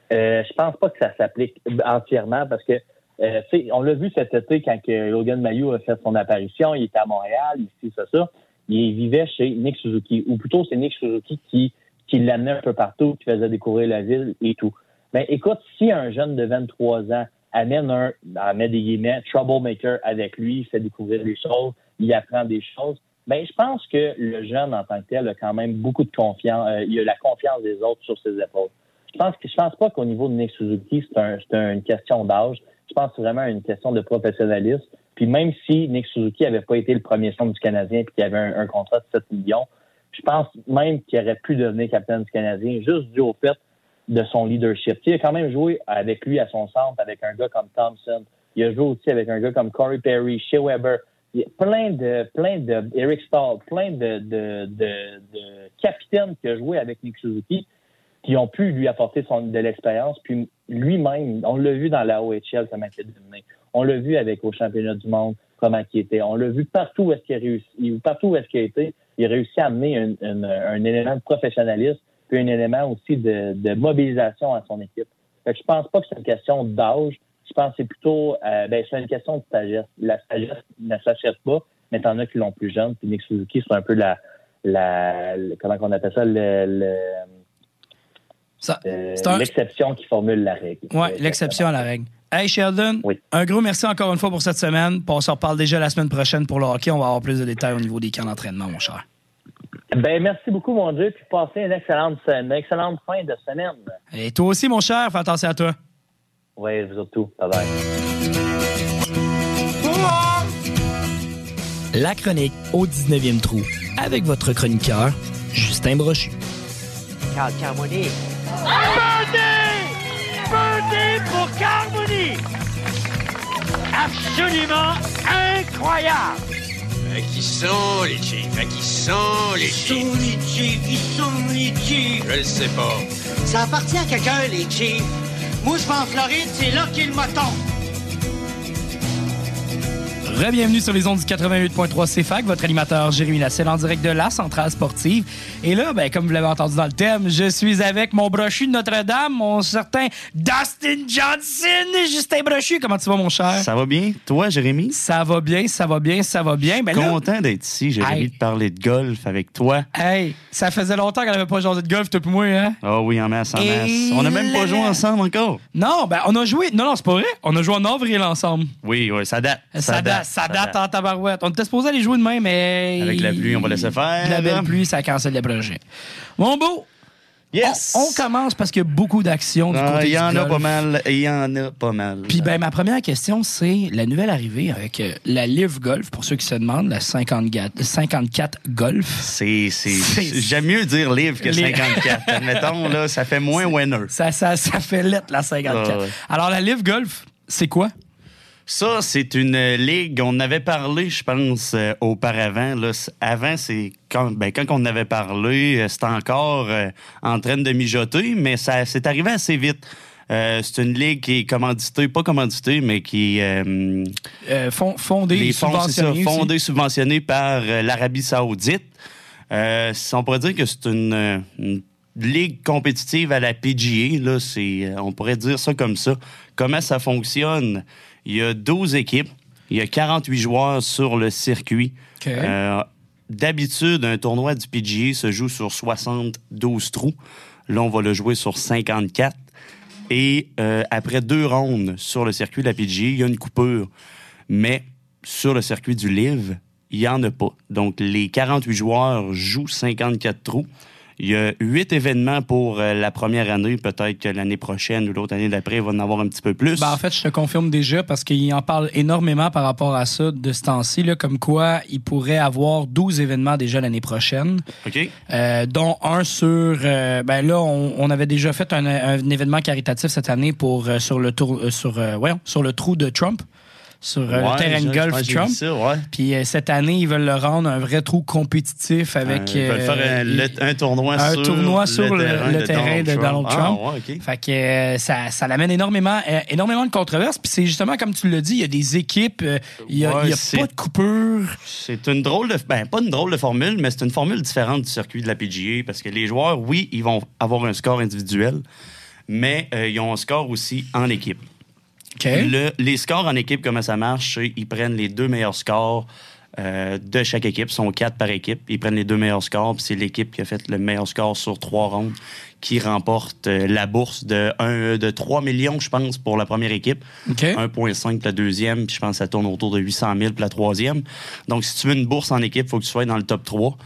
je pense pas que ça s'applique entièrement parce que on l'a vu cet été quand Logan Mailloux a fait son apparition. Il était à Montréal, ici, ça. Il vivait chez Nick Suzuki. Ou plutôt, c'est Nick Suzuki qui l'amenait un peu partout, qui faisait découvrir la ville et tout. Mais écoute, si un jeune de 23 ans amène met des guillemets, troublemaker avec lui, il fait découvrir des choses, il apprend des choses, je pense que le jeune en tant que tel a quand même beaucoup de confiance. Il a la confiance des autres sur ses épaules. Je pense pas qu'au niveau de Nick Suzuki, c'est une question d'âge. Je pense que c'est vraiment une question de professionnalisme. Puis même si Nick Suzuki n'avait pas été le premier centre du Canadien et qu'il avait un contrat de 7 millions, je pense même qu'il aurait pu devenir capitaine du Canadien juste dû au fait de son leadership. Il a quand même joué avec lui à son centre, avec un gars comme Thompson. Il a joué aussi avec un gars comme Corey Perry, Shea Weber. Il y a plein de Eric Stahl, plein de capitaines qui a joué avec Nick Suzuki qui ont pu lui apporter de l'expérience. Puis lui-même, on l'a vu dans la OHL, comment il a dominé. On l'a vu au championnat du monde, comment il était. On l'a vu partout où est-ce qu'il a réussi. Partout où est-ce qu'il a été, il a réussi à amener un élément de professionnalisme puis un élément aussi de mobilisation à son équipe. Fait que je pense pas que c'est une question d'âge. Je pense que c'est plutôt c'est une question de sagesse. La sagesse ne s'achète pas, mais t'en as qui l'ont plus jeune. Puis Nick Suzuki, c'est un peu comment on appelle ça, l'exception qui formule la règle. Oui, l'exception à la règle. Hey Sheldon, un gros merci encore une fois pour cette semaine. On se reparle déjà la semaine prochaine pour le hockey. On va avoir plus de détails au niveau des camps d'entraînement, mon cher. Merci beaucoup, mon Dieu. Puis passez une excellente fin de semaine. Et toi aussi, mon cher, fais attention à toi. Oui, vous autres tout. Bye bye. La chronique au 19e trou avec votre chroniqueur, Justin Brochu. Carl Carmoni. Birdie pour Carmoni! Absolument incroyable! Qui sont les Chiefs? Qui sont les Chiefs? Qui sont les Chiefs? Je le sais pas. Ça appartient à quelqu'un, les Chiefs. Moi, je vais en Floride, c'est là qu'il me tombe. Re-bienvenue sur les ondes du 88.3 CFAC, votre animateur Jérémy Lasselle en direct de la Centrale Sportive. Et là, comme vous l'avez entendu dans le thème, je suis avec mon Brochu de Notre-Dame, mon certain Dustin Johnson. Justin Brochu, comment tu vas, mon cher? Ça va bien? Toi, Jérémy? Ça va bien. Content d'être ici, Jérémy, de parler de golf avec toi. Hey, ça faisait longtemps qu'on n'avait pas joué de golf, toi et moi, hein? Ah oui, en masse. On n'a même pas joué ensemble encore. Non, on a joué... Non, c'est pas vrai. On a joué en avril ensemble. Oui, ça date. Ça date en tabarouette. On était supposé aller jouer demain, mais... Avec la pluie, on va laisser faire. La belle pluie, ça cancelle le projet. Mon beau, yes! On commence parce qu'il y a beaucoup d'actions du côté du golf. Il y en a pas mal. Puis ma première question, c'est la nouvelle arrivée avec la Live Golf, pour ceux qui se demandent, la 54 Golf. J'aime mieux dire Live que 54. Admettons, là, ça fait moins winner. Ça fait lettre, la 54. Ouais. Alors, la Live Golf, c'est quoi? Ça, c'est une ligue. On avait parlé, je pense, auparavant. Là, avant, c'est quand on en avait parlé, c'était encore en train de mijoter, mais ça c'est arrivé assez vite. C'est une ligue qui est commanditée, pas commanditée, mais qui est fondée, subventionnée par l'Arabie Saoudite. On pourrait dire que c'est une ligue compétitive à la PGA. Là, on pourrait dire ça comme ça. Comment ça fonctionne? Il y a 12 équipes. Il y a 48 joueurs sur le circuit. Okay. d'habitude, un tournoi du PGA se joue sur 72 trous. Là, on va le jouer sur 54. Et après 2 rondes sur le circuit de la PGA, il y a une coupure. Mais sur le circuit du LIV, il n'y en a pas. Donc, les 48 joueurs jouent 54 trous. Il y a 8 événements pour la première année. Peut-être que l'année prochaine ou l'autre année d'après, il va en avoir un petit peu plus. En fait, je te confirme déjà parce qu'il en parle énormément par rapport à ça de ce temps-ci, là, comme quoi il pourrait avoir 12 événements déjà l'année prochaine. OK. Dont un sur... là, on avait déjà fait un événement caritatif cette année pour sur le trou de Trump. Sur le terrain de golf Trump. Puis cette année, ils veulent le rendre un vrai trou compétitif avec... ils veulent faire un tournoi sur le terrain de Donald Trump. Okay. Fait que ça l'amène énormément de controverses. Puis c'est justement, comme tu l'as dit, il y a des équipes, il y a pas de coupure. C'est une drôle de... pas une drôle de formule, mais c'est une formule différente du circuit de la PGA parce que les joueurs, oui, ils vont avoir un score individuel, mais ils ont un score aussi en équipe. Okay. Les scores en équipe, comment ça marche, c'est ils prennent les 2 meilleurs scores de chaque équipe. Ils sont 4 par équipe. Ils prennent les 2 meilleurs scores, puis c'est l'équipe qui a fait le meilleur score sur 3 rondes qui remporte la bourse de 3 millions, je pense, pour la première équipe. Okay. 1,5 pour la deuxième, puis je pense que ça tourne autour de 800 000 pour la troisième. Donc, si tu veux une bourse en équipe, il faut que tu sois dans le top 3.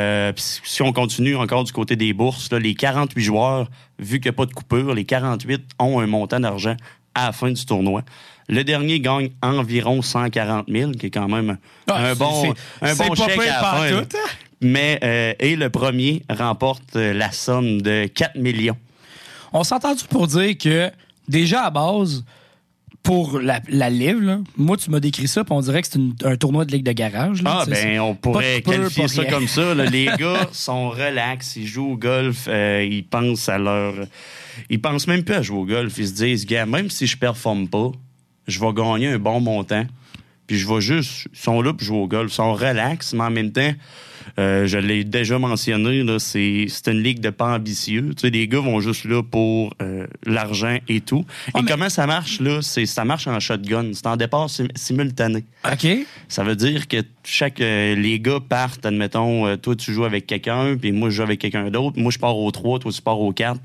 Si on continue encore du côté des bourses, là, les 48 joueurs, vu qu'il n'y a pas de coupure, les 48 ont un montant d'argent à la fin du tournoi. Le dernier gagne environ 140 000, qui est quand même un bon chèque à la fin. Mais et le premier remporte la somme de 4 millions. On s'entend-tu pour dire que, déjà à base, pour la LIV, là, moi, tu m'as décrit ça, puis on dirait que c'est un tournoi de ligue de garage. Là, on pourrait qualifier ça comme ça. Là. Les gars sont relax, ils jouent au golf, ils pensent à leur... Ils pensent même plus à jouer au golf. Ils se disent, gars, même si je performe pas, je vais gagner un bon montant. Puis je vais juste... Ils sont là pour jouer au golf. Ils sont relax, mais en même temps, je l'ai déjà mentionné, là, c'est une ligue de pas ambitieux. Tu sais, les gars vont juste là pour l'argent et tout. Comment ça marche, là? Ça marche en shotgun. C'est en départ simultané. OK. Ça veut dire que les gars partent, admettons, toi, tu joues avec quelqu'un, puis moi, je joue avec quelqu'un d'autre. Moi, je pars au 3, toi, tu pars au 4,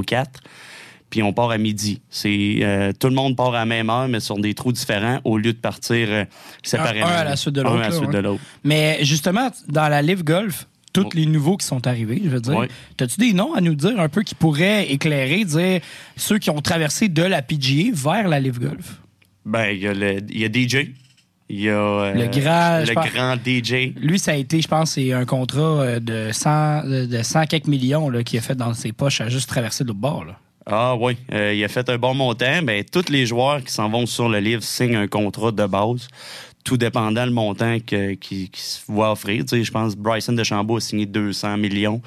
puis on part à midi. Tout le monde part à la même heure, mais sur des trous différents, au lieu de partir séparément. Un à la suite de l'autre. Un à la suite de l'autre. Mais justement, dans la LIV Golf, tous les nouveaux qui sont arrivés, je veux dire, as-tu des noms à nous dire un peu qui pourraient éclairer, dire ceux qui ont traversé de la PGA vers la LIV Golf? Il y a DJ. Il y a le grand DJ. Lui, ça a été, je pense, c'est un contrat de 100 quelques millions là, qu'il a fait dans ses poches à juste traverser de l'autre bord. Là. Ah oui, il a fait un bon montant. Tous les joueurs qui s'en vont sur le livre signent un contrat de base, tout dépendant le montant qui se voit offrir. Tu sais, je pense que Bryson DeChambeau a signé 200 millions.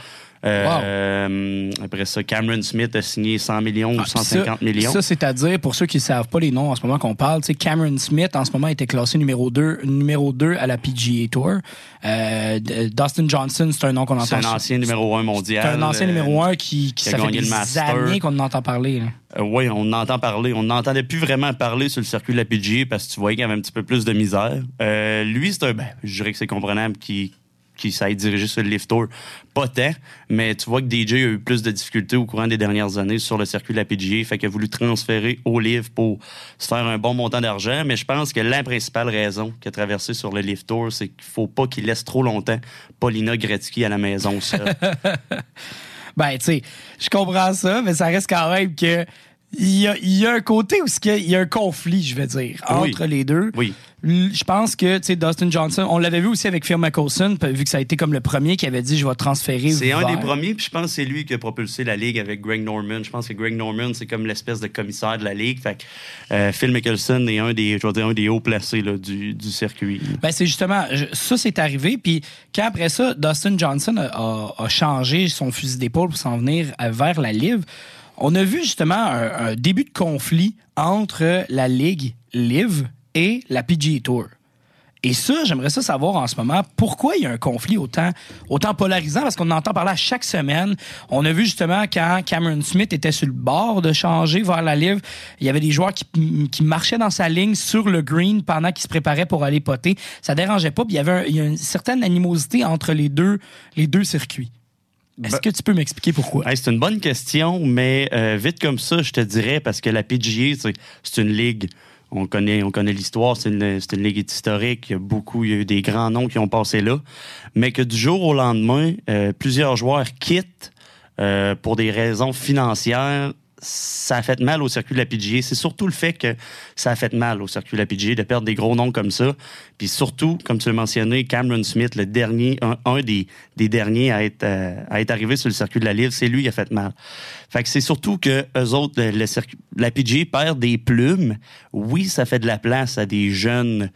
Après ça, Cameron Smith a signé 100 millions ou 150 millions. Ça, c'est-à-dire, pour ceux qui ne savent pas les noms en ce moment qu'on parle, Cameron Smith, en ce moment, était classé numéro 2 à la PGA Tour. Dustin Johnson, c'est un nom qu'on entend. C'est un ancien numéro 1 mondial. C'est un ancien numéro 1 qui a gagné le Master. Années qu'on en entend parler. Oui, on en entend parler. On n'entendait plus vraiment parler sur le circuit de la PGA parce que tu voyais qu'il y avait un petit peu plus de misère. Lui, c'est je dirais que c'est comprenable qui s'est dirigé sur le Live Tour. Pas tant, mais tu vois que DJ a eu plus de difficultés au courant des dernières années sur le circuit de la PGA, fait qu'il a voulu transférer au Live pour se faire un bon montant d'argent, mais je pense que la principale raison qu'il a traversé sur le Live Tour, c'est qu'il faut pas qu'il laisse trop longtemps Paulina Gretzky à la maison seule. Tu sais, je comprends ça, mais ça reste quand même que il y a un côté où il y a un conflit, je vais dire, entre les deux. Oui. Je pense que, tu sais, Dustin Johnson, on l'avait vu aussi avec Phil Mickelson, vu que ça a été comme le premier qui avait dit je vais transférer. C'est un des premiers, puis je pense que c'est lui qui a propulsé la Ligue avec Greg Norman. Je pense que Greg Norman, c'est comme l'espèce de commissaire de la Ligue. Fait que Phil Mickelson est un des hauts placés là, du circuit. C'est justement, ça c'est arrivé, puis quand après ça, Dustin Johnson a changé son fusil d'épaule pour s'en venir vers la LIV, on a vu justement un début de conflit entre la Ligue LIV et la PGA Tour. Et ça, j'aimerais ça savoir en ce moment, pourquoi il y a un conflit autant polarisant, parce qu'on en entend parler à chaque semaine. On a vu justement quand Cameron Smith était sur le bord de changer vers la livre, il y avait des joueurs qui marchaient dans sa ligne sur le green pendant qu'ils se préparaient pour aller poter. Ça dérangeait pas, puis il y a une certaine animosité entre les deux circuits. Est-ce que tu peux m'expliquer pourquoi? C'est une bonne question, mais vite comme ça, je te dirais, parce que la PGA, c'est une ligue. On connaît l'histoire, c'est une ligue historique. Il y a eu des grands noms qui ont passé là. Mais que du jour au lendemain, plusieurs joueurs quittent pour des raisons financières, ça a fait mal au circuit de la PGA. C'est surtout le fait que ça a fait mal au circuit de la PGA de perdre des gros noms comme ça. Puis surtout, comme tu l'as mentionné, Cameron Smith, un des derniers à être arrivé sur le circuit de la Livre, c'est lui qui a fait mal. Fait que c'est surtout que eux autres, la PGA perd des plumes. Oui, ça fait de la place à des jeunes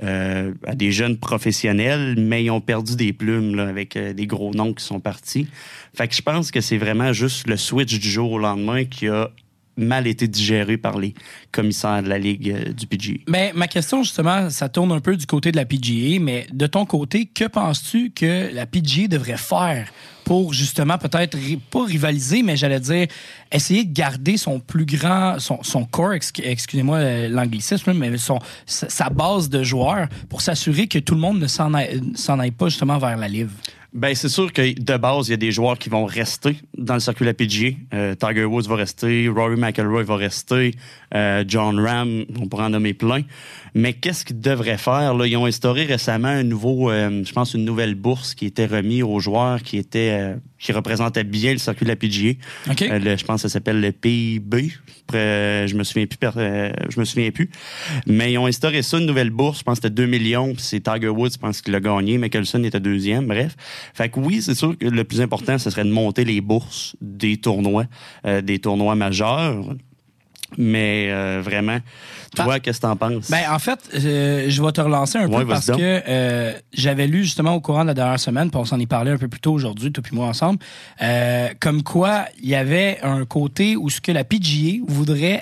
professionnels, mais ils ont perdu des plumes là, avec des gros noms qui sont partis. Fait que je pense que c'est vraiment juste le switch du jour au lendemain qui a mal été digéré par les commissaires de la Ligue du PGA. Mais ma question, justement, ça tourne un peu du côté de la PGA, mais de ton côté, que penses-tu que la PGA devrait faire pour, justement, peut-être, pas rivaliser, mais j'allais dire, essayer de garder son plus grand, son core, excusez-moi l'anglicisme, mais sa base de joueurs pour s'assurer que tout le monde ne s'en aille pas, justement, vers la livre? Ben c'est sûr que de base, il y a des joueurs qui vont rester dans le circuit de la PGA. Tiger Woods va rester, Rory McIlroy va rester, John Ram, on pourrait en nommer plein. Mais qu'est-ce qu'ils devraient faire? Là? Ils ont instauré récemment une nouvelle bourse qui était remise aux joueurs qui représentait bien le circuit de la PGA. Okay. Je pense que ça s'appelle le PIB. Je me souviens plus. Mais ils ont instauré ça, une nouvelle bourse. Je pense que c'était 2 millions. Puis c'est Tiger Woods, je pense qu'il l'a gagné. Mickelson était deuxième. Bref. Fait que oui, c'est sûr que le plus important, ce serait de monter les bourses des tournois majeurs. Mais vraiment, toi, qu'est-ce que t'en penses? Ben, en fait, je vais te relancer un peu parce que j'avais lu justement au courant de la dernière semaine, puis on s'en est parlé un peu plus tôt aujourd'hui, toi puis moi ensemble, comme quoi il y avait un côté où ce que la PGA voudrait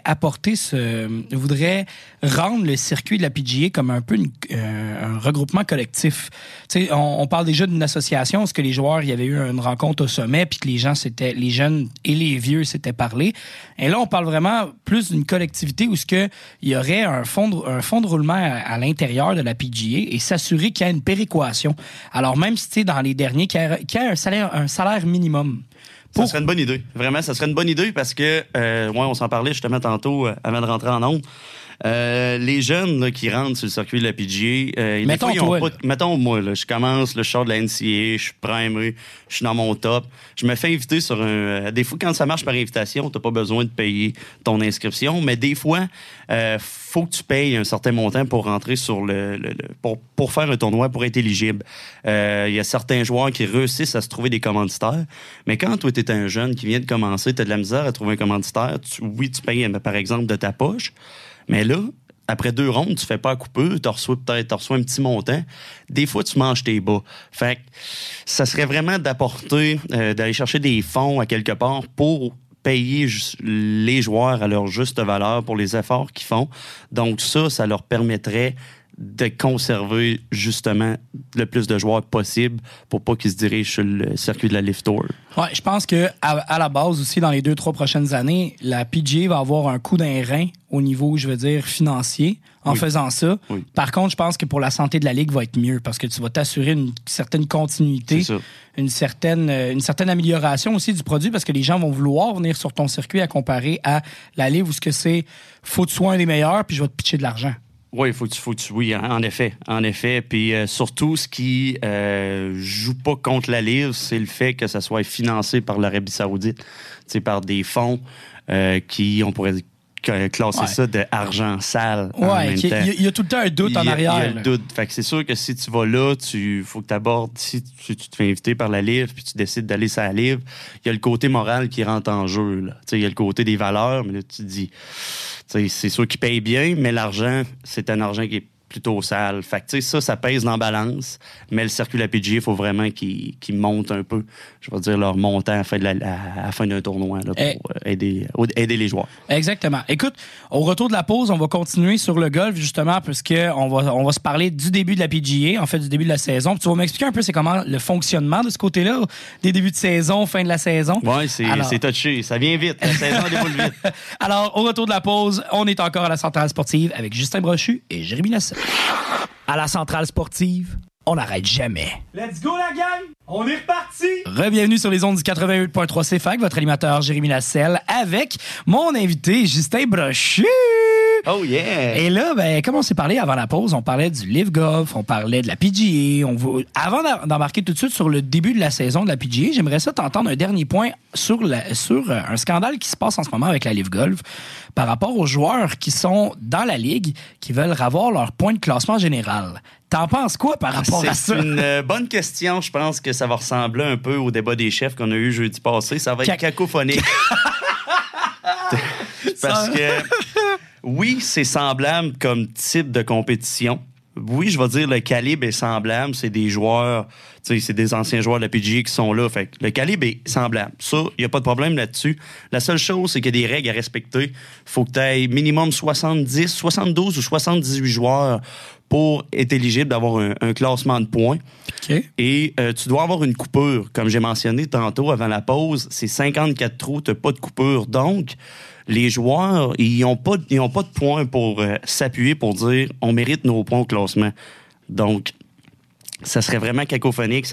rendre le circuit de la PGA comme un peu un regroupement collectif. Tu sais, on parle déjà d'une association, ce que les joueurs, il y avait eu une rencontre au sommet, puis que les jeunes et les vieux s'étaient parlé. Et là, on parle vraiment plus d'une collectivité où ce que il y aurait un fond de roulement à l'intérieur de la PGA et s'assurer qu'il y a une péréquation. Alors même si tu sais dans les derniers qu'il y a un salaire minimum. Ça serait une bonne idée. Vraiment, ça serait une bonne idée parce que on s'en parlait justement tantôt avant de rentrer en ondes. Les jeunes là, qui rentrent sur le circuit de la PGA, mettons moi, là, je commence le show de la NCAA, je suis primé, je suis dans mon top. Je me fais inviter sur des fois, quand ça marche par invitation, t'as pas besoin de payer ton inscription, mais des fois, faut que tu payes un certain montant pour rentrer sur pour faire un tournoi, pour être éligible. Il y a certains joueurs qui réussissent à se trouver des commanditaires, mais quand toi, t'es un jeune qui vient de commencer, t'as de la misère à trouver un commanditaire, tu payes, par exemple, de ta poche. Mais là, après 2 rondes, tu fais pas à couper, tu reçois un petit montant. Des fois, tu manges tes bas. Fait que ça serait vraiment d'aller chercher des fonds à quelque part pour payer les joueurs à leur juste valeur pour les efforts qu'ils font. Donc ça leur permettrait de conserver justement le plus de joueurs possible pour pas qu'ils se dirigent sur le circuit de la Lift Tour. Ouais, je pense que à la base aussi, dans les 2-3 prochaines années, la PGA va avoir un coup d'un rein au niveau, je veux dire, financier en faisant ça. Oui. Par contre, je pense que pour la santé de la Ligue va être mieux parce que tu vas t'assurer une certaine continuité, une certaine amélioration aussi du produit parce que les gens vont vouloir venir sur ton circuit à comparer à la Ligue où ce que c'est, faut que tu sois un des meilleurs puis je vais te pitcher de l'argent. Oui, oui, en effet. Puis surtout, ce qui joue pas contre la livre, c'est le fait que ça soit financé par l'Arabie Saoudite, par des fonds qui, on pourrait classer ça de argent sale. Ouais, il y a tout le temps un doute en arrière. Il y a le doute. Fait que c'est sûr que si tu vas là, faut que tu abordes, si tu te fais inviter par la livre, puis tu décides d'aller sur la livre, il y a le côté moral qui rentre en jeu. Il y a le côté des valeurs, mais là, tu te dis, c'est sûr qu'ils payent bien, mais l'argent, c'est un argent qui est plutôt sale. Fait que, tu sais, ça pèse dans la balance, mais le circuit de la PGA, il faut vraiment qu'ils montent un peu, je vais dire, leur montant à la fin d'un tournoi là, pour aider les joueurs. Exactement. Écoute, au retour de la pause, on va continuer sur le golf, justement, parce qu'on va se parler du début de la PGA, en fait, du début de la saison. Puis tu vas m'expliquer un peu c'est comment le fonctionnement de ce côté-là, des débuts de saison, fin de la saison. Oui, c'est touché. Ça vient vite. La saison déroule vite. Alors, au retour de la pause, on est encore à la Centrale sportive avec Justin Brochu et Jérémy Lasselle. À la Centrale sportive, on n'arrête jamais. Let's go, la gang! On est reparti! Re-bienvenue sur les ondes du 88.3 CFAC, votre animateur Jérémy Lasselle, avec mon invité Justin Brochu. Oh yeah! Et là, comme on s'est parlé avant la pause, on parlait du Live Golf, on parlait de la PGA. Avant d'embarquer tout de suite sur le début de la saison de la PGA, j'aimerais ça t'entendre un dernier point sur un scandale qui se passe en ce moment avec la Live Golf par rapport aux joueurs qui sont dans la ligue, qui veulent avoir leur point de classement général. T'en penses quoi par rapport à ça? C'est une bonne question. Je pense que ça va ressembler un peu au débat des chefs qu'on a eu jeudi passé. Ça va être cacophonique. Parce que, oui, c'est semblable comme type de compétition. Oui, je vais dire le calibre est semblable. C'est des joueurs, tu sais, c'est des anciens joueurs de la PGA qui sont là. Fait que le calibre est semblable. Ça, il n'y a pas de problème là-dessus. La seule chose, c'est qu'il y a des règles à respecter. Il faut que tu aies minimum 70, 72 ou 78 joueurs pour être éligible d'avoir un classement de points. Okay. Et tu dois avoir une coupure. Comme j'ai mentionné tantôt avant la pause, c'est 54 trous, tu n'as pas de coupure. Donc, les joueurs, ils n'ont pas de points pour s'appuyer pour dire « on mérite nos points au classement ». Donc, ça serait vraiment cacophonique.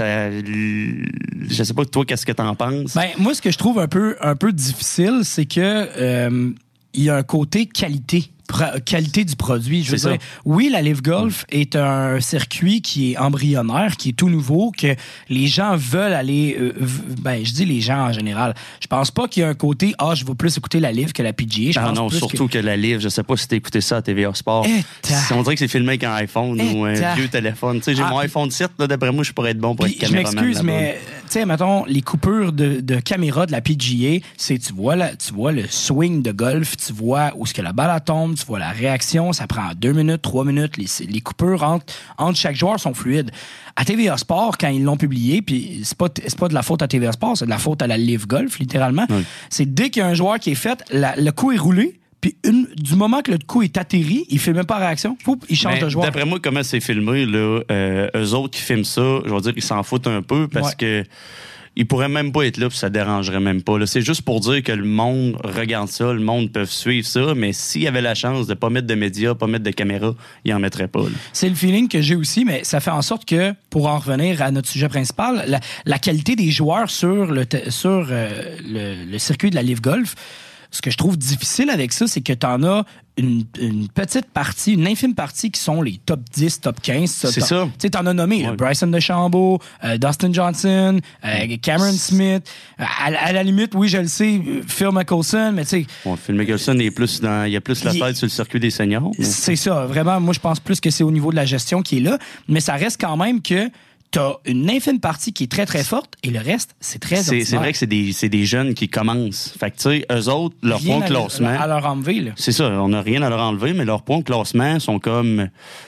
Je sais pas, toi, qu'est-ce que t'en penses? Moi, ce que je trouve un peu difficile, c'est que il y a un côté qualité du produit. Je veux dire, oui, la Live Golf est un circuit qui est embryonnaire, qui est tout nouveau, que les gens veulent aller... je dis les gens en général. Je pense pas qu'il y a un côté « je veux plus écouter la Live que la PGA ». Non, surtout que la Live, je sais pas si t'as écouté ça à TVA Sport. On dirait que c'est filmé avec un iPhone ou un vieux téléphone. Tu sais, j'ai mon iPhone 7, là, d'après moi, je pourrais être bon pour être caméraman. Je m'excuse, mais tu sais, mettons, les coupures de caméra de la PGA, c'est tu vois le swing de golf, tu vois où est-ce que la balle tombe, tu vois la réaction, ça prend 2 minutes, 3 minutes, les coupures entre chaque joueur sont fluides. À TVA Sport, quand ils l'ont publié, puis c'est pas de la faute à TVA Sport, c'est de la faute à la Live Golf, littéralement. Oui. C'est dès qu'il y a un joueur qui est fait, le coup est roulé, puis du moment que le coup est atterri, il fait même pas réaction, il change de joueur. D'après moi, comment c'est filmé, là, eux autres qui filment ça, je vais dire, ils s'en foutent un peu parce que ils pourraient même pas être là, puis ça dérangerait même pas. Là. C'est juste pour dire que le monde regarde ça, le monde peut suivre ça, mais s'il y avait la chance de pas mettre de médias, pas mettre de caméras, il en mettrait pas. Là. C'est le feeling que j'ai aussi, mais ça fait en sorte que, pour en revenir à notre sujet principal, la qualité des joueurs sur le circuit de la Live Golf, ce que je trouve difficile avec ça, c'est que tu en as une petite partie, une infime partie qui sont les top 10, top 15. C'est ça. Tu sais, t'en as nommé Bryson DeChambeau, Dustin Johnson, Cameron Smith. À la limite, oui, je le sais, Phil Mickelson, mais tu sais... Phil Mickelson il a plus la tête sur le circuit des seniors. Mais... C'est ça. Vraiment, moi, je pense plus que c'est au niveau de la gestion qui est là, mais ça reste quand même que t'as une infime partie qui est très, très forte et le reste, c'est très ordinaire. C'est vrai que c'est des jeunes qui commencent. Fait que, tu sais, eux autres, leur point de classement... à leur enlever, là. C'est ça, on n'a rien à leur enlever, mais leurs points de classement sont comme...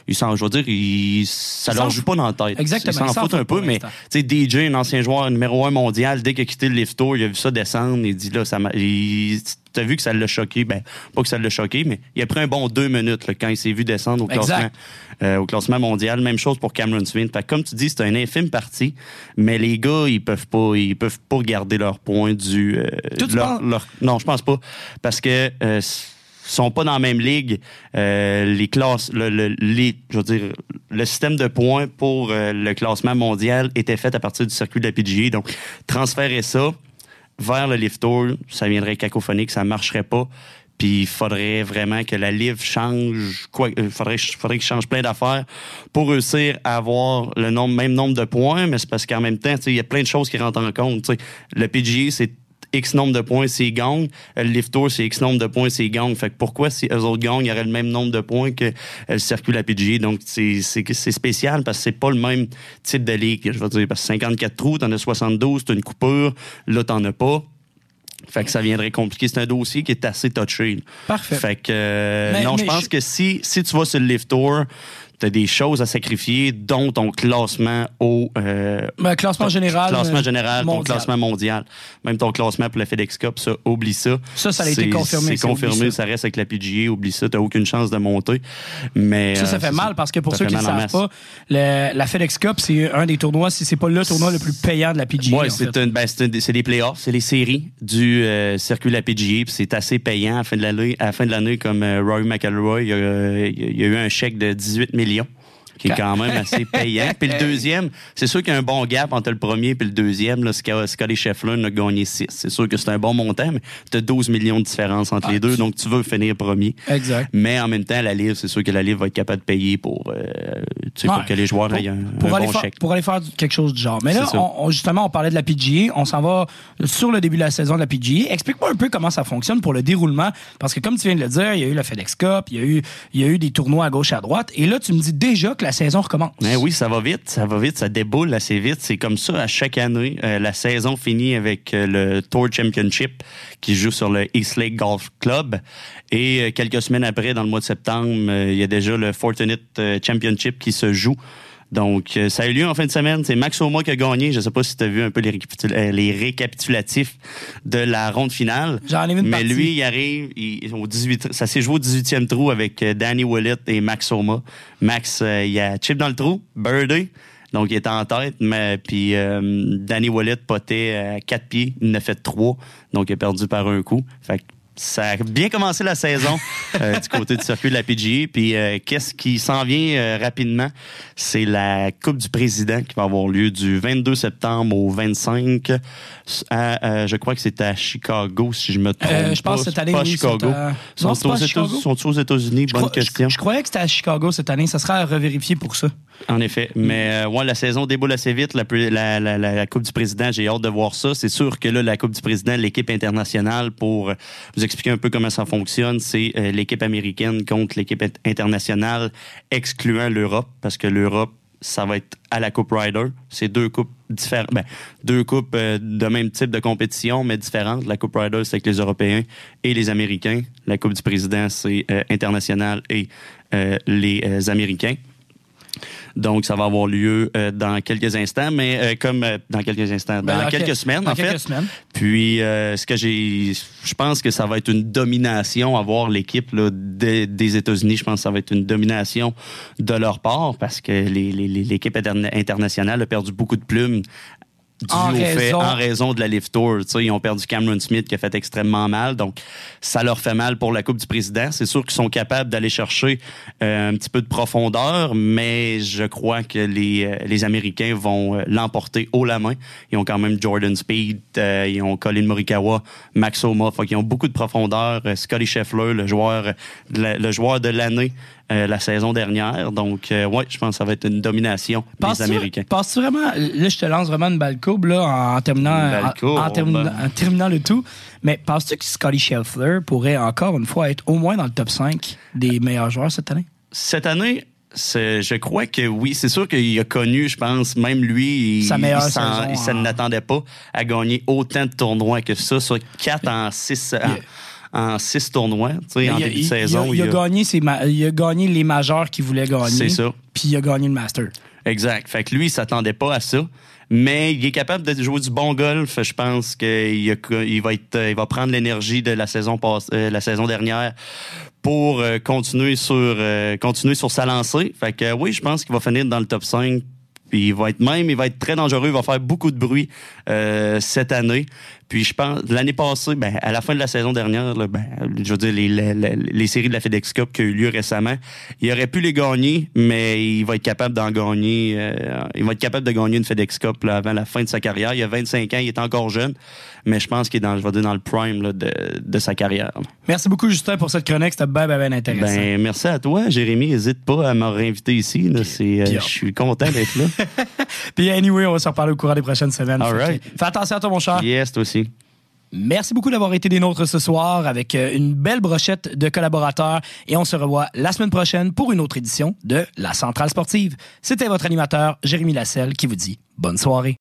ça leur joue pas dans la tête. Exactement. Ils s'en foutent un peu, mais, tu sais, DJ, un ancien joueur numéro 1 mondial, dès qu'il a quitté le Live Tour, il a vu ça descendre, il dit là, t'as vu que ça l'a choqué, pas que ça l'a choqué, mais il a pris un bon 2 minutes là, quand il s'est vu descendre au classement mondial. Même chose pour Cameron Smith. Fait que, comme tu dis, c'est une infime partie, mais les gars, ils peuvent pas garder leur point non, je pense pas, parce que sont pas dans la même ligue. Les classes, je veux dire, le système de points pour le classement mondial était fait à partir du circuit de la PGA. Donc, transférer ça vers le Live Tour, ça viendrait cacophonique, ça marcherait pas. Puis il faudrait vraiment que la Live change, faudrait qu'il change plein d'affaires pour réussir à avoir le même nombre de points, mais c'est parce qu'en même temps, il y a plein de choses qui rentrent en compte. T'sais. Le PGA, c'est X nombre de points, c'est gang. Le Live Tour, c'est X nombre de points, c'est gang. Fait que pourquoi, si eux autres gagnent, il y aurait le même nombre de points que le circuit de la PGA? Donc, c'est spécial parce que c'est pas le même type de ligue. Je veux dire, parce que 54 trous, t'en as 72, t'as une coupure. Là, t'en as pas. Fait que ça viendrait compliqué. C'est un dossier qui est assez touché. Parfait. Fait que, je pense que si tu vas sur le Live Tour, t'as des choses à sacrifier, dont ton classement classement général. Ton classement mondial. Même ton classement pour la FedEx Cup, ça, oublie ça. Ça a été confirmé. C'est confirmé, ça reste avec la PGA, oublie ça, t'as aucune chance de monter. Mais ça fait mal parce que pour ceux qui ne savent pas, la FedEx Cup, c'est un des tournois, si c'est pas le tournoi le plus payant de la PGA. Oui, c'est des playoffs, c'est les séries du circuit de la PGA, puis c'est assez payant à la fin de l'année, comme Rory McIlroy, il y a eu un chèque de 18 millions. Qui est quand même assez payant. Puis le deuxième, c'est sûr qu'il y a un bon gap entre le premier et le deuxième. Là, Scotty Scheffler a gagné 6. C'est sûr que c'est un bon montant, mais tu as 12 millions de différence entre les deux, donc tu veux finir premier. Exact. Mais en même temps, la Livre, c'est sûr que la Livre va être capable de payer pour que les joueurs aient un bon chèque. Pour aller faire quelque chose du genre. Mais là, justement, on parlait de la PGA. On s'en va sur le début de la saison de la PGA. Explique-moi un peu comment ça fonctionne pour le déroulement. Parce que comme tu viens de le dire, il y a eu la FedEx Cup, il y a eu des tournois à gauche, à droite. Et là, tu me dis déjà que la saison recommence. Oui, ça va vite, ça déboule assez vite. C'est comme ça à chaque année. La saison finit avec le Tour Championship qui joue sur le East Lake Golf Club. Et quelques semaines après, dans le mois de septembre, il y a déjà le Fortinet Championship qui se joue. Donc, ça a eu lieu en fin de semaine. C'est Max Homa qui a gagné. Je sais pas si tu as vu un peu les récapitulatifs de la ronde finale. J'en ai vu une partie. Mais lui, il arrive ça s'est joué au 18e trou avec Danny Willett et Max Homa. Max, il a chip dans le trou, birdie. Donc, il était en tête, puis Danny Willett potait à 4 pieds. Il en a fait 3. Donc, il a perdu par un coup. Fait que ça a bien commencé la saison du côté du circuit de la PGA. Puis qu'est-ce qui s'en vient rapidement? C'est la Coupe du Président qui va avoir lieu du 22 septembre au 25 je crois que c'est à Chicago, si je me trompe pas. Je pense que cette année, pas Chicago. Sont-ils aux États-Unis? Bonne question. Je croyais que c'était à Chicago cette année. Ça sera à revérifier pour ça. En effet. Mais la saison déboule assez vite. La Coupe du Président, j'ai hâte de voir ça. C'est sûr que là, la Coupe du Président, l'équipe internationale, pour vous expliquer un peu comment ça fonctionne, c'est l'équipe américaine contre l'équipe internationale, excluant l'Europe, parce que l'Europe, ça va être à la Coupe Ryder. C'est deux coupes différentes. Deux coupes de même type de compétition, mais différentes. La Coupe Ryder, c'est avec les Européens et les Américains. La Coupe du Président, c'est international et les Américains. Donc, ça va avoir lieu dans quelques instants, mais dans quelques semaines, en fait. Puis, je pense que ça va être une domination à voir l'équipe là, des États-Unis. Je pense que ça va être une domination de leur part parce que l'équipe internationale a perdu beaucoup de plumes en raison de la Live Tour. Ils ont perdu Cameron Smith qui a fait extrêmement mal. Donc, ça leur fait mal pour la Coupe du Président. C'est sûr qu'ils sont capables d'aller chercher un petit peu de profondeur, mais je crois que les Américains vont l'emporter haut la main. Ils ont quand même Jordan Speed, ils ont Collin Morikawa, Max Homa. Ils ont beaucoup de profondeur. Scotty Scheffler, le joueur de l'année la saison dernière. Donc, je pense que ça va être une domination des Américains. Penses-tu vraiment, là, je te lance vraiment une balle courbe là, en terminant le tout, mais penses-tu que Scotty Scheffler pourrait encore une fois être au moins dans le top 5 des meilleurs joueurs cette année? Cette année, je crois que oui. C'est sûr qu'il a connu, je pense, même lui, il n'attendait pas à gagner autant de tournois que ça, sur 4 en 6... en 6 tournois, en début de saison. Il a gagné les majeurs qu'il voulait gagner. C'est ça. Puis il a gagné le Master. Exact. Fait que lui, il s'attendait pas à ça. Mais il est capable de jouer du bon golf. Je pense qu'il va prendre l'énergie de la saison dernière pour continuer sur sa lancée. Fait que oui, je pense qu'il va finir dans le top 5. Puis il va être très dangereux, il va faire beaucoup de bruit cette année. Puis je pense, l'année passée, à la fin de la saison dernière, je veux dire, les séries de la FedEx Cup qui ont eu lieu récemment, il aurait pu les gagner, mais il va être capable d'en gagner. Il va être capable de gagner une FedEx Cup là, avant la fin de sa carrière. Il a 25 ans, il est encore jeune, mais je pense qu'il est dans le prime là, de sa carrière. Merci beaucoup, Justin, pour cette chronique. C'était bien intéressant. Merci à toi, Jérémy. N'hésite pas à me réinviter ici. Je suis content d'être là. Puis anyway, on va se reparler au courant des prochaines semaines. All right. Fais attention à toi, mon cher. Yes, toi aussi. Merci beaucoup d'avoir été des nôtres ce soir avec une belle brochette de collaborateurs et on se revoit la semaine prochaine pour une autre édition de La Centrale Sportive. C'était votre animateur, Jérémy Lasselle, qui vous dit bonne soirée.